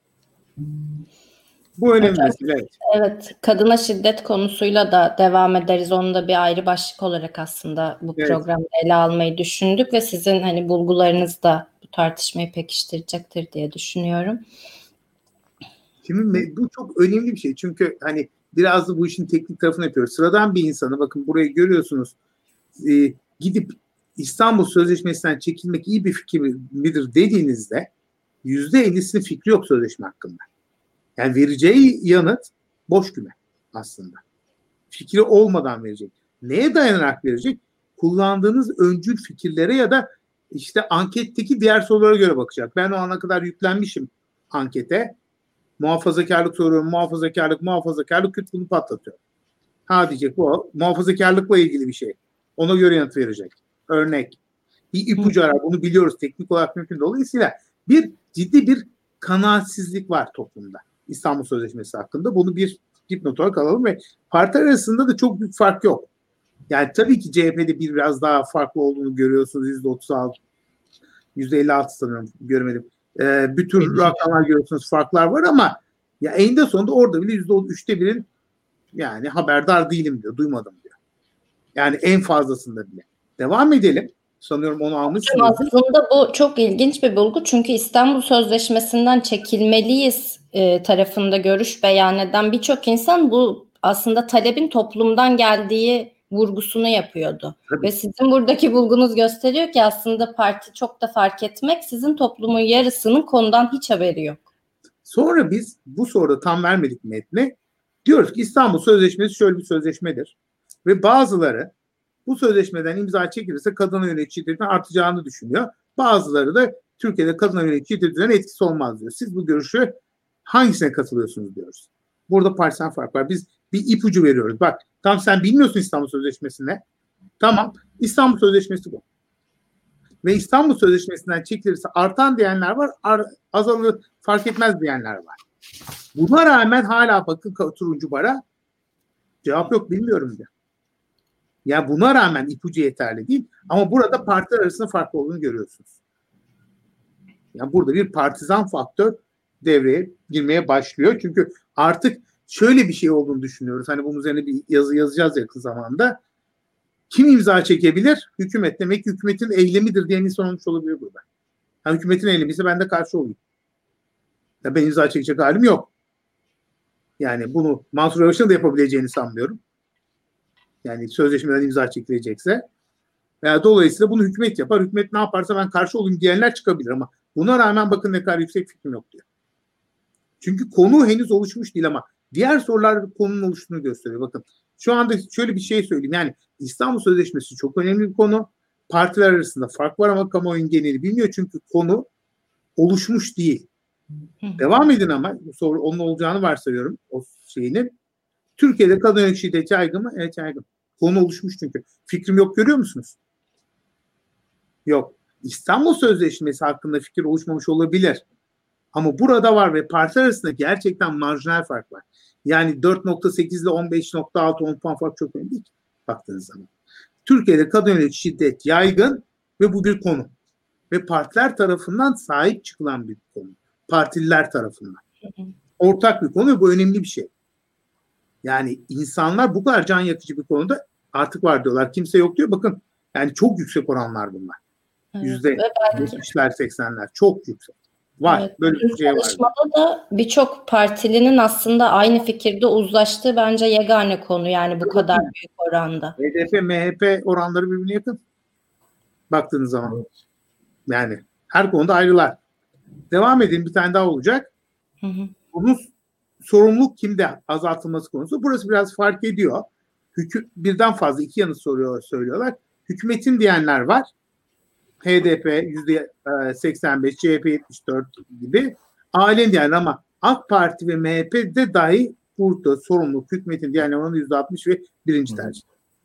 Speaker 2: Bu önemli mesele. Evet.
Speaker 1: Evet, kadına şiddet konusuyla da devam ederiz. Onu da bir ayrı başlık olarak aslında bu evet. programda ele almayı düşündük ve sizin hani bulgularınız da bu tartışmayı pekiştirecektir diye düşünüyorum.
Speaker 2: Şimdi bu çok önemli bir şey. Çünkü hani biraz da bu işin teknik tarafını yapıyoruz. Sıradan bir insanı bakın burayı görüyorsunuz. E, gidip İstanbul Sözleşmesi'nden çekilmek iyi bir fikir midir dediğinizde yüzde ellisinin fikri yok sözleşme hakkında. Yani vereceği yanıt boş küme aslında. Fikri olmadan verecek. Neye dayanarak verecek? Kullandığınız öncül fikirlere ya da işte anketteki diğer sorulara göre bakacak. Ben o ana kadar yüklenmişim ankete. Muhafazakarlık soruyorum. Muhafazakarlık, muhafazakarlık küt bunu patlatıyor. Ha diyecek bu muhafazakarlıkla ilgili bir şey. Ona göre yanıt verecek. Örnek. Bir ipucu arar. Bunu biliyoruz. Teknik olarak mümkün. Dolayısıyla bir ciddi bir kanaatsizlik var toplumda. İstanbul Sözleşmesi hakkında. Bunu bir dipnot olarak alalım ve parti arasında da çok büyük fark yok. Yani tabii ki C H P'de bir biraz daha farklı olduğunu görüyorsunuz. yüzde otuz altı, yüzde elli altı sanırım görmedim. Ee, bütün rakamlar görüyorsunuz farklar var ama ya eninde sonunda orada bile yüzde üçte birin yani haberdar değilim diyor. Duymadım diyor. Yani en fazlasında bile. Devam edelim. Sanıyorum onu almışsınız.
Speaker 1: Aslında bu çok ilginç bir bulgu. Çünkü İstanbul Sözleşmesi'nden çekilmeliyiz e, tarafında görüş beyan eden birçok insan bu aslında talebin toplumdan geldiği vurgusunu yapıyordu. Tabii. Ve sizin buradaki bulgunuz gösteriyor ki aslında parti çok da fark etmek sizin toplumun yarısının konudan hiç haberi yok.
Speaker 2: Sonra biz bu soruda tam vermedik metne Diyoruz ki İstanbul Sözleşmesi şöyle bir sözleşmedir. Ve bazıları bu sözleşmeden imza çekilirse kadına yönelik şiddetin artacağını düşünüyor. Bazıları da Türkiye'de kadına yönelik şiddet üzerine etkisi olmaz diyor. Siz bu görüşü hangisine katılıyorsunuz diyoruz. Burada parsel fark var. Biz bir ipucu veriyoruz. Bak tam sen bilmiyorsun İstanbul Sözleşmesi ne? Tamam. İstanbul Sözleşmesi bu. Ve İstanbul Sözleşmesi'nden çekilirse artan diyenler var, ar- azalır fark etmez diyenler var. Buna rağmen hala bakın turuncu bara cevap yok bilmiyorum diyor. Ya yani buna rağmen ipucu yeterli değil ama burada partiler arasında farklı olduğunu görüyorsunuz. Yani burada bir partizan faktör devreye girmeye başlıyor. Çünkü artık şöyle bir şey olduğunu düşünüyoruz. Hani bunun üzerine bir yazı yazacağız yakın zamanda. Kim imza çekebilir? Hükümet. Demek ki hükümetin eylemidir diyen insan olmuş olabilir burada. Yani hükümetin eylemi ise ben de karşı olayım. Ya ben imza çekecek halim yok. Yani bunu Mansur Yavaş'ın da yapabileceğini sanmıyorum. Yani sözleşmeden imza çekilecekse. Yani dolayısıyla bunu hükümet yapar. Hükümet ne yaparsa ben karşı olayım diyenler çıkabilir ama buna rağmen bakın ne kadar yüksek fikrim yok diyor. Çünkü konu henüz oluşmuş değil ama diğer sorular konunun oluştuğunu gösteriyor. Bakın şu anda şöyle bir şey söyleyeyim. Yani İstanbul Sözleşmesi çok önemli bir konu. Partiler arasında fark var ama kamuoyunun geneli bilmiyor. Çünkü konu oluşmuş değil. Devam edin ama soru onun olacağını varsayıyorum o şeyinin. Türkiye'de kadın yönelik şiddet yaygın mı? Evet yaygın. Konu oluşmuş çünkü. Fikrim yok görüyor musunuz? Yok. İstanbul Sözleşmesi hakkında fikir oluşmamış olabilir. Ama burada var ve partiler arasında gerçekten marjinal fark var. Yani dört nokta sekiz ile on beş nokta altı on puan fark çok önemli değil baktığınız zaman. Türkiye'de kadın yönelik şiddet yaygın ve bu bir konu. Ve partiler tarafından sahip çıkılan bir konu. Partililer tarafından. Ortak bir konu ve bu önemli bir şey. Yani insanlar bu kadar can yakıcı bir konuda artık var diyorlar. Kimse yok diyor. Bakın yani çok yüksek oranlar bunlar. Yüzde yetmişler seksenler çok yüksek. Var. Evet, böyle bir şey var.
Speaker 1: Çalışmada da birçok partilinin aslında aynı fikirde uzlaştığı bence yegane konu yani bu evet. kadar büyük oranda.
Speaker 2: H D P, M H P oranları birbirine yakın. Baktığınız zaman. Evet. Yani her konuda ayrılar. Devam edin bir tane daha olacak. Hı hı. Bunun sorumluluk kimde azaltılması konusu. Burası biraz fark ediyor. Hükü, birden fazla iki yanıt soruyor, söylüyorlar. Hükümetin diyenler var. H D P yüzde seksen beş, C H P yetmiş dört gibi. Ailen diyenler ama AK Parti ve M H P'de dahi burada sorumluluk hükümetin diyenler oranı yüzde altmış ve birinci tercih.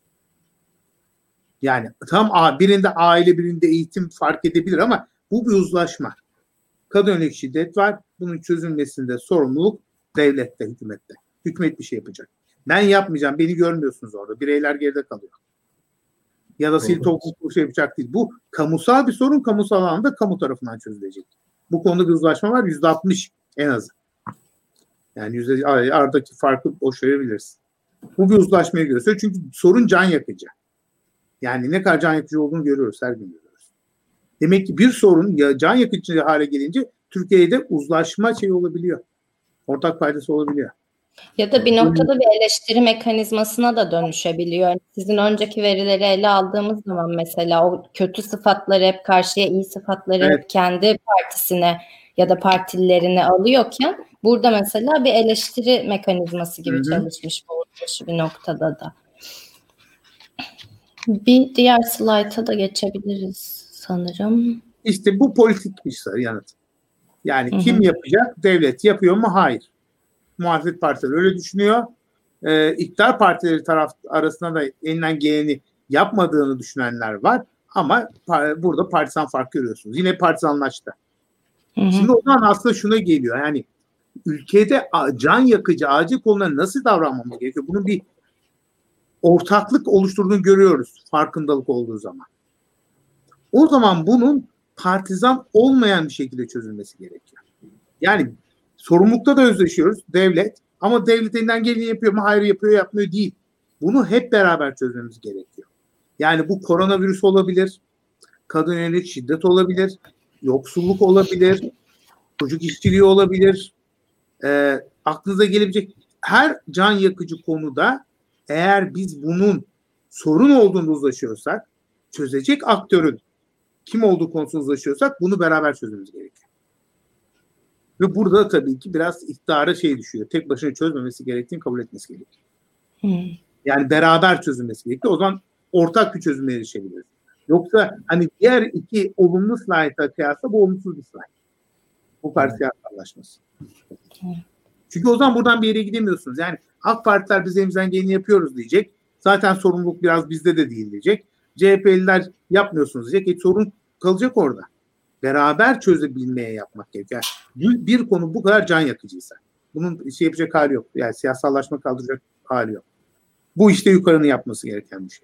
Speaker 2: Yani tam birinde aile birinde eğitim fark edebilir ama bu bir uzlaşma. Kadın yönelik şiddet var. Bunun çözülmesinde sorumluluk devlette, hükümette. Hükümet bir şey yapacak. Ben yapmayacağım. Beni görmüyorsunuz orada. Bireyler geride kalıyor. Ya da sivil toplum şey yapacak değil. Bu kamusal bir sorun. Kamusal alanda kamu tarafından çözülecek. Bu konuda bir uzlaşma var. yüzde altmış en azı. Yani yüzde aradaki farkı boş verebiliriz. Bu bir uzlaşmayı gösteriyor. Çünkü sorun can yakıcı. Yani ne kadar can yakıcı olduğunu görüyoruz. Her gün görüyoruz. Demek ki bir sorun ya can yakıcı hale gelince Türkiye'de uzlaşma şey olabiliyor. Ortak paydası olabiliyor.
Speaker 1: Ya da bir noktada bir eleştiri mekanizmasına da dönüşebiliyor. Yani sizin önceki verileri ele aldığımız zaman mesela o kötü sıfatları hep karşıya, iyi sıfatları evet. hep kendi partisine ya da partililerine alıyorken burada mesela bir eleştiri mekanizması gibi Hı-hı. çalışmış bu bir noktada da. Bir diğer slayta da geçebiliriz sanırım.
Speaker 2: İşte bu politik bir şey yanıt. Yani Hı-hı. kim yapacak? Devlet yapıyor mu? Hayır. Muhalefet partileri öyle düşünüyor. Ee, iktidar partileri taraf arasında da elinden geleni yapmadığını düşünenler var. Ama par- burada partisan fark görüyorsunuz. Yine partizanlaştı. Hı hı. Şimdi o zaman aslında şuna geliyor. Yani ülkede can yakıcı acil konulara nasıl davranmamız gerekiyor? Bunun bir ortaklık oluşturduğunu görüyoruz. Farkındalık olduğu zaman. O zaman bunun partizan olmayan bir şekilde çözülmesi gerekiyor. Yani sorumlulukta da özleşiyoruz. Devlet. Ama devlet elinden geleni yapıyor mu? Hayır yapıyor, yapmıyor değil. Bunu hep beraber çözmemiz gerekiyor. Yani bu koronavirüs olabilir. Kadın yönelik şiddet olabilir. Yoksulluk olabilir. Çocuk işçiliği olabilir. E, aklınıza gelebilecek her can yakıcı konuda eğer biz bunun sorun olduğunu uzlaşıyorsak, çözecek aktörün kim olduğu konusunda uzlaşıyorsak bunu beraber çözmemiz gerekiyor. Ve burada tabii ki biraz iktidara şey düşüyor. Tek başına çözmemesi gerektiğini kabul etmesi gerekiyor. Hmm. Yani beraber çözülmesi gerekiyor. O zaman ortak bir çözüme erişebiliriz. Yoksa hani diğer iki olumlu slayta kıyasla bu olumsuz bir slayt. Bu parti siyasallaşması. Hmm. Çünkü o zaman buradan bir yere gidemiyorsunuz. Yani AK Partiler biz elimizden geleni yapıyoruz diyecek. Zaten sorumluluk biraz bizde de değil diyecek. C H P'liler yapmıyorsunuz diyecek. E, sorun kalacak orada. Beraber çözebilmeye yapmak gerekiyor. Yani bir konu bu kadar can yakıcıysa. Bunun şey yapacak hali yok. Yani siyasallaşma kaldıracak hali yok. Bu işte yukarının yapması gereken bir şey.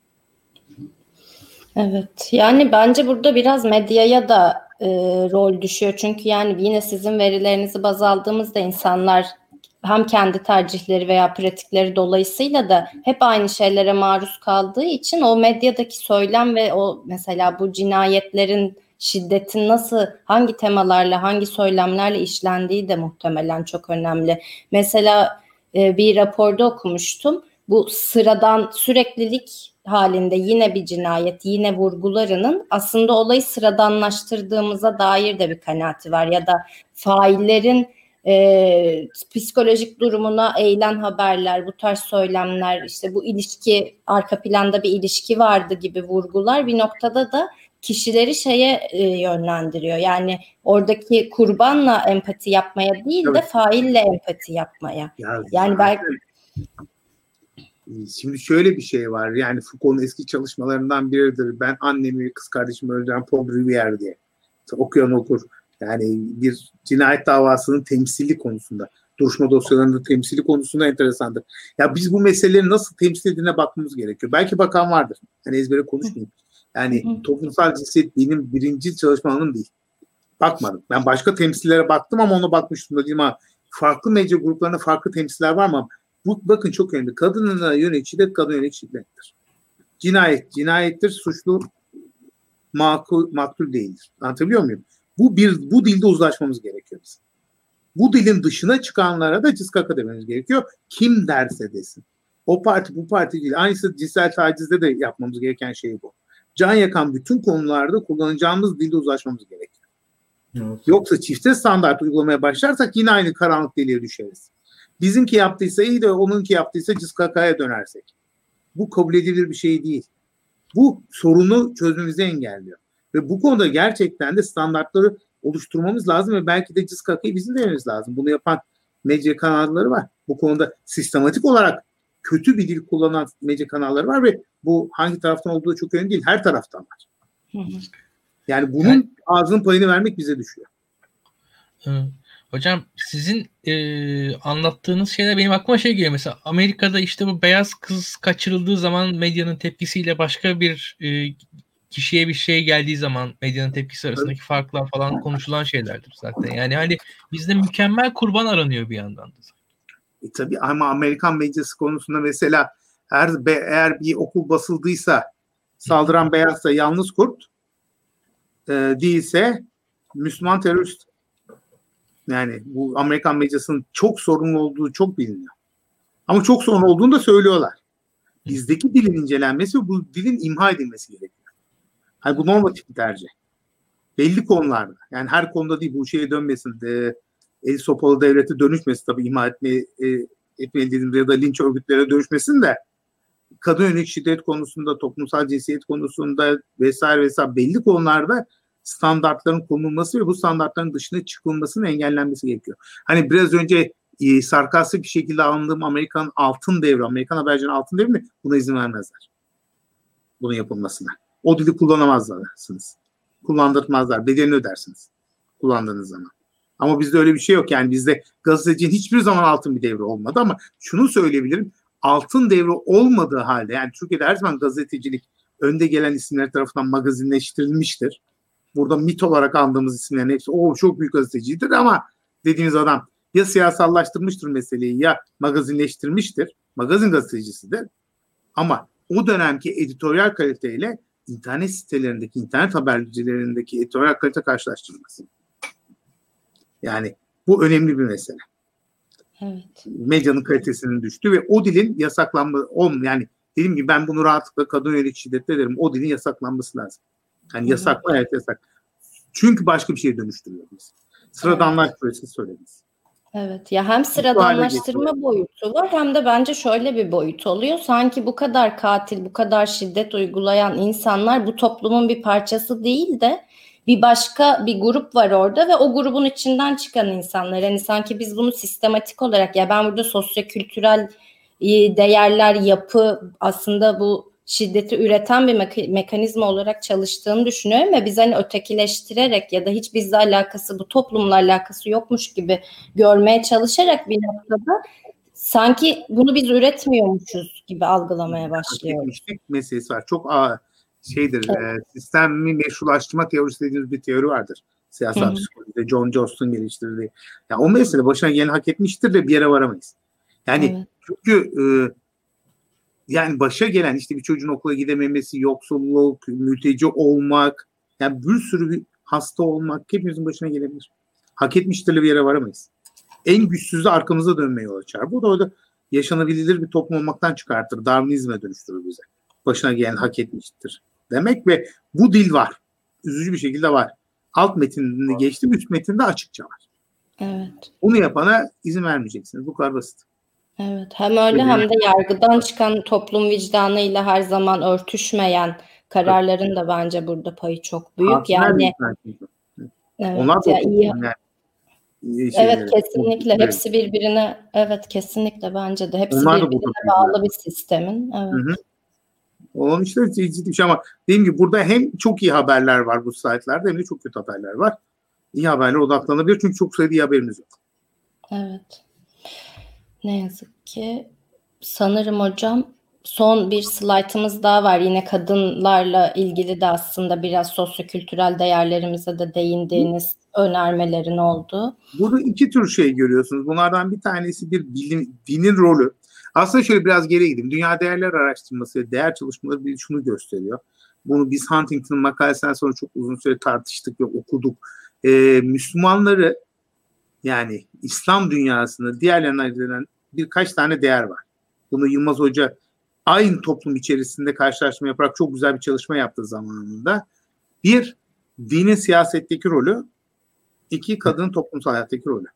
Speaker 1: Evet. Yani bence burada biraz medyaya da e, rol düşüyor. Çünkü yani yine sizin verilerinizi baz aldığımızda insanlar hem kendi tercihleri veya pratikleri dolayısıyla da hep aynı şeylere maruz kaldığı için o medyadaki söylem ve o mesela bu cinayetlerin, şiddetin nasıl, hangi temalarla, hangi söylemlerle işlendiği de muhtemelen çok önemli. Mesela e, bir raporda okumuştum. Bu sıradan süreklilik halinde yine bir cinayet, yine vurgularının aslında olayı sıradanlaştırdığımıza dair de bir kanaati var. Ya da faillerin e, psikolojik durumuna eğilen haberler, bu tarz söylemler, işte bu ilişki, arka planda bir ilişki vardı gibi vurgular bir noktada da kişileri şeye e, yönlendiriyor. Yani oradaki kurbanla empati yapmaya değil de faille empati yapmaya.
Speaker 2: Ya,
Speaker 1: yani belki
Speaker 2: şimdi şöyle bir şey var. Yani Foucault'un eski çalışmalarından biridir. Ben annemi, kız kardeşimi öldüren Paul Rivière diye. Okuyan okur. Yani bir cinayet davasının temsili konusunda, duruşma dosyalarının temsili konusunda enteresandır. Ya biz bu meseleleri nasıl temsil edildiğine bakmamız gerekiyor. Belki bakan vardır. Hani ezbere konuşmayayım. Yani toplumsal cinsiyet benim birinci çalışma alanım değil. Bakmadım. Ben başka temsillere baktım ama ona bakmıştım da değilim ama farklı medya gruplarında farklı temsiller var mı? Bu bakın çok önemli. Kadınına yönelik şiddet, kadına yönelik şiddettir. Cinayet, cinayettir. Suçlu makul, maktul değildir. Anlatabiliyor muyum? Bu bir bu dilde uzlaşmamız gerekiyor bizim. Bu dilin dışına çıkanlara da cıskaka dememiz gerekiyor. Kim derse desin. O parti bu parti değil. Aynısı cinsel tacizde de yapmamız gereken şey bu. Can yakan bütün konularda kullanacağımız dilde uzlaşmamız gerekiyor. Evet. Yoksa çifte standart uygulamaya başlarsak yine aynı karanlık deliğe düşeriz. Bizimki yaptıysa iyi de onunki yaptıysa cıskakaya dönersek. Bu kabul edilir bir şey değil. Bu sorunu çözmemizi engelliyor. Ve bu konuda gerçekten de standartları oluşturmamız lazım ve belki de cıskakayı bizim dememiz lazım. Bunu yapan medya kanalları var. Bu konuda sistematik olarak kötü bir dil kullanan medya kanalları var ve bu hangi taraftan olduğu çok önemli değil. Her taraftan var. Hı hı. Yani bunun yani, ağzının payını vermek bize düşüyor.
Speaker 4: Hı. Hocam sizin e, anlattığınız şeyler benim aklıma şey geliyor. Mesela Amerika'da işte bu beyaz kız kaçırıldığı zaman medyanın tepkisiyle başka bir e, kişiye bir şey geldiği zaman medyanın tepkisi arasındaki farklar falan konuşulan şeylerdir zaten. Yani hani bizde mükemmel kurban aranıyor bir yandan da.
Speaker 2: E, tabii ama Amerikan medyası konusunda mesela eğer, eğer bir okul basıldıysa saldıran beyazsa yalnız kurt e, değilse Müslüman terörist. Yani bu Amerikan medyasının çok sorunlu olduğu çok biliniyor. Ama çok sorun olduğunu da söylüyorlar. Bizdeki dilin incelenmesi ve bu dilin imha edilmesi gerekiyor. Hani bu normatif bir tercih. Belli konularda. Yani her konuda değil, bu şeye dönmesin. De, el sopalı devlete dönüşmesin tabii, imha etmeyi e, etmeli dediğimde ya da linç örgütlere dönüşmesin de kadın yönelik şiddet konusunda, toplumsal cinsiyet konusunda vesaire vesaire belli konularda standartların konulması ve bu standartların dışına çıkılmasının engellenmesi gerekiyor. Hani biraz önce e, sarkastik bir şekilde anladığım Amerikan altın devri, Amerikan habercinin altın devri mi? Buna izin vermezler. Bunun yapılmasına. O dili kullanamazsınız. Kullandırtmazlar. Bedelini ödersiniz. Kullandığınız zaman. Ama bizde öyle bir şey yok. Yani bizde gazetecinin hiçbir zaman altın bir devri olmadı ama şunu söyleyebilirim. Altın devri olmadığı halde, yani Türkiye'de her zaman gazetecilik önde gelen isimler tarafından magazinleştirilmiştir. Burada mit olarak andığımız isimlerin hepsi o çok büyük gazetecidir ama dediğimiz adam ya siyasallaştırmıştır meseleyi ya magazinleştirmiştir. Magazin gazetecisidir. Ama o dönemki editoryal kaliteyle internet sitelerindeki, internet habercilerindeki editoryal kalite karşılaştırılmaz. Yani bu önemli bir mesele. Evet. Medyanın kalitesinin düştüğü ve o dilin yasaklanma, on yani dediğim gibi ben bunu rahatlıkla kadın yönelik şiddetle derim. O dilin yasaklanması lazım. Yani yasak mı? Evet, yasak. Çünkü başka bir şeye dönüştürüyor biz. Sıradanlaştırıyor, siz söylediniz.
Speaker 1: Evet, ya hem sıradanlaştırma boyutu var hem de bence şöyle bir boyut oluyor. Sanki bu kadar katil, bu kadar şiddet uygulayan insanlar bu toplumun bir parçası değil de bir başka bir grup var orada ve o grubun içinden çıkan insanlar. Yani sanki biz bunu sistematik olarak, ya ben burada sosyokültürel değerler, yapı, aslında bu şiddeti üreten bir me- mekanizma olarak çalıştığını düşünüyorum ve biz hani ötekileştirerek ya da hiç bizle alakası, bu toplumla alakası yokmuş gibi görmeye çalışarak bir noktada sanki bunu biz üretmiyormuşuz gibi algılamaya başlıyoruz.
Speaker 2: Bir meselesi var. Çok ağır şeydir. Evet. E, sistemi meşrulaştırma teorisi dediğimiz bir teori vardır. Siyasal psikolojide John Johnson geliştirdiği. Yani o mesele başına gelen hak etmiştir de bir yere varamayız. Yani evet. Çünkü e, yani başa gelen işte bir çocuğun okula gidememesi, yoksulluk, mülteci olmak, yani bir sürü bir hasta olmak hepimizin başına gelebilir. Hak etmiştir de bir yere varamayız. En güçsüzü arkamıza dönmeye yol açar. Bu da orada yaşanabilir bir toplum olmaktan çıkartır. Darwinizme dönüştürür bize. Başına gelen hak etmiştir demek ve bu dil var. Üzücü bir şekilde var. Alt metnini geçtim, üst metinde açıkça var.
Speaker 1: Evet.
Speaker 2: Bunu yapana izin vermeyeceksiniz. Bu kadar basit.
Speaker 1: Evet. Hem öyle hem de yargıdan çıkan toplum vicdanıyla her zaman örtüşmeyen kararların da bence burada payı çok büyük. Aslında yani evet,
Speaker 2: onlar da
Speaker 1: ya iyi.
Speaker 2: Yani,
Speaker 1: iyi evet kesinlikle. Evet. Hepsi birbirine evet kesinlikle bence de. Hepsi
Speaker 2: onlar
Speaker 1: birbirine bağlı bir sistemin. Evet. Hı hı.
Speaker 2: Onun işte ciddi bir şey ama dediğim gibi burada hem çok iyi haberler var bu slaytlarda hem de çok kötü haberler var. İyi haberler odaklanabilir çünkü çok sayıda iyi haberimiz yok.
Speaker 1: Evet. Ne yazık ki sanırım hocam son bir slaytımız daha var. Yine kadınlarla ilgili de aslında biraz sosyokültürel değerlerimize de değindiğiniz önermelerin olduğu.
Speaker 2: Burada iki tür şey görüyorsunuz. Bunlardan bir tanesi bir bilim, dinin rolü. Aslında şöyle biraz geriye gideyim. Dünya Değerler Araştırması ve değer çalışmaları bir şunu gösteriyor. Bunu biz Huntington'ın makalesinden sonra çok uzun süre tartıştık ve okuduk. Ee, Müslümanları yani İslam dünyasında diğerlerine ayrılan birkaç tane değer var. Bunu Yılmaz Hoca aynı toplum içerisinde karşılaştırma yaparak çok güzel bir çalışma yaptığı zamanında. Bir, dinin siyasetteki rolü. İki, kadının toplumsal hayattaki rolü.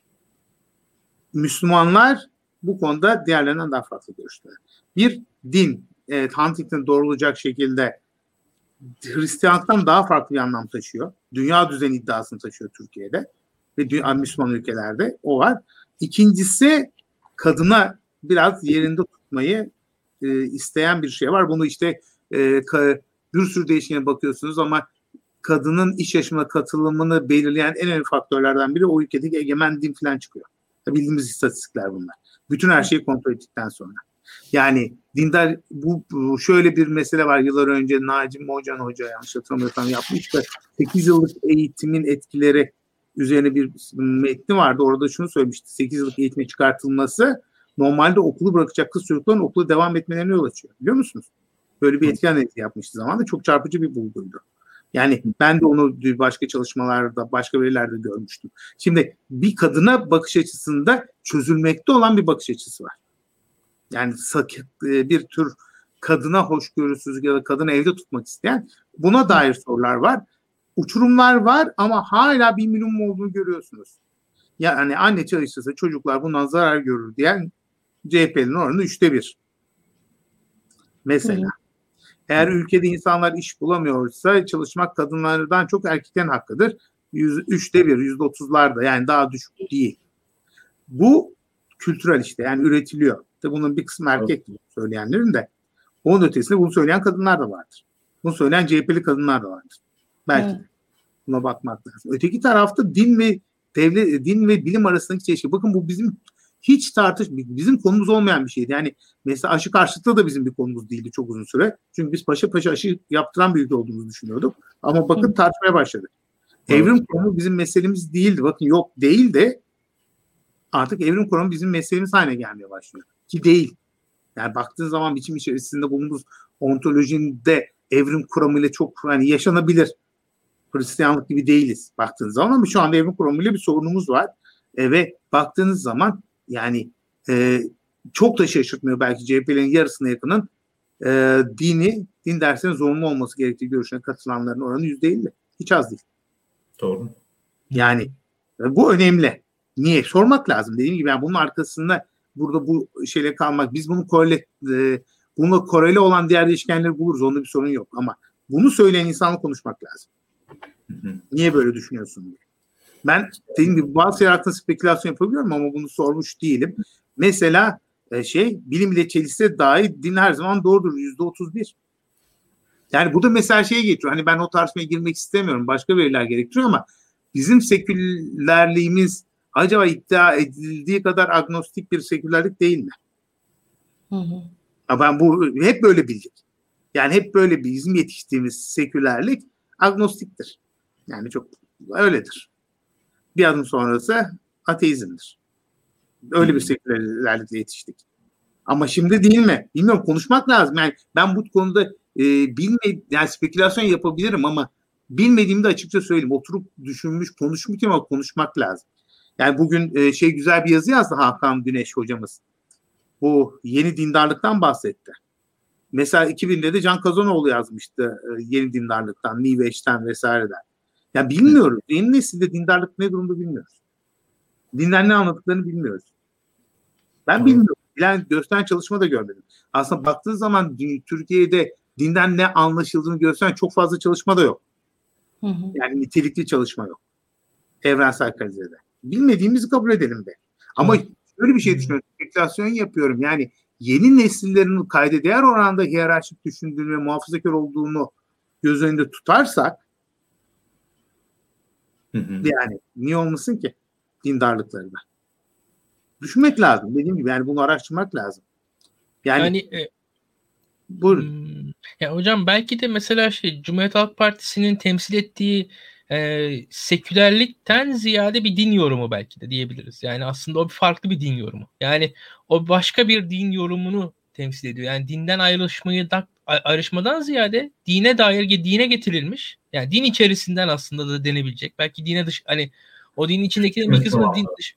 Speaker 2: Müslümanlar bu konuda diğerlerinden daha farklı görüşteler. Bir, din, evet, Huntington doğrulayacak şekilde Hristiyanlıktan daha farklı bir anlam taşıyor. Dünya düzeni iddiasını taşıyor Türkiye'de ve dünya, Müslüman ülkelerde o var. İkincisi kadına biraz yerinde tutmayı e, isteyen bir şey var. Bunu işte e, ka, bir sürü değişkene bakıyorsunuz ama kadının iş yaşamına katılımını belirleyen en önemli faktörlerden biri o ülkedeki egemen din falan çıkıyor. Bildiğimiz istatistikler bunlar. Bütün her şeyi kontrol ettikten sonra. Yani dindar bu, bu şöyle bir mesele var. Yıllar önce Naci Mocan Hoca yanlış hatırlamıyorsam yapmış da sekiz yıllık eğitimin etkileri üzerine bir metni vardı. Orada şunu söylemişti. sekiz yıllık eğitime çıkartılması normalde okulu bırakacak kız çocukların okula devam etmelerine yol açıyor. Biliyor musunuz? Böyle bir etki analizi yapmıştı zamanında. Çok çarpıcı bir bulguydu. Yani ben de onu başka çalışmalarda, başka verilerde görmüştüm. Şimdi bir kadına bakış açısında çözülmekte olan bir bakış açısı var. Yani bir tür kadına hoşgörüsüzlük ya da kadını evde tutmak isteyen buna dair sorular var. Uçurumlar var ama hala bir minimum olduğunu görüyorsunuz. Yani anne çalışırsa çocuklar bundan zarar görür diyen C H P'nin oranı üçte bir. Mesela. Hı. Eğer ülkede insanlar iş bulamıyorsa çalışmak kadınlardan çok erkeklerin hakkıdır. Üçte bir, yüzde otuzlarda yani daha düşük değil. Bu kültürel işte yani üretiliyor. Tabii bunun bir kısmı erkek söyleyenlerin de. Onun ötesinde bunu söyleyen kadınlar da vardır. Bunu söyleyen C H P'li kadınlar da vardır. Belki evet. Buna bakmak lazım. Öteki tarafta din ve devlet, din ve bilim arasındaki çelişki. Bakın bu bizim hiç tartış, bizim konumuz olmayan bir şeydi. Yani mesela aşı karşıtlığı da bizim bir konumuz değildi çok uzun süre. Çünkü biz paşa paşa aşı yaptıran bir ülke olduğumuzu düşünüyorduk. Ama bakın tartışmaya başladık. Evet. Evrim kuramı bizim meselemiz değildi. Bakın yok değil de artık evrim kuramı bizim meselemiz haline gelmeye başlıyor. Ki değil. Yani baktığın zaman biçim içerisinde bulunduğumuz ontolojinde evrim kuramıyla çok hani yaşanabilir. Hristiyanlık gibi değiliz baktığınız zaman ama şu anda evrim kuramıyla bir sorunumuz var. E, ve baktığınız zaman yani e, çok da şaşırtmıyor belki C H P'lerin yarısına yakının e, dini, din dersinin zorunlu olması gerektiği görüşüne katılanların oranı yüzde elli. Hiç az değil.
Speaker 3: Doğru.
Speaker 2: Yani Bu önemli. Niye? Sormak lazım. Dediğim gibi yani bunun arkasında burada bu şeyle kalmak. Biz bunu korele, e, bununla korele olan diğer değişkenleri buluruz. Onda bir sorun yok. Ama bunu söyleyen insanla konuşmak lazım. Hı hı. Niye böyle düşünüyorsun diye. Ben dediğim gibi bazı şeyler hakkında spekülasyon yapabiliyorum ama bunu sormuş değilim. Mesela e, şey bilim ile çelişse dahi din her zaman doğrudur. yüzde otuz bir. Yani bu da mesela şeye getiriyor. Hani ben o tartışmaya girmek istemiyorum. Başka veriler gerektiriyor ama bizim sekülerliğimiz acaba iddia edildiği kadar agnostik bir sekülerlik değil mi?
Speaker 1: Hı hı.
Speaker 2: Ama ben bu hep böyle bildik. Yani hep böyle bizim yetiştiğimiz sekülerlik agnostiktir. Yani çok öyledir. Bir adım sonrası ateizmdir. Öyle bir sekülerlikle yetiştik. Ama şimdi değil mi? Bilmiyorum, konuşmak lazım. Yani ben bu konuda e, bilme, yani spekülasyon yapabilirim ama bilmediğimi de açıkça söyleyeyim. Oturup düşünmüş, konuşmuş ama konuşmak lazım. Yani bugün e, şey güzel bir yazı yazdı Hakan Güneş hocamız. Bu yeni dindarlıktan bahsetti. Mesela iki binde de Can Kazanoğlu yazmıştı e, yeni dindarlıktan, New Age'den vesaireden. Yani bilmiyoruz. Yeni nesilde dindarlık ne durumda bilmiyoruz. Dinden ne anladıklarını bilmiyoruz. Ben bilmiyorum. Bilen, gösteren çalışma da görmedim. Aslında baktığın zaman Türkiye'de dinden ne anlaşıldığını gösteren çok fazla çalışma da yok.
Speaker 1: Hı hı.
Speaker 2: Yani nitelikli çalışma yok. Evrensel kalitede. Bilmediğimizi kabul edelim de. Ama hı. Şöyle bir şey düşünüyorum. Spekülasyon yapıyorum. Yani yeni nesillerin kayda değer oranda hiyerarşik düşündüğünü ve muhafazakar olduğunu göz önünde tutarsak hı hı. Yani niye olmasın ki dindarlıklarında? Düşünmek lazım. Dediğim gibi yani bunu araştırmak lazım. Yani,
Speaker 4: yani e,
Speaker 2: buyurun.
Speaker 4: Hmm, ya hocam belki de mesela şey Cumhuriyet Halk Partisi'nin temsil ettiği e, sekülerlikten ziyade bir din yorumu belki de diyebiliriz. Yani aslında o bir farklı bir din yorumu. Yani o başka bir din yorumunu temsil ediyor. Yani dinden ayrışmayı da ayrışmadan ziyade dine dair dine getirilmiş. Yani din içerisinden aslında da denebilecek. Belki dine dış hani o dinin içindeki bir kısmı din dış.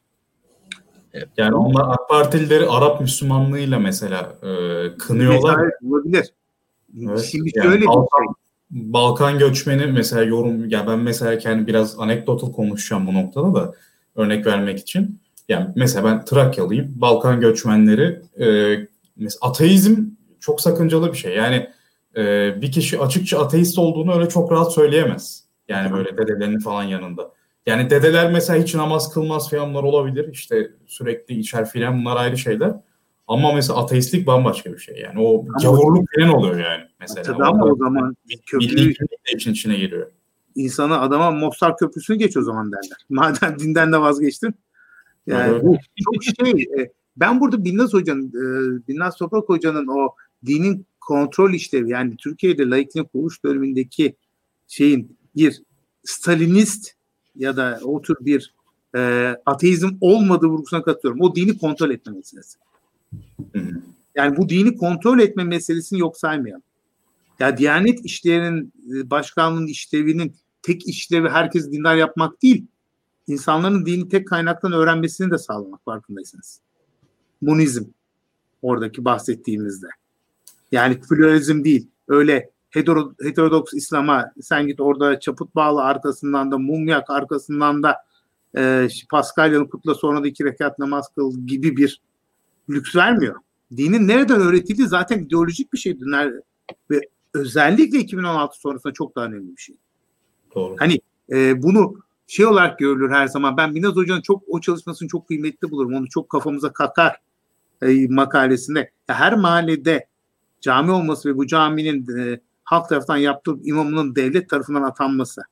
Speaker 3: Yani onlar AK Partilileri Arap Müslümanlığıyla mesela e, kınıyorlar.
Speaker 2: Mesela olabilir.
Speaker 3: Evet.
Speaker 2: Şimdi
Speaker 3: Yani
Speaker 2: şöyle
Speaker 3: Balkan,
Speaker 2: bir şey.
Speaker 3: Balkan göçmeni mesela yorum, ya ben mesela kendi biraz anekdotal konuşacağım bu noktada da örnek vermek için. Yani mesela ben Trakyalıyım. Balkan göçmenleri e, mesela ateizm çok sakıncalı bir şey. Yani e, bir kişi açıkça ateist olduğunu öyle çok rahat söyleyemez. Yani böyle dedelerinin falan yanında. Yani dedeler mesela hiç namaz kılmaz falanlar olabilir. İşte sürekli içer filan, bunlar ayrı şeyler. Ama mesela ateistlik bambaşka bir şey. Yani o gavurluk falan oluyor yani mesela.
Speaker 2: Ama o zaman
Speaker 3: milli kimlik de için içine giriyor.
Speaker 2: İnsana adama Mostar Köprüsü'nü geç o zaman derler. Madem dinden de vazgeçtin. Yani evet. Bu çok şey. Ben burada Binnaz Hoca'nın, Binnaz Toprak Hoca'nın o dinin kontrol işlevi, yani Türkiye'de laikliğin kuruluş dönemindeki şeyin bir Stalinist ya da o tür bir e, ateizm olmadığı vurgusuna katılıyorum. O dini kontrol etme meselesi. Hı hı. Yani bu dini kontrol etme meselesini yok saymayalım. Ya Diyanet İşleri'nin, başkanlığının işlevinin tek işlevi herkes dindar yapmak değil, insanların dini tek kaynaktan öğrenmesini de sağlamak, farkındaysanız. Monizm oradaki bahsettiğimizde. Yani pluralizm değil. Öyle hetero, heterodoks İslam'a sen git orada çaput bağlı, arkasından da mum yak, arkasından da e, Paskalya'nın kutla, sonra da iki rekat namaz kıl gibi bir lüks vermiyor. Dinin nereden öğretildiği zaten ideolojik bir şeydir. Ve özellikle iki bin on altı sonrasında çok daha önemli bir şey.
Speaker 3: Doğru.
Speaker 2: Hani e, bunu şey olarak görülür her zaman. Ben Binnaz Hoca'nın çok o çalışmasını çok kıymetli bulurum. Onu çok kafamıza kakar e, makalesinde. Ya her mahallede cami olması ve bu caminin e, halk tarafından yaptığı imamının devlet tarafından atanması.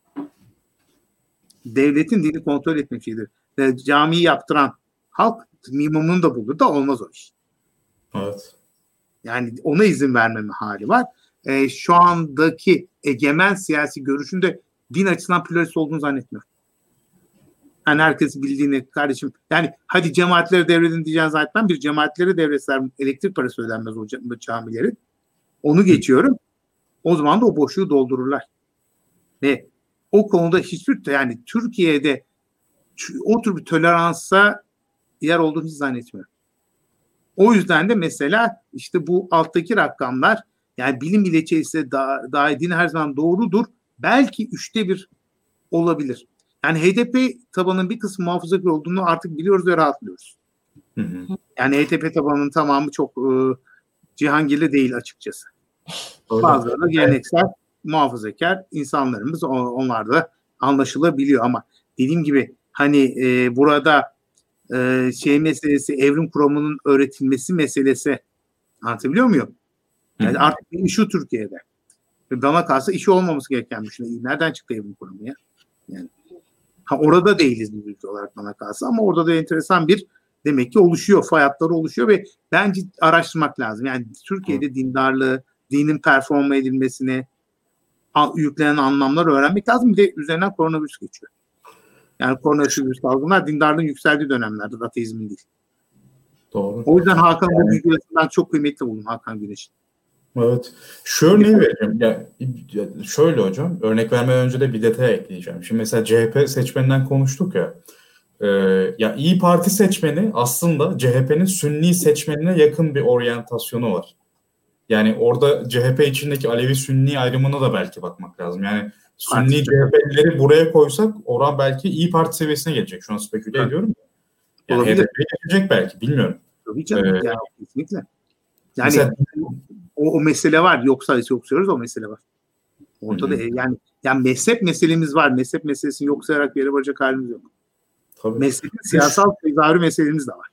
Speaker 2: Devletin dini kontrol etmek şeyidir. E, camiyi yaptıran halk imamını da bulur da olmaz o iş.
Speaker 3: Evet.
Speaker 2: Yani ona izin vermeme hali var. E, şu andaki egemen siyasi görüşünde din açısından pluralist olduğunu zannetmiyorum. Yani herkes bildiğini, kardeşim, yani hadi cemaatlere devredin diyeceğini zannetmem. Bir cemaatlere devretseler elektrik parası ödenmez o camilerin. Onu geçiyorum. O zaman da o boşluğu doldururlar. Ve o konuda hiçbir, yani Türkiye'de o tür bir toleransa yer olduğunu hiç zannetmiyorum. O yüzden de mesela işte bu alttaki rakamlar, yani bilim ile içerisinde daha, daha din her zaman doğrudur. Belki üçte bir olabilir. Yani H D P tabanının bir kısmı muhafazakar olduğunu artık biliyoruz ve rahatlıyoruz. Hı hı. Yani H D P tabanının tamamı çok e, cihangirli değil açıkçası. Öyle. Bazıları da geleneksel muhafazakar insanlarımız, onlar da anlaşılabiliyor ama dediğim gibi hani e, burada e, şey meselesi, evrim kuramının öğretilmesi meselesi, anlatabiliyor muyum? Yani Hı-hı. artık bir işi Türkiye'de. Bana kalsa işi olmaması gereken bir şey. Nereden çıktı evrim kuramı ya? Yani ha, orada değiliz bir ülke olarak bana kalsa ama orada da enteresan bir demek ki oluşuyor, fay hatları oluşuyor ve bence araştırmak lazım. Yani Türkiye'de Hı. dindarlığı, dinin performa edilmesini, yüklenen anlamları öğrenmek lazım. Bir de üzerinden koronavirüs geçiyor. Yani koronavirüs salgınlar dindarlığın yükseldiği dönemlerdir, ateizmin değil.
Speaker 3: Doğru.
Speaker 2: O yüzden Hakan yani, bu bilgilerinden çok kıymetli buldum Hakan Güneş'in.
Speaker 3: Evet. Şu örneği vereceğim. Ya, şöyle hocam, örnek vermeden önce de bir detay ekleyeceğim. Şimdi mesela C H P seçmeninden konuştuk ya. E, ya İYİ Parti seçmeni aslında C H P'nin Sünni seçmenine yakın bir oryantasyonu var. Yani orada C H P içindeki Alevi-Sünni ayrımına da belki bakmak lazım. Yani Sünni C H P'lileri buraya koysak oran belki İYİ Parti seviyesine gelecek. Şu an speküle evet. ediyorum. Yani H D P'ye geçecek belki, bilmiyorum.
Speaker 2: Tabii canım. Ee, yani kesinlikle. Yani mesela, o, o mesele var. Yoksa yok söylüyoruz, o mesele var. Ortada hı. yani yani mezhep meselemiz var. Mezhep meselesini yok sayarak bir yere varacak halimiz yok. Tabii. Mezhepin siyasal tezahürü meselemiz de var.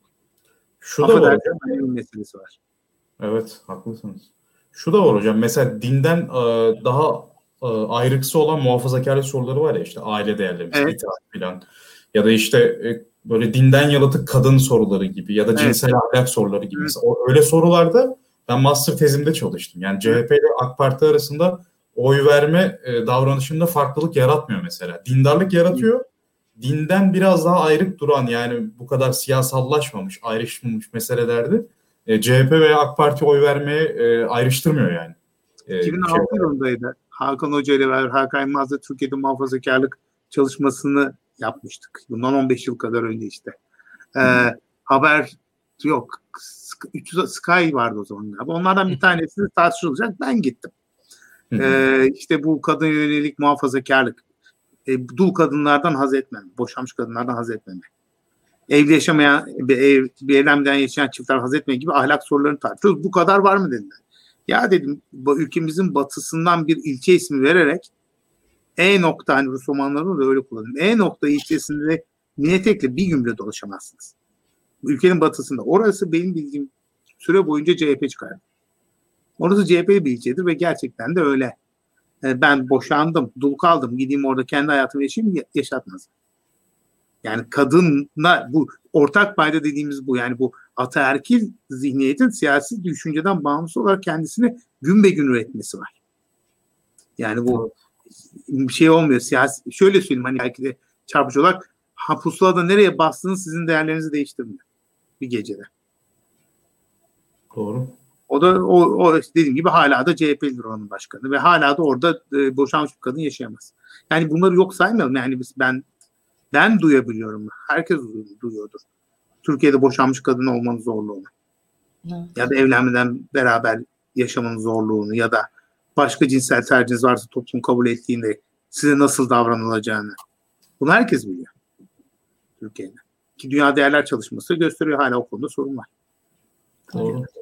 Speaker 3: Şu da var
Speaker 2: hocam. Meselesi var.
Speaker 3: Evet, haklısınız. Şu da var hocam. Mesela dinden e, daha e, ayrıksı olan muhafazakarlık soruları var ya, işte aile değerlerimiz, evet. itaat falan. Ya da işte e, böyle dinden yalıtık kadın soruları gibi ya da cinsel evet. ahlak soruları gibi. Mesela o, öyle sorularda ben master tezimde çalıştım. Yani C H P ile AK Parti arasında oy verme e, davranışında farklılık yaratmıyor mesela. Dindarlık yaratıyor. Hı. Dinden biraz daha ayrık duran, yani bu kadar siyasallaşmamış, ayrışmamış meselelerde e, C H P veya AK Parti oy vermeye e, ayrıştırmıyor yani.
Speaker 2: E, iki bin altı şey yılındaydı. Hakan Hoca ile beraber Hakan Yılmaz'la Türkiye'de muhafazakarlık çalışmasını yapmıştık. Bundan on beş yıl kadar önce işte. Ee, haber yok. Sky vardı o zaman. Onlardan bir tanesi tartışılacak. Ben gittim. Ee, işte bu kadın yönelik muhafazakarlık. E, dul kadınlardan haz etmem. Boşanmış kadınlardan haz etmem. Evli yaşamayan, bir, ev, bir evlenmeden yaşayan çiftler haz etmeyen gibi ahlak sorularını tartışıyoruz. Bu kadar var mı dediler. Ya dedim, bu ülkemizin batısından bir ilçe ismi vererek E nokta, hani Rus romanlarını da öyle kullanıyorum. E nokta ilçesinde minetekle bir gün bile dolaşamazsınız. Ülkenin batısında. Orası benim bildiğim süre boyunca C H P çıkardı. Orası C H P'li bir ilçedir ve gerçekten de öyle. Ben boşandım, dul kaldım, gideyim orada kendi hayatımı yaşayayım, yaşatmaz. Yani kadınla bu ortak payda dediğimiz bu. Yani bu ataerkil zihniyetin siyasi düşünceden bağımsız olarak kendisini gün be gün üretmesi var. Yani bu bir şey olmuyor. Siyasi, şöyle söyleyeyim, hani belki de çarpıcı olarak, ha, pusulada nereye bastığınız sizin değerlerinizi değiştirmiyor bir gecede.
Speaker 3: Doğru.
Speaker 2: O da o, o dediğim gibi hala da C H P'lidir onun başkanı ve hala da orada e, boşanmış bir kadın yaşayamaz. Yani bunları yok saymayalım. Yani biz ben ben duyabiliyorum. Herkes duyuyordur. Türkiye'de boşanmış kadın olmanın zorluğunu. Evet. Ya da evlenmeden beraber yaşamanın zorluğunu ya da başka cinsel tercihiniz varsa toplum kabul ettiğinde size nasıl davranılacağını. Bunu herkes biliyor. Türkiye'de. Ki Dünya Değerler Çalışması gösteriyor, hala o konuda sorun var.
Speaker 3: Doğru. Evet.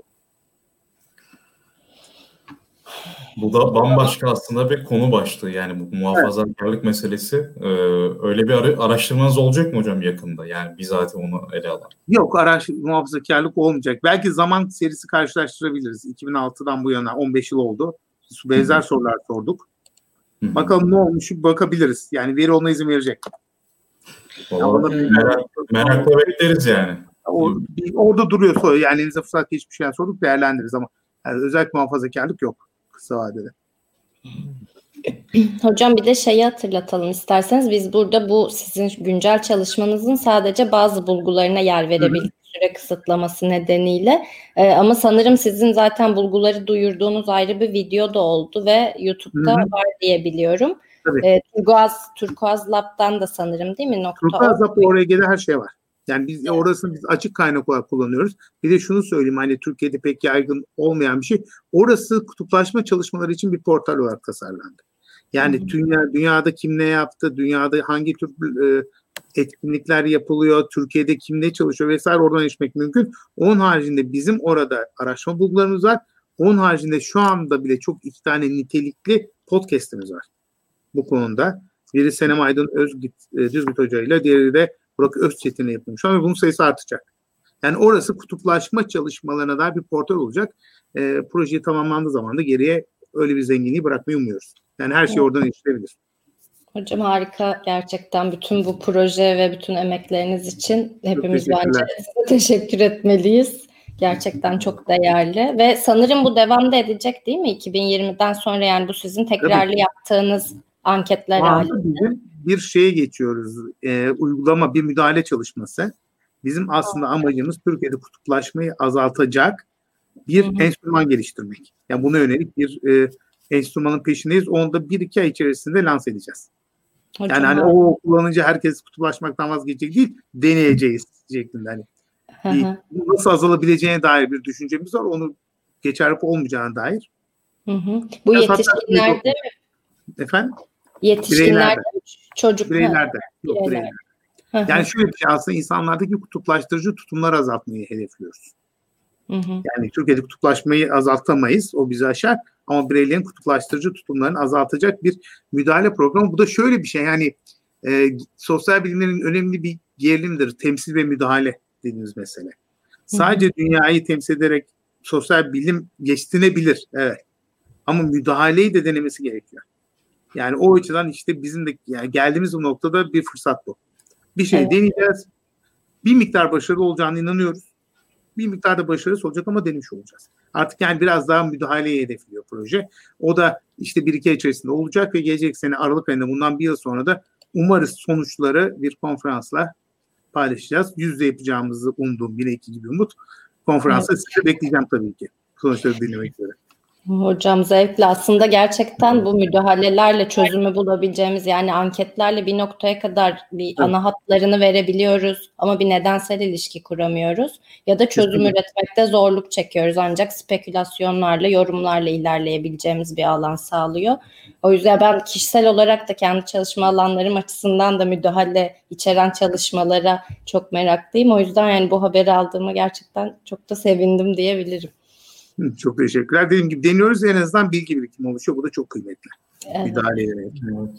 Speaker 3: Bu da bambaşka aslında bir konu başlığı, yani bu muhafazakarlık evet. meselesi. Ee, öyle bir ara- araştırmanız olacak mı hocam yakında? Yani bizatihi onu ele alalım.
Speaker 2: Yok, araş muhafazakarlık olmayacak. Belki zaman serisi karşılaştırabiliriz. iki bin altıdan bu yana on beş yıl oldu. Benzer Hı-hı. sorular sorduk. Hı-hı. Bakalım ne olmuş, bakabiliriz. Yani veri ona izin verecek.
Speaker 3: Vallahi yani merak, merakla bekleriz yani.
Speaker 2: O, bir, orada duruyor. Yani elinize fırsat geçmiş yani sorduk, değerlendiririz ama yani özellikle muhafazakarlık yok kısa vadede.
Speaker 1: Hocam bir de şeyi hatırlatalım isterseniz. Biz burada bu sizin güncel çalışmanızın sadece bazı bulgularına yer verebildik süre kısıtlaması nedeniyle. Ee, ama sanırım sizin zaten bulguları duyurduğunuz ayrı bir video da oldu ve YouTube'da Hı-hı. var diye biliyorum. Ee, Turkuaz, Turkuaz Lab'dan da sanırım, değil mi? Nokta
Speaker 2: Turkuaz Lab'da oraya gelen her şey var. Yani biz evet. orasını biz açık kaynak olarak kullanıyoruz. Bir de şunu söyleyeyim, hani Türkiye'de pek yaygın olmayan bir şey. Orası kutuplaşma çalışmaları için bir portal olarak tasarlandı. Yani
Speaker 1: Hı hı.
Speaker 2: dünya, dünyada kim ne yaptı, dünyada hangi tür e, etkinlikler yapılıyor, Türkiye'de kim ne çalışıyor vesaire oradan erişmek mümkün. Onun haricinde bizim orada araştırma bulgularımız var. Onun haricinde şu anda bile çok iki tane nitelikli podcast'imiz var bu konuda. Biri Senem Aydın Özgit, e, Düzgüt Hoca ile diğeri de Burak Özçetin'le yapılmış ama bunun sayısı artacak. Yani orası kutuplaşma çalışmalarına dair bir portal olacak. E, projeyi tamamlandığı zaman da geriye öyle bir zenginliği bırakmayı umuyoruz. Yani her şey
Speaker 1: Evet.
Speaker 2: oradan erişilebilir.
Speaker 1: Hocam harika gerçekten bütün bu proje ve bütün emekleriniz için hepimiz bence
Speaker 2: teşekkürler.
Speaker 1: size teşekkür etmeliyiz. Gerçekten çok değerli ve sanırım bu devam da edecek değil mi? iki bin yirmiden sonra yani bu sizin tekrarlı yaptığınız anketler
Speaker 2: Şu anda
Speaker 1: halinde.
Speaker 2: bizim bir şeye geçiyoruz. E, uygulama, bir müdahale çalışması. Bizim aslında amacımız Türkiye'de kutuplaşmayı azaltacak bir
Speaker 1: Hı hı.
Speaker 2: enstrüman geliştirmek. Yani buna yönelik bir e, enstrümanın peşindeyiz. Onu da bir iki ay içerisinde lanse edeceğiz.
Speaker 1: Hocam,
Speaker 2: Yani hani o kullanıcı herkes kutuplaşmaktan vazgeçecek değil, deneyeceğiz şeklinde. Hani bir, bu nasıl azalabileceğine dair bir düşüncemiz var. Onu geçerli olmayacağına dair.
Speaker 1: Hı hı. Bu
Speaker 2: Biraz
Speaker 1: yetişkinlerde mi?
Speaker 2: Efendim?
Speaker 1: Yetişkinlerde mi? Çocuk
Speaker 2: Bireylerde. Yok,
Speaker 1: Bireyler.
Speaker 2: bireylerde. Yani şöyle bir şey, aslında insanlardaki kutuplaştırıcı tutumları azaltmayı hedefliyoruz.
Speaker 1: Hı hı.
Speaker 2: Yani Türkiye'de kutuplaşmayı azaltamayız. O bizi aşar. Ama bireylerin kutuplaştırıcı tutumlarını azaltacak bir müdahale programı. Bu da şöyle bir şey. Yani e, sosyal bilimlerin önemli bir gerilimdir. Temsil ve müdahale dediğimiz mesele. Sadece hı hı. dünyayı temsil ederek sosyal bilim geçtinebilir. Evet. Ama müdahaleyi de denemesi gerekiyor. Yani o açıdan işte bizim de yani geldiğimiz bu noktada bir fırsat bu. Bir şey evet. deneyeceğiz. Bir miktar başarılı olacağına inanıyoruz. Bir miktar da başarısı olacak ama denemiş olacağız. Artık yani biraz daha müdahaleyi hedefliyor proje. O da işte bir iki ay içerisinde olacak ve gelecek sene Aralık ayında bundan bir yıl sonra da umarız sonuçları bir konferansla paylaşacağız. Yüz yüze yapacağımızı umduğum yine iki gibi umut. Konferansa evet. sizi bekleyeceğim tabii ki. Sonuçları dinlemek üzere.
Speaker 1: Hocam zevkle aslında gerçekten bu müdahalelerle çözümü bulabileceğimiz yani anketlerle bir noktaya kadar bir evet. ana hatlarını verebiliyoruz ama bir nedensel ilişki kuramıyoruz ya da çözüm Kesinlikle. üretmekte zorluk çekiyoruz ancak spekülasyonlarla yorumlarla ilerleyebileceğimiz bir alan sağlıyor. O yüzden ben kişisel olarak da kendi çalışma alanlarım açısından da müdahale içeren çalışmalara çok meraklıyım. O yüzden yani bu haberi aldığıma gerçekten çok da sevindim diyebilirim.
Speaker 2: Çok teşekkürler. Dediğim gibi deniyoruz, en azından bilgi birikimi oluşuyor. Bu da çok kıymetli.
Speaker 1: Evet.
Speaker 2: Müdahale ederek.
Speaker 3: Evet.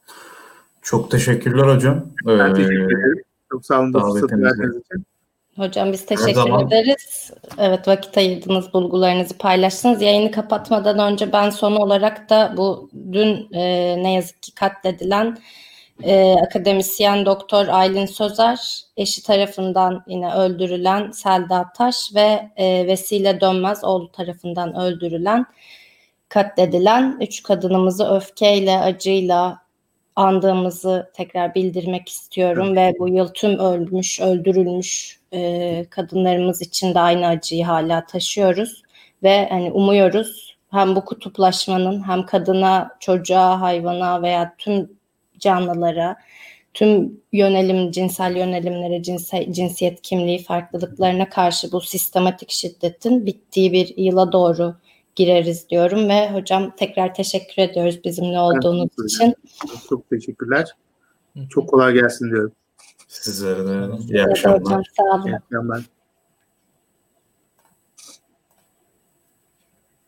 Speaker 3: Çok teşekkürler hocam.
Speaker 2: Ben ee, teşekkür ederim. Çok sağ olun bu fırsatı verdiğiniz için.
Speaker 1: Hocam biz teşekkür ederiz. Evet, vakit ayırdınız, bulgularınızı paylaştınız. Yayını kapatmadan önce ben son olarak da bu dün e, ne yazık ki katledilen e, akademisyen doktor Aylin Sözer, eşi tarafından yine öldürülen Selda Taş ve e, Vesile Dönmez oğlu tarafından öldürülen, katledilen üç kadınımızı öfkeyle, acıyla andığımızı tekrar bildirmek istiyorum evet. ve bu yıl tüm ölmüş, öldürülmüş e, kadınlarımız için de aynı acıyı hala taşıyoruz ve hani umuyoruz hem bu kutuplaşmanın hem kadına, çocuğa, hayvana veya tüm canlılara, tüm yönelim, cinsel yönelimlere, cinse, cinsiyet kimliği farklılıklarına karşı bu sistematik şiddetin bittiği bir yıla doğru gireriz diyorum ve hocam tekrar teşekkür ediyoruz bizimle olduğunuz
Speaker 2: evet,
Speaker 1: için.
Speaker 2: Çok teşekkürler. Çok kolay gelsin diyorum.
Speaker 3: Sizlere de iyi akşamlar.
Speaker 1: Hocam, sağ olun.
Speaker 2: İyi akşamlar.